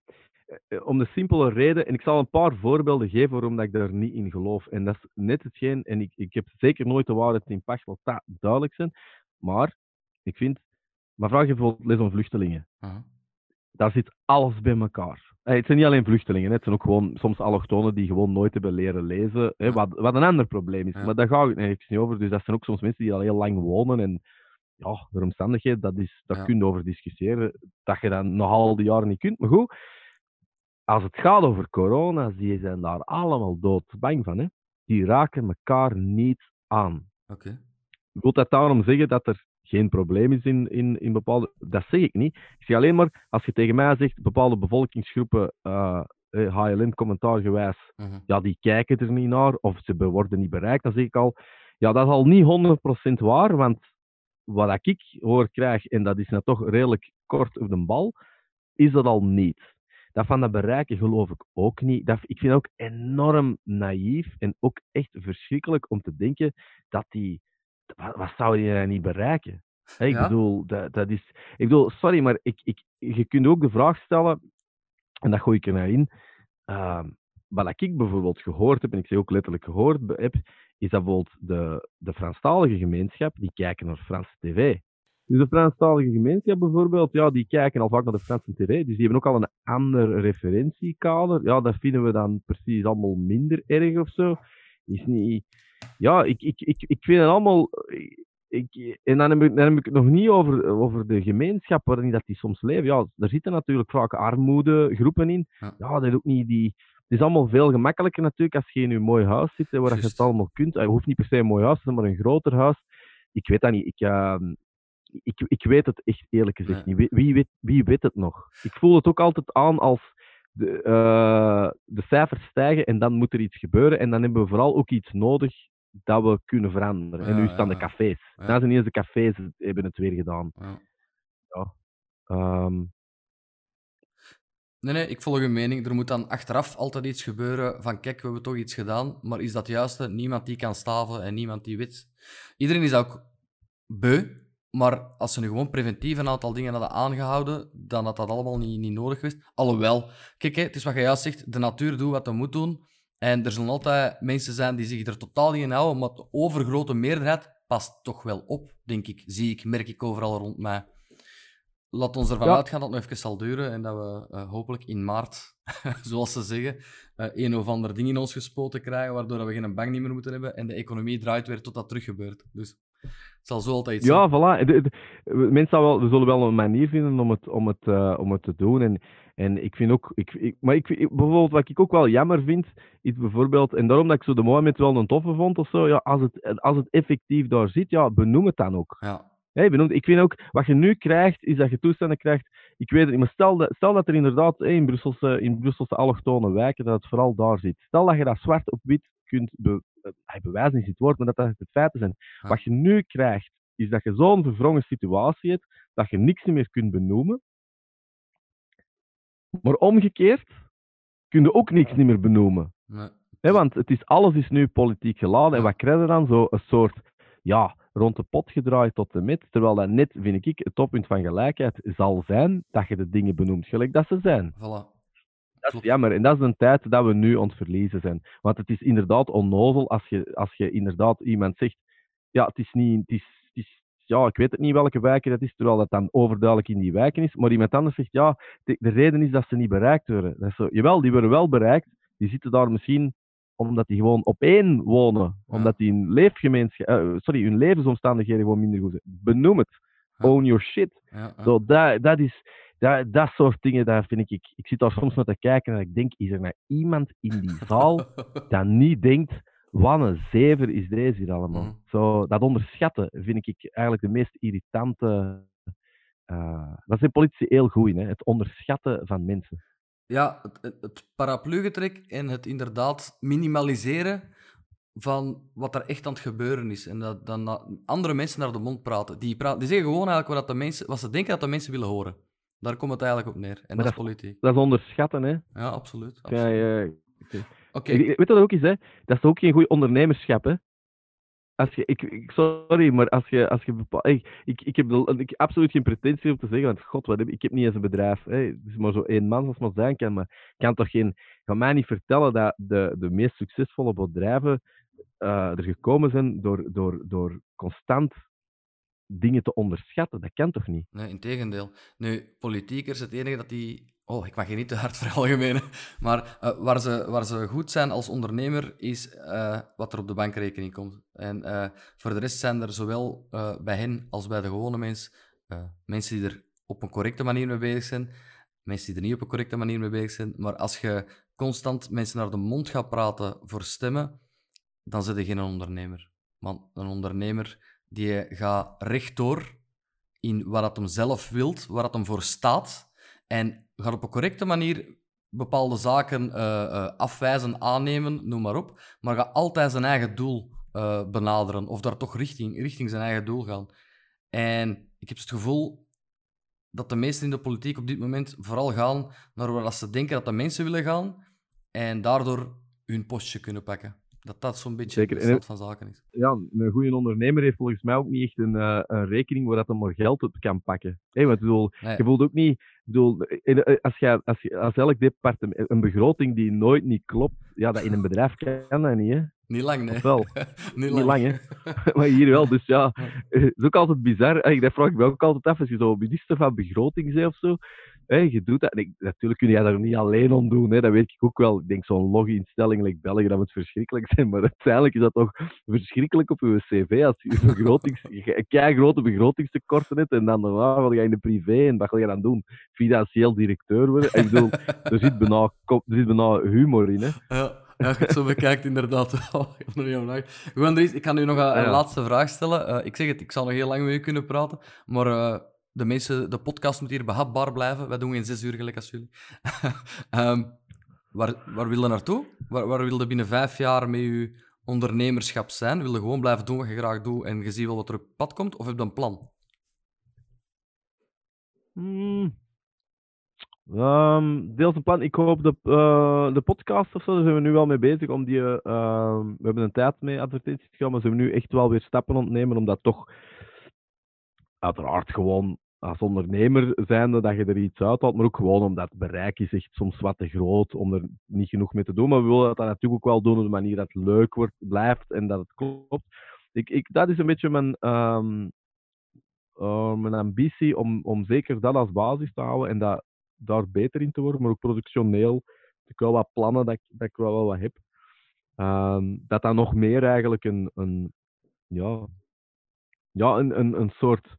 Speaker 2: Om de simpele reden, en ik zal een paar voorbeelden geven waarom dat ik daar niet in geloof. En dat is net hetgeen, en ik heb zeker nooit de waarheid in pacht, laat dat duidelijk zijn. Maar ik vind, maar vraag je bijvoorbeeld les om vluchtelingen.
Speaker 1: Aha.
Speaker 2: Daar zit alles bij elkaar. Het zijn niet alleen vluchtelingen, het zijn ook gewoon soms allochtonen die gewoon nooit hebben leren lezen.
Speaker 1: Ja.
Speaker 2: Wat een ander probleem is.
Speaker 1: Ja.
Speaker 2: Maar daar ga ik het niet over. Dus dat zijn ook soms mensen die al heel lang wonen. En ja, de omstandigheden, daar
Speaker 1: Ja.
Speaker 2: kun je over discussiëren. Dat je dat nog al die jaren niet kunt. Maar goed, als het gaat over corona, die zijn daar allemaal doodsbang van. Hè? Die raken elkaar niet aan.
Speaker 1: Oké.
Speaker 2: Wil dat daarom zeggen dat er geen probleem is in bepaalde... Dat zeg ik niet. Ik zeg alleen maar, als je tegen mij zegt, bepaalde bevolkingsgroepen, HLN-commentaargewijs,
Speaker 1: Mhm.
Speaker 2: ja, die kijken er niet naar, of ze worden niet bereikt, dan zeg ik al, ja, dat is al niet 100% waar, want wat ik hoor krijg, en dat is nou toch redelijk kort op de bal, is dat al niet. Dat van dat bereiken geloof ik ook niet. Ik vind het ook enorm naïef en ook echt verschrikkelijk om te denken dat die... Wat zou die niet bereiken? Ik
Speaker 1: Ja?
Speaker 2: bedoel, dat is... Ik bedoel, sorry, maar je kunt ook de vraag stellen, en dat gooi ik er naar in, wat ik bijvoorbeeld gehoord heb, en ik zeg ook letterlijk gehoord heb, is dat bijvoorbeeld de Franstalige gemeenschap, die kijken naar Franse tv. Dus de Franstalige gemeenschap bijvoorbeeld, ja, die kijken al vaak naar de Franse tv, dus die hebben ook al een ander referentiekader. Ja, dat vinden we dan precies allemaal minder erg of zo. Is niet... Ja, ik vind het allemaal... En dan heb ik het nog niet over de gemeenschap waarin dat die soms leven. Ja, er zitten natuurlijk vaak armoedegroepen in.
Speaker 1: Ja.
Speaker 2: Ja, dat is ook niet die... Het is allemaal veel gemakkelijker natuurlijk als je in je mooi huis zit, waar je
Speaker 1: Juist.
Speaker 2: het allemaal kunt. Je hoeft niet per se een mooi huis te zijn, maar een groter huis. Ik weet dat niet. Ik weet het echt eerlijk gezegd
Speaker 1: Nee.
Speaker 2: niet. Wie weet het nog? Ik voel het ook altijd aan als de cijfers stijgen en dan moet er iets gebeuren. En dan hebben we vooral ook iets nodig dat we kunnen veranderen. En
Speaker 1: Ja,
Speaker 2: nu staan de
Speaker 1: ja.
Speaker 2: cafés.
Speaker 1: Ja.
Speaker 2: Nou zijn niet eens de cafés hebben het weer gedaan.
Speaker 1: Ja.
Speaker 2: Ja. Ehm,
Speaker 1: Nee, ik volg uw mening. Er moet dan achteraf altijd iets gebeuren van kijk, we hebben toch iets gedaan, maar is dat het juiste? Niemand die kan staven en niemand die weet. Iedereen is ook beu, maar als ze nu gewoon preventief een aantal dingen hadden aangehouden, dan had dat allemaal niet nodig geweest. Alhoewel, kijk, het is wat je juist zegt, de natuur doet wat hij moet doen. En er zullen altijd mensen zijn die zich er totaal niet in houden, maar de overgrote meerderheid past toch wel op, denk ik. Merk ik overal rond mij. Laat ons ervan
Speaker 2: Ja.
Speaker 1: uitgaan dat het nog even zal duren en dat we hopelijk in maart, zoals ze zeggen, een of ander ding in ons gespoten krijgen, waardoor we geen bank niet meer moeten hebben en de economie draait weer tot dat terug gebeurt. Dus het zal zo altijd iets
Speaker 2: Ja,
Speaker 1: zijn.
Speaker 2: voilà. We zullen wel een manier vinden om het te doen. En ik vind ook... bijvoorbeeld, wat ik ook wel jammer vind, is bijvoorbeeld... En daarom dat ik zo de Mohammed wel een toffe vond of zo, ja, als het effectief daar zit, ja, benoem het dan ook.
Speaker 1: Ja.
Speaker 2: Ik vind ook, wat je nu krijgt, is dat je toestanden krijgt... Ik weet het niet, maar stel dat er inderdaad in Brusselse allochtone wijken, dat het vooral daar zit. Stel dat je dat zwart op wit kunt bewijzen, is het woord, maar dat het feiten zijn.
Speaker 1: Ja.
Speaker 2: Wat je nu krijgt, is dat je zo'n verwrongen situatie hebt, dat je niks meer kunt benoemen. Maar omgekeerd kun je ook niks niet meer benoemen.
Speaker 1: Nee.
Speaker 2: Want alles is nu politiek geladen.
Speaker 1: Ja.
Speaker 2: En wat krijg je dan? Zo een soort, ja, rond de pot gedraaid tot de met. Terwijl dat net, vind ik, het toppunt van gelijkheid zal zijn dat je de dingen benoemt gelijk dat ze zijn.
Speaker 1: Voilà.
Speaker 2: Dat is jammer. En dat is een tijd dat we nu aan het verliezen zijn. Want het is inderdaad onnozel als je inderdaad iemand zegt, ja, het is niet... ja, ik weet het niet welke wijken dat is, terwijl dat dan overduidelijk in die wijken is. Maar iemand anders zegt, ja, de reden is dat ze niet bereikt worden. Dat is zo, jawel, die worden wel bereikt. Die zitten daar misschien omdat die gewoon op één wonen.
Speaker 1: Ja.
Speaker 2: Omdat die hun levensomstandigheden gewoon minder goed zijn. Benoem het.
Speaker 1: Ja.
Speaker 2: Own your shit.
Speaker 1: Ja.
Speaker 2: Zo, dat soort dingen, daar vind ik zit daar soms naar te kijken en ik denk, is er nou iemand in die zaal dat niet denkt, wat een zever is deze hier allemaal.
Speaker 1: Mhm.
Speaker 2: Zo, dat onderschatten vind ik eigenlijk de meest irritante... dat zijn politici heel goed in, hè? Het onderschatten van mensen.
Speaker 1: Ja, het paraplugetrek en het inderdaad minimaliseren van wat er echt aan het gebeuren is. En dat dan andere mensen naar de mond praten. Die zeggen gewoon eigenlijk wat ze denken dat de mensen willen horen. Daar komt het eigenlijk op neer. En
Speaker 2: Maar
Speaker 1: dat is politiek.
Speaker 2: Dat is onderschatten, hè.
Speaker 1: Ja, absoluut.
Speaker 2: Ja,
Speaker 1: Oké.
Speaker 2: weet je wat ook is, hè? Dat is ook geen goed ondernemerschap, hè. Sorry, maar als je bepaalt... Ik heb absoluut geen pretentie om te zeggen, want god, ik heb niet eens een bedrijf. Hè. Het is maar zo één man als maar zijn kan, maar ik kan toch geen... Ga mij niet vertellen dat de meest succesvolle bedrijven er gekomen zijn door constant dingen te onderschatten. Dat kan toch niet?
Speaker 1: Nee, integendeel. Nu, politiekers, het enige dat die... Oh, ik mag je niet te hard veralgemenen. Maar waar ze goed zijn als ondernemer, is wat er op de bankrekening komt. En voor de rest zijn er zowel bij hen als bij de gewone mens mensen die er op een correcte manier mee bezig zijn, mensen die er niet op een correcte manier mee bezig zijn. Maar als je constant mensen naar de mond gaat praten voor stemmen, dan zit je geen ondernemer. Want een ondernemer die gaat rechtdoor in wat dat hem zelf wilt, waar dat hem voor staat, en gaat op een correcte manier bepaalde zaken afwijzen, aannemen, noem maar op, maar gaat altijd zijn eigen doel benaderen, of daar toch richting zijn eigen doel gaan. En ik heb het gevoel dat de meesten in de politiek op dit moment vooral gaan naar waar ze denken dat de mensen willen gaan, en daardoor hun postje kunnen pakken. Dat zo'n beetje
Speaker 2: Zeker.
Speaker 1: de stand van zaken is.
Speaker 2: Ja, een goede ondernemer heeft volgens mij ook niet echt een rekening waar dat hij maar geld op kan pakken. Hey, want ik bedoel,
Speaker 1: Nee.
Speaker 2: je voelt ook niet... Ik bedoel, als elk departement... Een begroting die nooit niet klopt, ja, dat in een bedrijf kan dat niet, hè.
Speaker 1: Niet lang, nee.
Speaker 2: Of wel?
Speaker 1: Niet
Speaker 2: Niet lang, hè. Maar hier wel, dus ja. Het is ook altijd bizar. Dat vraag ik me ook altijd af, als je zo minister van begroting bent of zo. Je doet dat. En natuurlijk kun je dat er niet alleen om doen, hè. Dat weet ik ook wel. Ik denk zo'n loginstelling like België, dat moet verschrikkelijk zijn. Maar uiteindelijk is dat toch verschrikkelijk op je cv als je keigrote begrotingstekorten hebt en dan daarna wil je in de privé en wat wil je dan doen? Financieel directeur worden? Ik bedoel, er zit bijna humor in, hè.
Speaker 1: Ja, als je het zo bekijkt, inderdaad. Oh, ik heb er niet over nagedacht. Goed, Andries, ik ga nu nog een laatste vraag stellen. Ik zeg het, ik zal nog heel lang met u kunnen praten, maar de podcast moet hier behapbaar blijven. Wij doen geen 6 uur gelijk als jullie. Waar wil je naartoe? Waar wil je binnen 5 jaar met je ondernemerschap zijn? Wil je gewoon blijven doen wat je graag doet en je ziet wel wat er op je pad komt? Of heb je een plan?
Speaker 2: Deels een plan. Ik hoop de podcast of zo, daar zijn we nu wel mee bezig. We hebben een tijd mee advertenties gegaan, maar zijn we nu echt wel weer stappen ontnemen, omdat toch uiteraard gewoon als ondernemer zijnde dat je er iets uithaalt, maar ook gewoon omdat het bereik is echt soms wat te groot om er niet genoeg mee te doen. Maar we willen dat natuurlijk ook wel doen op de manier dat het leuk wordt, blijft en dat het klopt. Dat is een beetje mijn ambitie om zeker dat als basis te houden en daar beter in te worden, maar ook productioneel. Ik heb wel wat plannen dat ik wel wat heb. Dat dan nog meer eigenlijk een soort...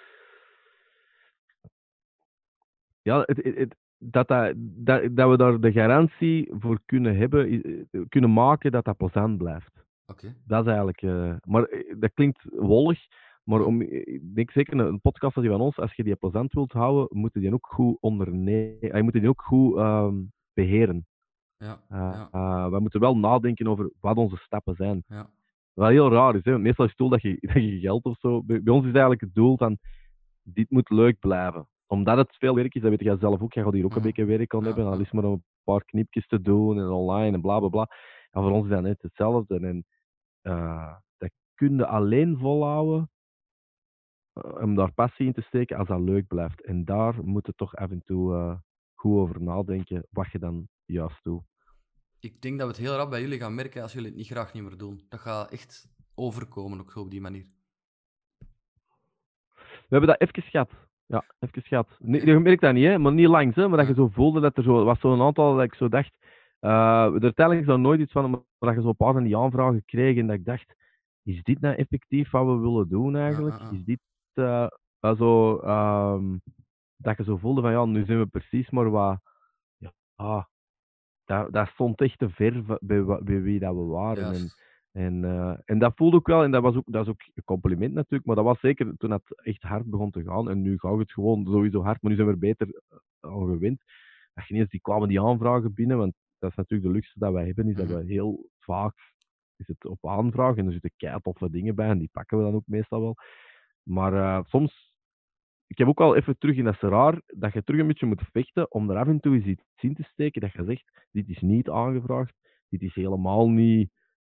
Speaker 2: Ja, dat we daar de garantie voor kunnen hebben, kunnen maken dat dat plezant blijft.
Speaker 1: Oké.
Speaker 2: Dat is eigenlijk... maar dat klinkt wollig, maar ik denk zeker een podcast als die van ons, als je die plezant wilt houden, moet je die ook goed ondernemen. Je moet die ook goed beheren.
Speaker 1: Ja.
Speaker 2: We moeten wel nadenken over wat onze stappen zijn.
Speaker 1: Ja.
Speaker 2: Wat heel raar is, hè? Meestal is het doel dat je geld of zo... Bij ons is eigenlijk het doel van, dit moet leuk blijven. Omdat het veel werk is, dat weet jij zelf ook. Je gaat hier ook een beetje werk aan hebben. Al is maar een paar knipjes te doen en online en bla bla bla. En voor ons is dat net hetzelfde. En dat kun je alleen volhouden om daar passie in te steken als dat leuk blijft. En daar moet je toch af en toe goed over nadenken wat je dan juist doet.
Speaker 1: Ik denk dat we het heel rap bij jullie gaan merken als jullie het niet graag niet meer doen. Dat gaat echt overkomen, ook zo op die manier.
Speaker 2: We hebben dat even gehad. Ja, even gehad. Nee, je merkt dat niet, hè? Maar niet langs, hè? Maar dat je zo voelde dat er zo was zo'n aantal dat ik zo dacht. Uiteindelijk is er nooit iets van, maar dat je zo een paar van die aanvragen kreeg en dat ik dacht: is dit nou effectief wat we willen doen eigenlijk? Is dit zo dat je zo voelde van ja, nu zijn we precies maar wat. Ja, dat stond echt te ver bij wie dat we waren.
Speaker 1: Yes.
Speaker 2: En dat voelde ook wel, en dat is ook een compliment natuurlijk, maar dat was zeker toen het echt hard begon te gaan. En nu gaat het gewoon sowieso hard, maar nu zijn we er beter aan gewend. Dat je niet eens die aanvragen binnen, want dat is natuurlijk de luxe dat wij hebben, is dat we heel vaak is het op aanvraag en er zitten keitoffe dingen bij en die pakken we dan ook meestal wel. Maar soms, ik heb ook wel even terug in dat is raar, dat je terug een beetje moet vechten om er af en toe eens iets in te steken dat je zegt, dit is niet aangevraagd, dit is helemaal niet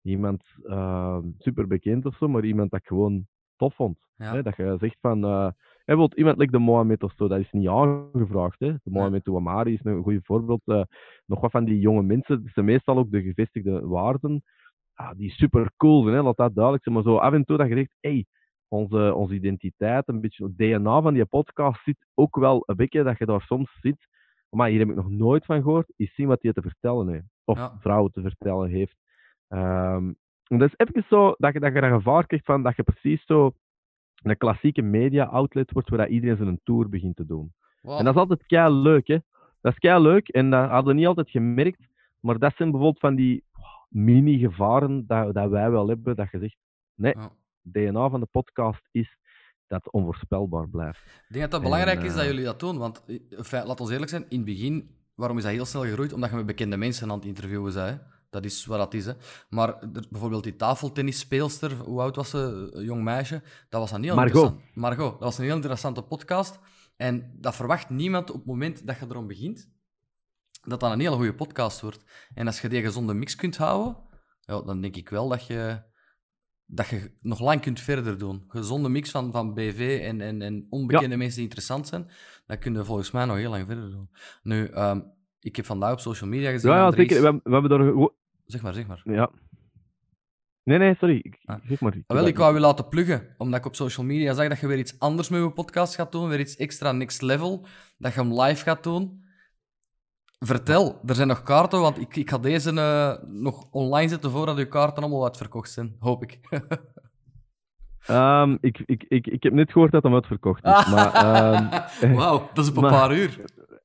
Speaker 2: iemand super bekend of zo, maar iemand dat ik gewoon tof vond.
Speaker 1: Ja.
Speaker 2: Hè? Dat je zegt van, bijvoorbeeld iemand like de Mohamed of zo, dat is niet aangevraagd. Hè? De
Speaker 1: Nee.
Speaker 2: Mohamed Ouamari is een goed voorbeeld. Nog wat van die jonge mensen, dat zijn meestal ook de gevestigde waarden, die super cool zijn, hè? Laat dat duidelijk zijn. Maar zo af en toe dat je zegt, hey, onze identiteit, een beetje het DNA van die podcast zit ook wel een beetje dat je daar soms zit. Maar hier heb ik nog nooit van gehoord, is zien wat hij te vertellen heeft. Of
Speaker 1: Ja.
Speaker 2: vrouw te vertellen heeft. En dat is even zo dat je dat gevaar krijgt van dat je precies zo een klassieke media-outlet wordt waar iedereen zijn tour begint te doen.
Speaker 1: Wow.
Speaker 2: En dat is altijd kei leuk, hè. Dat is kei leuk en dat hadden we niet altijd gemerkt. Maar dat zijn bijvoorbeeld van die mini-gevaren dat wij wel hebben, dat je zegt, nee,
Speaker 1: Ja.
Speaker 2: DNA van de podcast is dat het onvoorspelbaar blijft.
Speaker 1: Ik denk dat het belangrijk is dat jullie dat doen, want laat ons eerlijk zijn, in het begin, waarom is dat heel snel gegroeid? Omdat je met bekende mensen aan het interviewen bent. Hè? Dat is wat dat is. Hè? Maar bijvoorbeeld die tafeltennisspeelster, hoe oud was ze? Een jong meisje. Dat was een heel interessant. Margot, dat was een heel interessante podcast. En dat verwacht niemand op het moment dat je erom begint, dat dat een hele goede podcast wordt. En als je die gezonde mix kunt houden, ja, dan denk ik wel dat je nog lang kunt verder doen. Gezonde mix van BV en onbekende mensen die interessant zijn, dat kun je volgens mij nog heel lang verder doen. Nu, ik heb vandaag op social media gezien...
Speaker 2: Ja,
Speaker 1: Andries...
Speaker 2: zeker. We hebben daar...
Speaker 1: Zeg maar.
Speaker 2: Ja. Nee, sorry. Zeg maar.
Speaker 1: Wel, ik wou je laten pluggen, omdat ik op social media zag dat je weer iets anders met je podcast gaat doen, weer iets extra next level, dat je hem live gaat doen. Vertel, er zijn nog kaarten, want ik ga deze nog online zetten voordat uw kaarten allemaal uitverkocht zijn, hoop ik.
Speaker 2: Ik heb net gehoord dat hem uitverkocht is.
Speaker 1: Wauw, dat is op een paar uur.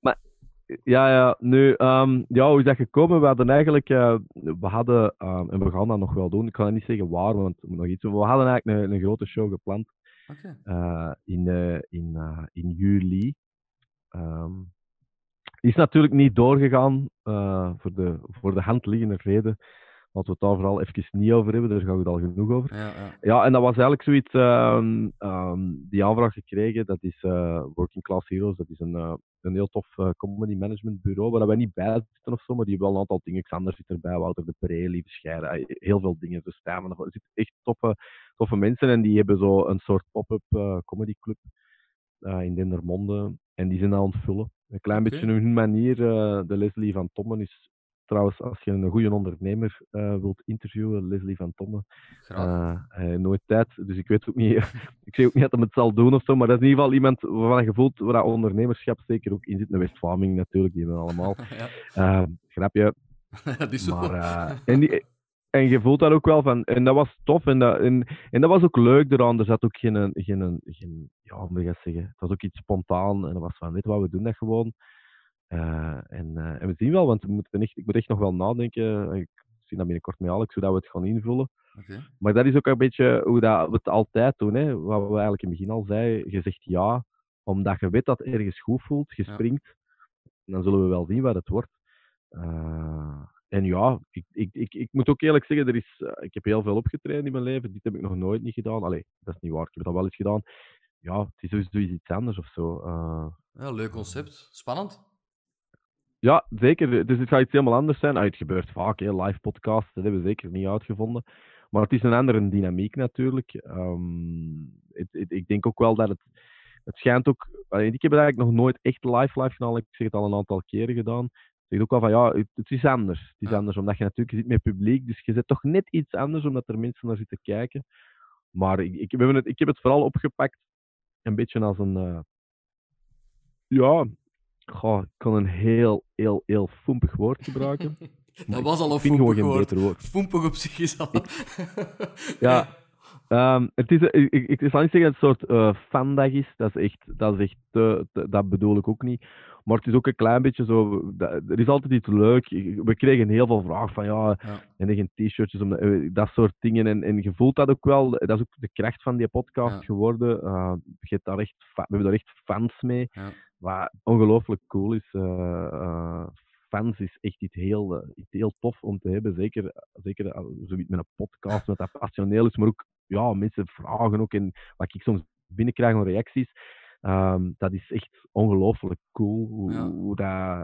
Speaker 2: Hoe is dat gekomen? We hadden eigenlijk, en we gaan dat nog wel doen, ik kan niet zeggen waar, want het moet nog iets doen. We hadden eigenlijk een grote show gepland in juli. Is natuurlijk niet doorgegaan, voor de hand liggende reden. Laten we het daar vooral even niet over hebben, daar gaan we het al genoeg over. Ja, en dat was eigenlijk zoiets, die aanvraag gekregen, dat is Working Class Heroes, dat is een heel tof comedy management bureau, waar wij niet bij zitten of zo, maar die hebben wel een aantal dingen. Xander zit erbij, Wouter de Pre, Lieve Scheire, heel veel dingen. Dus er zitten echt toffe mensen en die hebben zo een soort pop-up comedyclub in Dendermonde en die zijn aan het vullen. Een klein beetje op hun manier. De Leslie van Tommen is trouwens, als je een goede ondernemer wilt interviewen, Leslie van Tommen. Nooit tijd, dus ik weet ook niet. Ik zeg ook niet dat hij het zal doen of zo, maar dat is in ieder geval iemand waarvan je voelt waar dat ondernemerschap zeker ook in zit. Een West-Vlaming natuurlijk, die hebben we allemaal. Grapje.
Speaker 1: Dat is zo.
Speaker 2: Maar, en je voelt dat ook wel van, en dat was tof en dat was ook leuk eraan. Er zat ook geen ja, hoe moet je dat zeggen? Het was ook iets spontaan en dat was van, weet je wat, we doen dat gewoon. En we zien wel, want ik moet echt nog wel nadenken. Ik zie dat binnenkort met Alex, hoe dat we het gaan invullen. Maar dat is ook een beetje hoe dat we het altijd doen. Hè? Wat we eigenlijk in het begin al zeiden. Je zegt ja, omdat je weet dat het ergens goed voelt. Je springt. En dan zullen we wel zien wat het wordt. En ja, ik moet ook eerlijk zeggen, ik heb heel veel opgetraind in mijn leven. Dit heb ik nog nooit niet gedaan. Allee, dat is niet waar. Ik heb dat wel eens gedaan. Ja, het is sowieso iets anders of zo.
Speaker 1: Ja, leuk concept. Spannend. Ja,
Speaker 2: zeker. Dus het gaat iets helemaal anders zijn. Het gebeurt vaak, hè. Live podcasts, dat hebben we zeker niet uitgevonden. Maar het is een andere dynamiek natuurlijk. Ik denk ook wel dat het schijnt ook... Ik heb het eigenlijk nog nooit echt live gedaan. Ik zeg het al een aantal keren gedaan. Ik zeg ook wel van, ja, het is anders. Het is anders, omdat je natuurlijk zit met publiek. Dus je zit toch net iets anders, omdat er mensen naar zitten kijken. Maar ik heb het vooral opgepakt, een beetje als een... ik kan een heel foempig woord gebruiken.
Speaker 1: Dat was al een foempig woord. Foempig op zich is al...
Speaker 2: Ik zal niet zeggen dat het een soort fandag is. Dat is echt dat bedoel ik ook niet. Maar het is ook een klein beetje zo... Er is altijd iets leuk. We kregen heel veel vragen van en geen t-shirtjes, dat soort dingen. En je voelt dat ook wel. Dat is ook de kracht van die podcast geworden. We hebben daar echt fans mee. Wat ongelooflijk cool is. Fans is echt iets heel tof om te hebben. Zeker zoiets met een podcast, met dat passioneel is, maar ook mensen vragen ook en wat ik soms binnenkrijg aan reacties. Dat is echt ongelooflijk cool. Hoe dat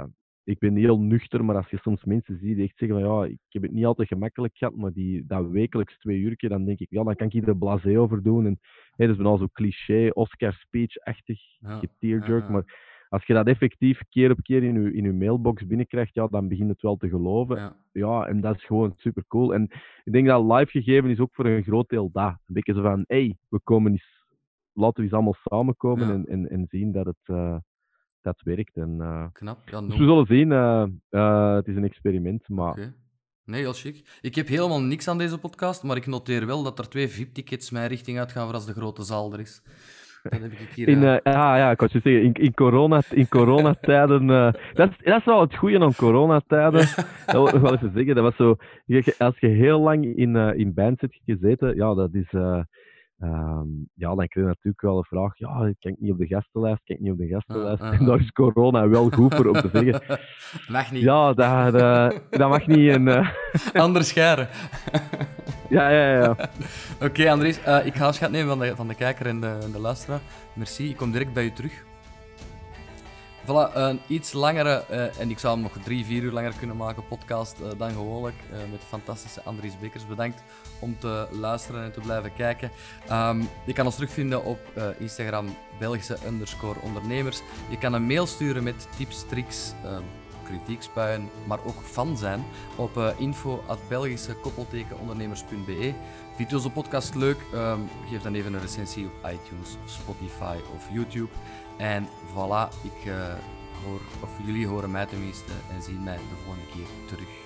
Speaker 2: ik ben heel nuchter, maar als je soms mensen ziet die echt zeggen van ja, ik heb het niet altijd gemakkelijk gehad, maar dat wekelijks 2 uurtje, dan denk ik, ja, dan kan ik hier er blasé over doen. En dat is bijna zo cliché, Oscar speech-achtig,
Speaker 1: Ja,
Speaker 2: getearjerk, maar als je dat effectief keer op keer in je mailbox binnenkrijgt, ja, dan begint het wel te geloven.
Speaker 1: ja.
Speaker 2: Ja, en dat is gewoon super cool. En ik denk dat live gegeven is ook voor een groot deel dat. Een beetje zo van, hey, laten we eens allemaal samenkomen
Speaker 1: Ja.
Speaker 2: en zien dat dat werkt. En,
Speaker 1: Knap. Ja,
Speaker 2: dus we zullen zien. Het is een experiment, maar...
Speaker 1: Oké. Nee, heel chic. Ik heb helemaal niks aan deze podcast, maar ik noteer wel dat er 2 VIP-tickets mijn richting uitgaan voor als de grote zaal er is. Dat heb ik hier...
Speaker 2: ja, ik wou je zeggen, in coronatijden... dat is wel het goede aan coronatijden. Dat wil ik wel even zeggen. Dat was zo... Als je heel lang in bands hebt gezeten, ja, dat is... ja, dan krijg je natuurlijk wel de vraag, ja, kan ik niet op de gastenlijst, En daar is corona wel goed voor om te zeggen.
Speaker 1: Mag niet.
Speaker 2: Ja, dat mag niet.
Speaker 1: Anders scharen.
Speaker 2: Ja.
Speaker 1: Oké, Andries, ik ga afscheid nemen van de kijker en de luisteraar. Merci, ik kom direct bij u terug. Voilà, een iets langere, en ik zou hem nog 3-4 uur langer kunnen maken, podcast dan gewoonlijk, met de fantastische Andries Bekkers. Bedankt om te luisteren en te blijven kijken. Je kan ons terugvinden op Instagram, Belgische_ondernemers. Je kan een mail sturen met tips, tricks, kritiek spuien, maar ook fan zijn op info@belgische_ondernemers.be. Vindt u onze podcast leuk? Geef dan even een recensie op iTunes, Spotify of YouTube. En voilà, jullie horen mij tenminste en zien mij de volgende keer terug.